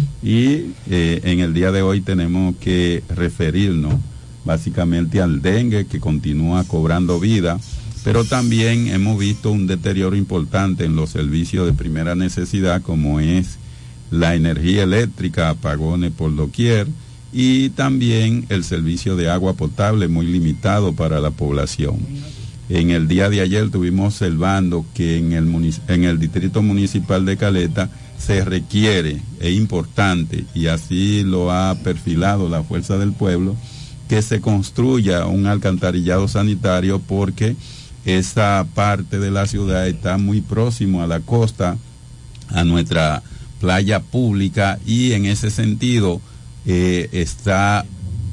Y eh, en el día de hoy tenemos que referirnos básicamente al dengue, que continúa cobrando vida, pero también hemos visto un deterioro importante en los servicios de primera necesidad, como es la energía eléctrica, apagones por doquier, y también el servicio de agua potable muy limitado para la población. En el día de ayer estuvimos observando que en el, munic- en el distrito municipal de Caleta se requiere, es importante, y así lo ha perfilado la Fuerza del Pueblo, que se construya un alcantarillado sanitario, porque esa parte de la ciudad está muy próximo a la costa, a nuestra playa pública, y en ese sentido eh, está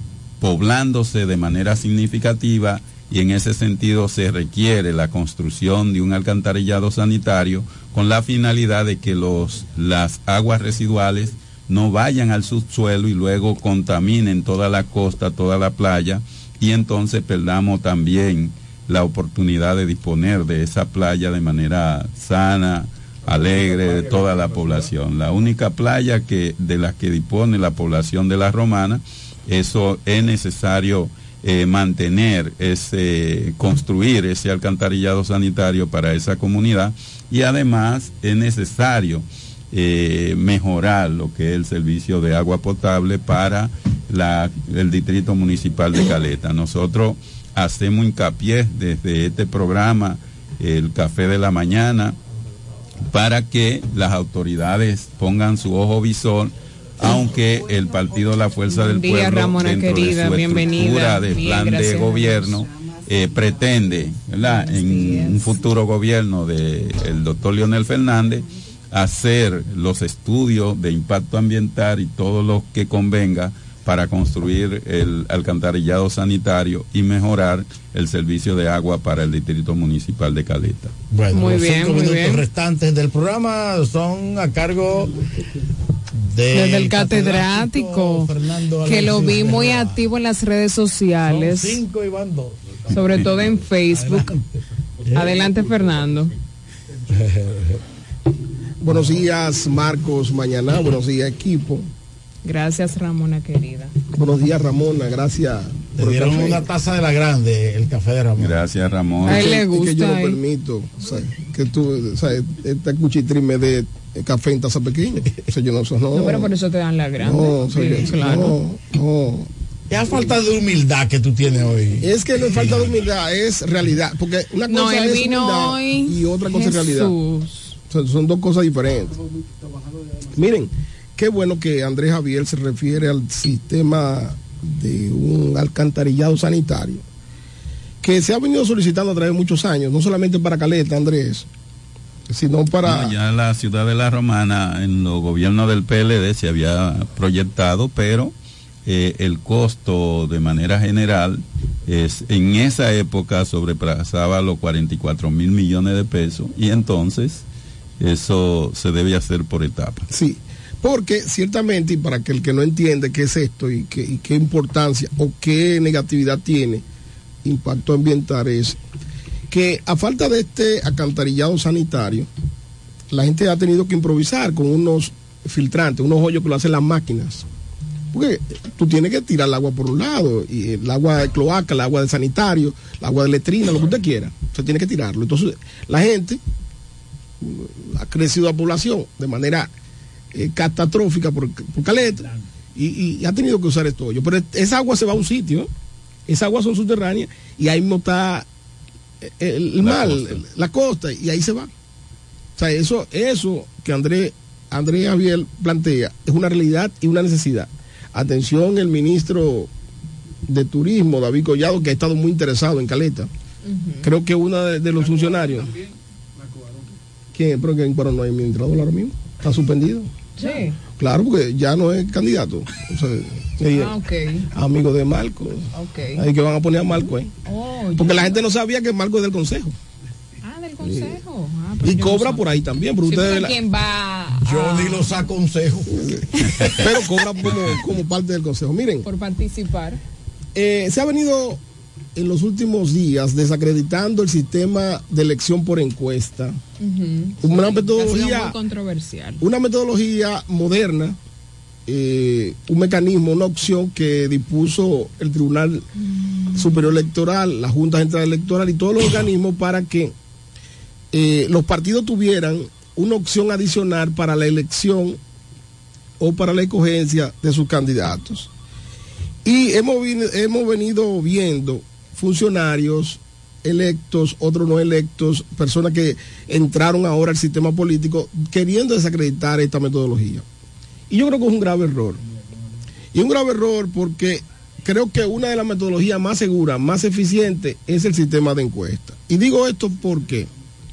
poblándose de manera significativa, y en ese sentido se requiere la construcción de un alcantarillado sanitario con la finalidad de que los, las aguas residuales no vayan al subsuelo y luego contaminen toda la costa, toda la playa, y entonces perdamos también la oportunidad de disponer de esa playa de manera sana, alegre, de toda la población. La única playa que de la que dispone la población de La Romana, eso es necesario eh, mantener, ese, construir ese alcantarillado sanitario para esa comunidad, y además es necesario eh, mejorar lo que es el servicio de agua potable para la, el distrito municipal de Caleta. Nosotros hacemos hincapié desde este programa, el Café de la Mañana, para que las autoridades pongan su ojo visor, aunque el partido La Fuerza del Buen día, Pueblo, Ramona dentro querida, de su bienvenida. estructura de Bien, plan gracias de a gobierno, eh, pretende, ¿verdad?, en un futuro gobierno del doctor Leonel Fernández, hacer los estudios de impacto ambiental y todo lo que convenga para construir el alcantarillado sanitario y mejorar el servicio de agua para el distrito municipal de Caleta. Bueno, Muy los bien, cinco muy minutos bien. restantes del programa son a cargo de Desde el catedrático, Fernando que lo vi Alexis muy Herrera. activo en las redes sociales, Son cinco y van dos. sobre todo en Facebook. Adelante, Fernando. Buenos días, Marcos Mañana. Buenos días, equipo. Gracias, Ramona querida. Buenos días, Ramona. Gracias. Te por el dieron café. una taza de la grande, el café de Ramón. Gracias, Ramón. A él le Es que gusta. yo no eh. permito, o sea, que tú, o sea, esta cuchitrín me dé café en taza pequeña. O sea, yo no, no, No, pero por eso te dan la grande. no, o sea, Sí, yo- claro. no, no. Es falta de humildad que tú tienes hoy. Es que no es falta de humildad, es realidad. Porque una cosa No, él es vino humildad hoy. y otra cosa es realidad. Jesús. O sea, son dos cosas diferentes. Miren, qué bueno que Andrés Javier se refiere al sistema de un alcantarillado sanitario que se ha venido solicitando a través de muchos años, no solamente para Caleta, Andrés. sino para... No, ya la ciudad de La Romana, en los gobiernos del P L D se había proyectado, pero eh, el costo de manera general es en esa época sobrepasaba los cuarenta y cuatro mil millones de pesos, y entonces eso se debe hacer por etapas. Sí, porque ciertamente, y para que el que no entiende qué es esto y qué, y qué importancia o qué negatividad tiene impacto ambiental, es que a falta de este alcantarillado sanitario, la gente ha tenido que improvisar con unos filtrantes, unos hoyos que lo hacen las máquinas. Porque tú tienes que tirar el agua por un lado, y el agua de cloaca, el agua de sanitario, el agua de letrina, lo que usted quiera, usted tiene que tirarlo. Entonces, la gente ha crecido la población de manera eh, catastrófica por, por Caleta, y, y ha tenido que usar estos hoyos. Pero esa agua se va a un sitio, esas aguas son subterráneas, y ahí mismo está el, el mar, la, la costa, y ahí se va. O sea, eso, eso que Andrés Andrés Javier plantea es una realidad y una necesidad. Atención, el ministro de Turismo, David Collado, que ha estado muy interesado en Caleta. Uh-huh. Creo que uno de, de los funcionarios. ¿Quién? Pero que en Cuaro no hay administrador ahora mismo. Está suspendido. Sí. Claro, porque ya no es candidato. O sea, sí, ah, okay. Amigo de Marco. Okay. Ahí que van a poner a Marco ahí. Oh, porque la gente no sabía que Marco es del Consejo. Ah, del Consejo. Ah, y cobra no por ahí también. Pero sí, ustedes la... ¿quién va? Yo a... ni los aconsejo. Pero cobra como, como parte del Consejo. Miren. Por participar. Eh, se ha venido en los últimos días desacreditando el sistema de elección por encuesta. Uh-huh. Una sí, metodología muy controversial. Una metodología moderna, eh, un mecanismo, una opción que dispuso el Tribunal uh-huh. Superior Electoral, la Junta Central Electoral y todos los organismos para que eh, los partidos tuvieran una opción adicional para la elección o para la escogencia de sus candidatos. Y hemos, hemos venido viendo funcionarios electos, otros no electos, personas que entraron ahora al sistema político queriendo desacreditar esta metodología. Y yo creo que es un grave error. Y un grave error porque creo que una de las metodologías más seguras, más eficientes, es el sistema de encuesta. Y digo esto ¿por qué?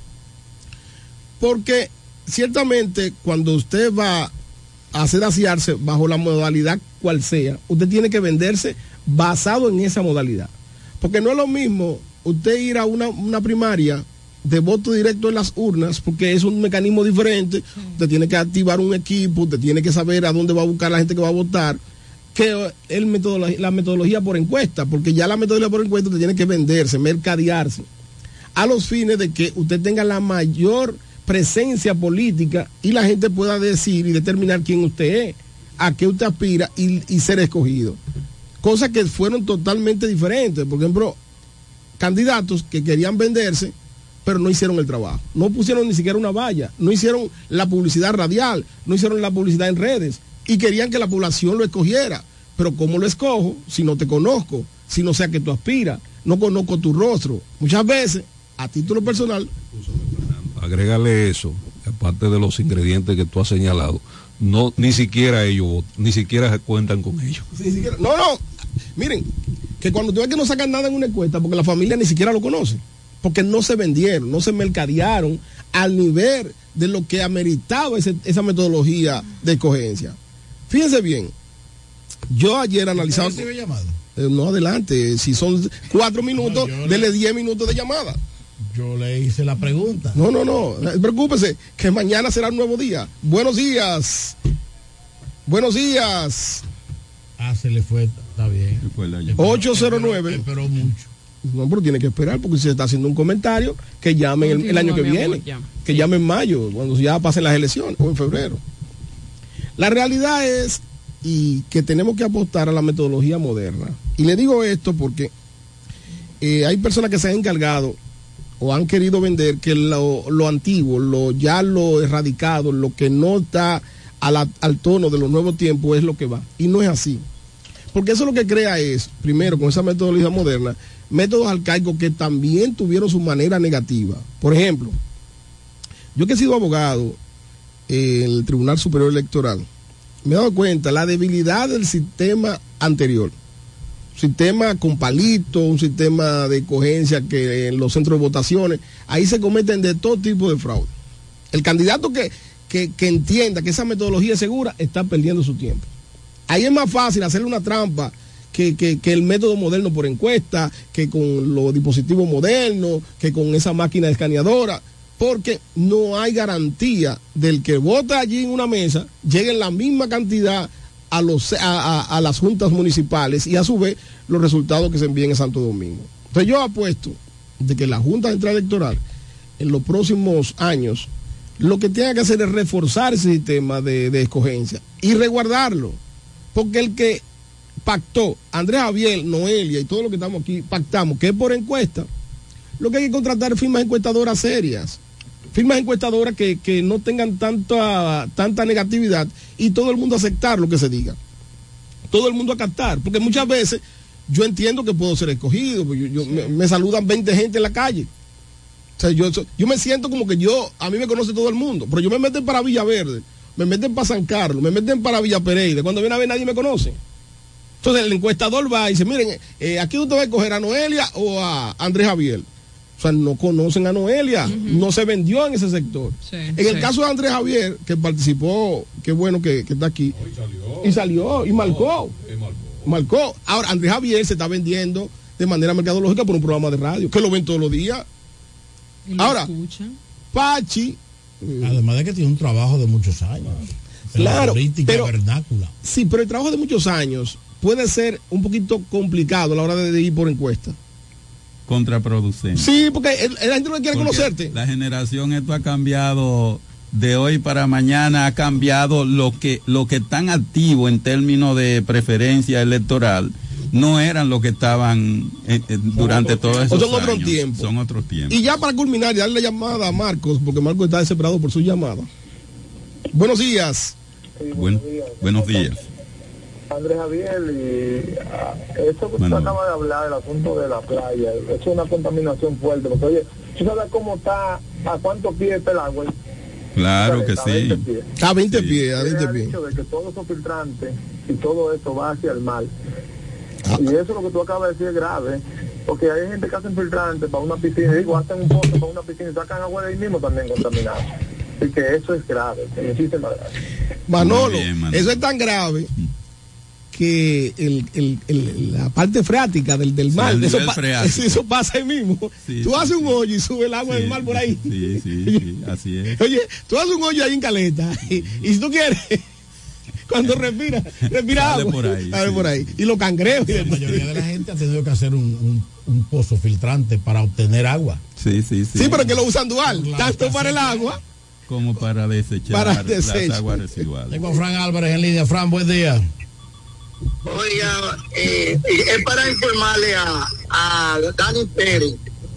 Porque ciertamente cuando usted va a hacer asearse bajo la modalidad cual sea, usted tiene que venderse basado en esa modalidad. Porque no es lo mismo usted ir a una, una primaria de voto directo en las urnas, porque es un mecanismo diferente, sí. Usted tiene que activar un equipo, usted tiene que saber a dónde va a buscar la gente que va a votar, que el metodología, la metodología por encuesta, porque ya la metodología por encuesta usted tiene que venderse, mercadearse, a los fines de que usted tenga la mayor presencia política y la gente pueda decir y determinar quién usted es, a qué usted aspira y, y ser escogido. Cosas que fueron totalmente diferentes. Por ejemplo, candidatos que querían venderse, pero no hicieron el trabajo. No pusieron ni siquiera una valla, no hicieron la publicidad radial, no hicieron la publicidad en redes y querían que la población lo escogiera. Pero ¿cómo lo escojo si no te conozco? Si no sé a qué tú aspiras, no conozco tu rostro. Muchas veces, a título personal... Agrégale eso, aparte de los ingredientes que tú has señalado, no, ni siquiera ellos, ni siquiera se cuentan con ellos. Ni siquiera, no, no, miren, que cuando tú ves que no sacan nada en una encuesta, porque la familia ni siquiera lo conoce, porque no se vendieron, no se mercadearon al nivel de lo que ameritaba ese, esa metodología de escogencia. Fíjense bien, yo ayer analizaba... ¿Recibe llamada? Eh, no, adelante, si son cuatro minutos, no, dele diez minutos de llamada. Yo le hice la pregunta. No, no, no, preocúpese, que mañana será un nuevo día. Buenos días. Buenos días. Ah, se le fue, está bien. ocho cero nueve. Esperó mucho. No, pero tiene que esperar porque se está haciendo un comentario que llame el, el año que viene. Que llame en mayo, cuando ya pasen las elecciones, o en febrero. La realidad es y que tenemos que apostar a la metodología moderna. Y le digo esto porque eh, hay personas que se han encargado o han querido vender que lo, lo antiguo, lo ya lo erradicado, lo que no está a la, al tono de los nuevos tiempos es lo que va. Y no es así. Porque eso lo que crea es, primero, con esa metodología moderna, métodos arcaicos que también tuvieron su manera negativa. Por ejemplo, yo que he sido abogado en el Tribunal Superior Electoral, me he dado cuenta la debilidad del sistema anterior. Sistema con palito, un sistema de escogencia que en los centros de votaciones, ahí se cometen de todo tipo de fraude. El candidato que, que, que entienda que esa metodología es segura está perdiendo su tiempo. Ahí es más fácil hacerle una trampa que, que, que el método moderno por encuesta, que con los dispositivos modernos, que con esa máquina escaneadora, porque no hay garantía del que vota allí en una mesa llegue en la misma cantidad a, los, a, a, a las juntas municipales y a su vez los resultados que se envíen en Santo Domingo. Entonces yo apuesto de que la Junta Central Electoral en los próximos años lo que tenga que hacer es reforzar ese sistema de, de escogencia y resguardarlo, porque el que pactó, Andrés Javier, Noelia y todo lo que estamos aquí, pactamos que es por encuesta, lo que hay que contratar es firmas encuestadoras serias, firmas encuestadoras que, que no tengan tanta, tanta negatividad y todo el mundo aceptar lo que se diga, todo el mundo acatar, porque muchas veces yo entiendo que puedo ser escogido, yo, yo, me, me saludan veinte gente en la calle. O sea, yo, yo me siento como que yo, a mí me conoce todo el mundo, pero yo me meten para Villaverde, me meten para San Carlos, me meten para Villa Pereira, cuando viene a ver nadie me conoce. Entonces el encuestador va y dice, miren, eh, aquí usted va a escoger a Noelia o a Andrés Javier. O sea, no conocen a Noelia, uh-huh. no se vendió en ese sector. Sí, en sí. el caso de Andrés Javier, que participó, qué bueno que, que está aquí, oh, y, salió. y salió, y marcó, oh, y marcó. marcó. Ahora, Andrés Javier se está vendiendo de manera mercadológica por un programa de radio, que lo ven todos los días. Ahora, escuchan? Pachi. Además de que tiene un trabajo de muchos años. Claro, política pero, vernácula. Sí, pero el trabajo de muchos años puede ser un poquito complicado a la hora de, de ir por encuesta. Contraproducente. Sí, porque el, la gente no quiere porque conocerte. La generación, esto ha cambiado de hoy para mañana, ha cambiado lo que, lo que tan activo en términos de preferencia electoral. No eran los que estaban eh, eh, durante todo eso. Son otros tiempos. Son otros tiempos. Y ya para culminar, y darle llamada a Marcos, porque Marcos está desesperado por su llamada. Buenos días. Sí, buenos, días. buenos días. Andrés Javier, y uh, eso que bueno. usted acaba de hablar, el asunto de la playa, eso es una contaminación fuerte, porque oye, ¿tú sabes cómo está, a cuántos pies está el agua? Claro que sí. A veinte pies, a veinte pies. De que todos esos filtrantes y todo eso va hacia el mar. Y eso lo que tú acabas de decir es grave, porque hay gente que hace filtrantes para una piscina, digo, hacen un pozo para una piscina y sacan agua de ahí mismo también contaminada. Así que eso es grave, muchísimas gracias. Manolo, bien, Manolo, eso es tan grave que el, el, el, la parte freática del, del mar, sí, eso, pa eso pasa ahí mismo. Sí, tú sí, haces un hoyo y sube el agua sí, del mar por ahí. Sí, sí, sí, así es. Oye, tú haces un hoyo ahí en Caleta y, y si tú quieres... Cuando respira, respira agua. Por ahí, sí. por ahí. Y los cangrejos. La mayoría de la gente ha tenido que hacer un, un, un pozo filtrante para obtener agua. Sí, sí, sí. Sí, pero que lo usan dual, claro, tanto para el agua como para desechar para las aguas residuales. Tengo a Fran Álvarez en línea. Fran, buen día. Oiga, eh, es para informarle a, a Dani Pérez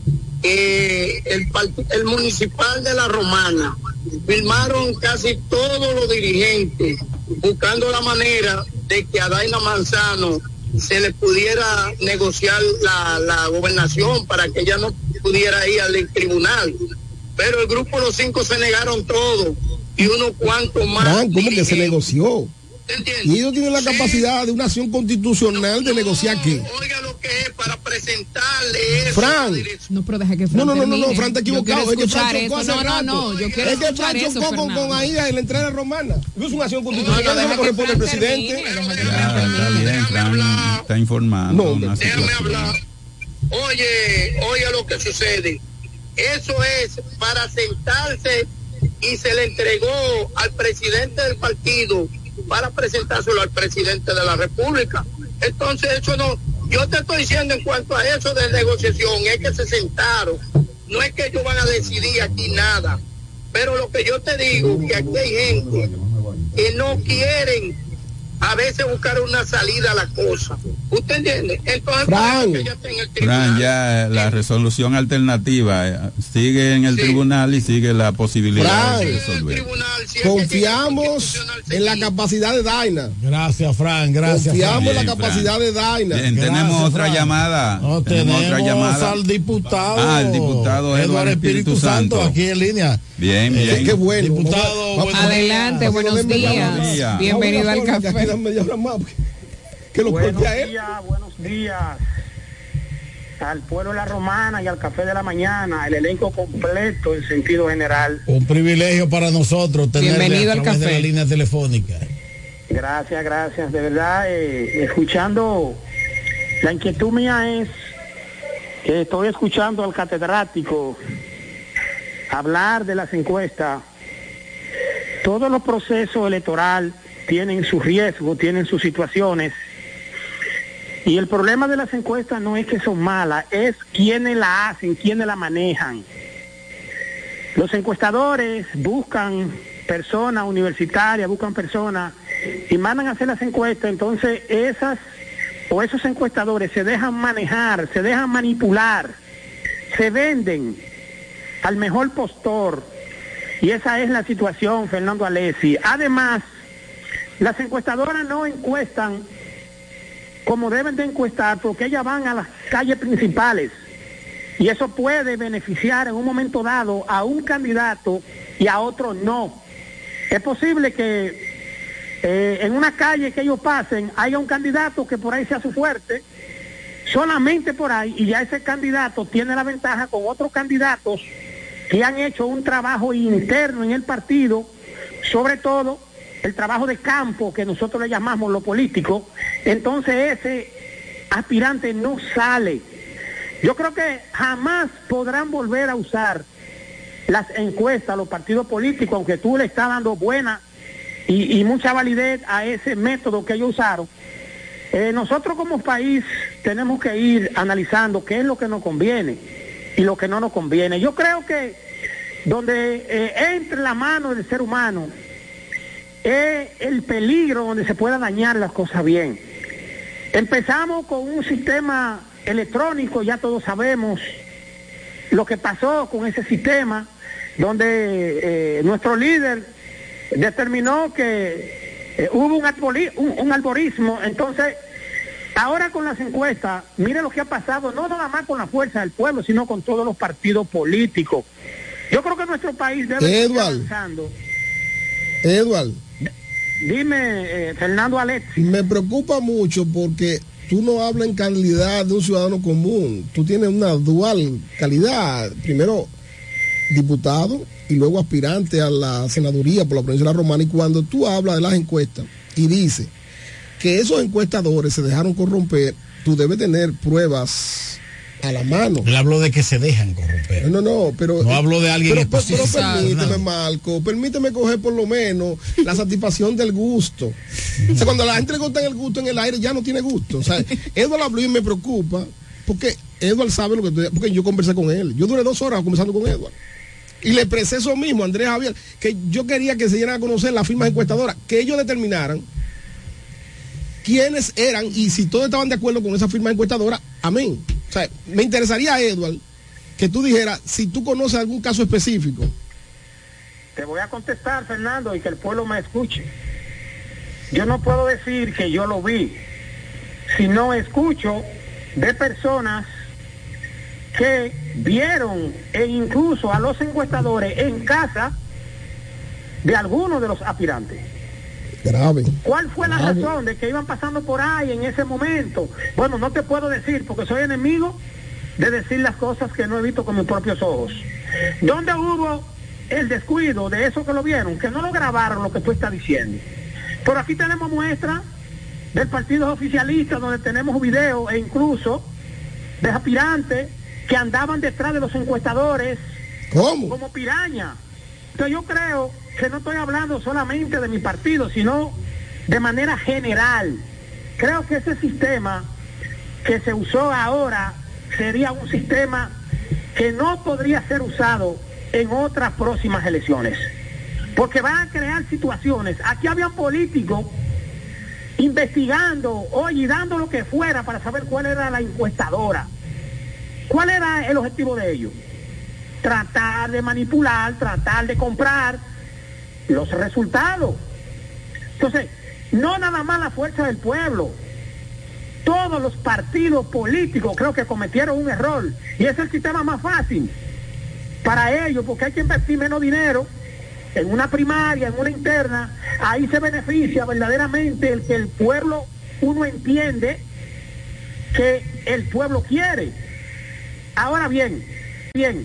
que el, el municipal de La Romana firmaron casi todos los dirigentes buscando la manera de que a Daina Manzano se le pudiera negociar la, la gobernación para que ella no pudiera ir al tribunal. Pero el grupo Los Cinco se negaron todo y unos cuantos más. Fran, ¿cómo que se negoció? Y ellos tienen la sí. capacidad de una acción constitucional no, de negociar no, qué. Oiga lo que es para presentarle eso. Fran. No, pero deja que Fran No, no, no, no, no, Fran, te equivocado. Es que Fran chocó hace no, no, no, yo quiero es que Fran chocó eso, con, con Aida en la entrada romana. No es una acción constitucional, no, no, no corresponde al presidente. Claro, está bien, Fran está informando. No, déjame hablar. Oye, oye lo que sucede. Eso es para sentarse y se le entregó al presidente del partido para presentárselo al presidente de la República. Entonces eso no, yo te estoy diciendo en cuanto a eso de negociación, es que se sentaron, no es que ellos van a decidir aquí nada, pero lo que yo te digo, que aquí hay gente que no quieren a veces buscar una salida a la cosa. ¿Usted entiende? Entonces, Fran, que ya está en el Fran, ya la resolución alternativa eh, sigue en el sí. tribunal y sigue la posibilidad Fran, de resolver. Tribunal, si confiamos es en la capacidad de Daina. Gracias, Fran, gracias. Confiamos Bien, en la capacidad Fran. de Daina. Bien, gracias, tenemos otra Fran. llamada. No, tenemos, tenemos otra llamada al diputado. Ah, el diputado Eduardo Espíritu, Espíritu Santo. Santo, aquí en línea. Bien, bien. Eh, qué bueno. Diputado, vamos, buenos adelante, días. buenos días. Buenos días. Bienvenido al café. Que lo buenos a él. días, buenos días. al pueblo de La Romana y al Café de la Mañana, el elenco completo en sentido general. Un privilegio para nosotros tenerle Bienvenido a al través café. de la línea telefónica. Gracias, gracias. De verdad, eh, escuchando, la inquietud mía es que estoy escuchando al catedrático hablar de las encuestas. Todos los procesos electorales tienen sus riesgos, tienen sus situaciones. Y el problema de las encuestas no es que son malas, es quiénes la hacen, quiénes la manejan. Los encuestadores buscan personas universitarias, buscan personas y mandan a hacer las encuestas, entonces esas o esos encuestadores se dejan manejar, se dejan manipular, se venden al mejor postor, y esa es la situación, Fernando Alessi. Además, las encuestadoras no encuestan como deben de encuestar, porque ellas van a las calles principales y eso puede beneficiar en un momento dado a un candidato y a otro no. Es posible que eh, en una calle que ellos pasen haya un candidato que por ahí sea su fuerte, solamente por ahí, y ya ese candidato tiene la ventaja con otros candidatos que han hecho un trabajo interno en el partido, sobre todo el trabajo de campo que nosotros le llamamos lo político. Entonces ese aspirante no sale. Yo creo que jamás podrán volver a usar las encuestas, los partidos políticos, aunque tú le estás dando buena y, y mucha validez a ese método que ellos usaron. Eh, nosotros como país tenemos que ir analizando qué es lo que nos conviene y lo que no nos conviene. Yo creo que donde eh, entre la mano del ser humano es el peligro donde se pueda dañar las cosas bien. Empezamos con un sistema electrónico, ya todos sabemos lo que pasó con ese sistema, donde eh, nuestro líder determinó que eh, hubo un, arbori- un, un algoritmo. Entonces, ahora con las encuestas, mire lo que ha pasado, no nada más con la fuerza del pueblo, sino con todos los partidos políticos. Yo creo que nuestro país debe seguir avanzando. Edward. Dime, eh, Fernando Alexis. Me preocupa mucho porque tú no hablas en calidad de un ciudadano común. Tú tienes una dual calidad. Primero, diputado y luego aspirante a la senaduría por la provincia de La Romana. Y cuando tú hablas de las encuestas y dices que esos encuestadores se dejaron corromper, tú debes tener pruebas a la mano. Él habló de que se dejan corromper. No, no, pero... No hablo de alguien pero, pero, pero específico. permíteme, Marco, permíteme coger por lo menos la satisfacción del gusto. O sea, cuando la gente le corta el gusto en el aire, ya no tiene gusto. O sea, Edward habló y me preocupa, porque Edward sabe lo que estoy... Porque yo conversé con él. Yo duré dos horas conversando con Edward. Y le expresé eso mismo, Andrés Javier, que yo quería que se dieran a conocer las firmas encuestadoras, que ellos determinaran quiénes eran y si todos estaban de acuerdo con esa firma encuestadora, amén. O sea, me interesaría, Edward, que tú dijeras si tú conoces algún caso específico. Te voy a contestar, Fernando, y que el pueblo me escuche. Yo no puedo decir que yo lo vi, si no escucho de personas que vieron e incluso a los encuestadores en casa de algunos de los aspirantes. Grave. ¿Cuál fue la Grave. razón de que iban pasando por ahí en ese momento? Bueno, no te puedo decir porque soy enemigo de decir las cosas que no he visto con mis propios ojos. ¿Dónde hubo el descuido de eso que lo vieron? Que no lo grabaron lo que tú estás diciendo. Pero aquí tenemos muestra del partido oficialista donde tenemos videos e incluso de aspirantes que andaban detrás de los encuestadores. ¿Cómo? Como piraña. Entonces yo creo que no estoy hablando solamente de mi partido, sino de manera general. Creo que ese sistema que se usó ahora sería un sistema que no podría ser usado en otras próximas elecciones, porque van a crear situaciones. Aquí habían políticos investigando, oye, y dando lo que fuera para saber cuál era la encuestadora. ¿Cuál era el objetivo de ellos? Tratar de manipular, tratar de comprar los resultados. Entonces, no nada más la fuerza del pueblo, todos los partidos políticos creo que cometieron un error, y es el sistema más fácil para ellos, porque hay que invertir menos dinero en una primaria, en una interna. Ahí se beneficia verdaderamente el que el pueblo, uno entiende que el pueblo quiere. Ahora bien, bien.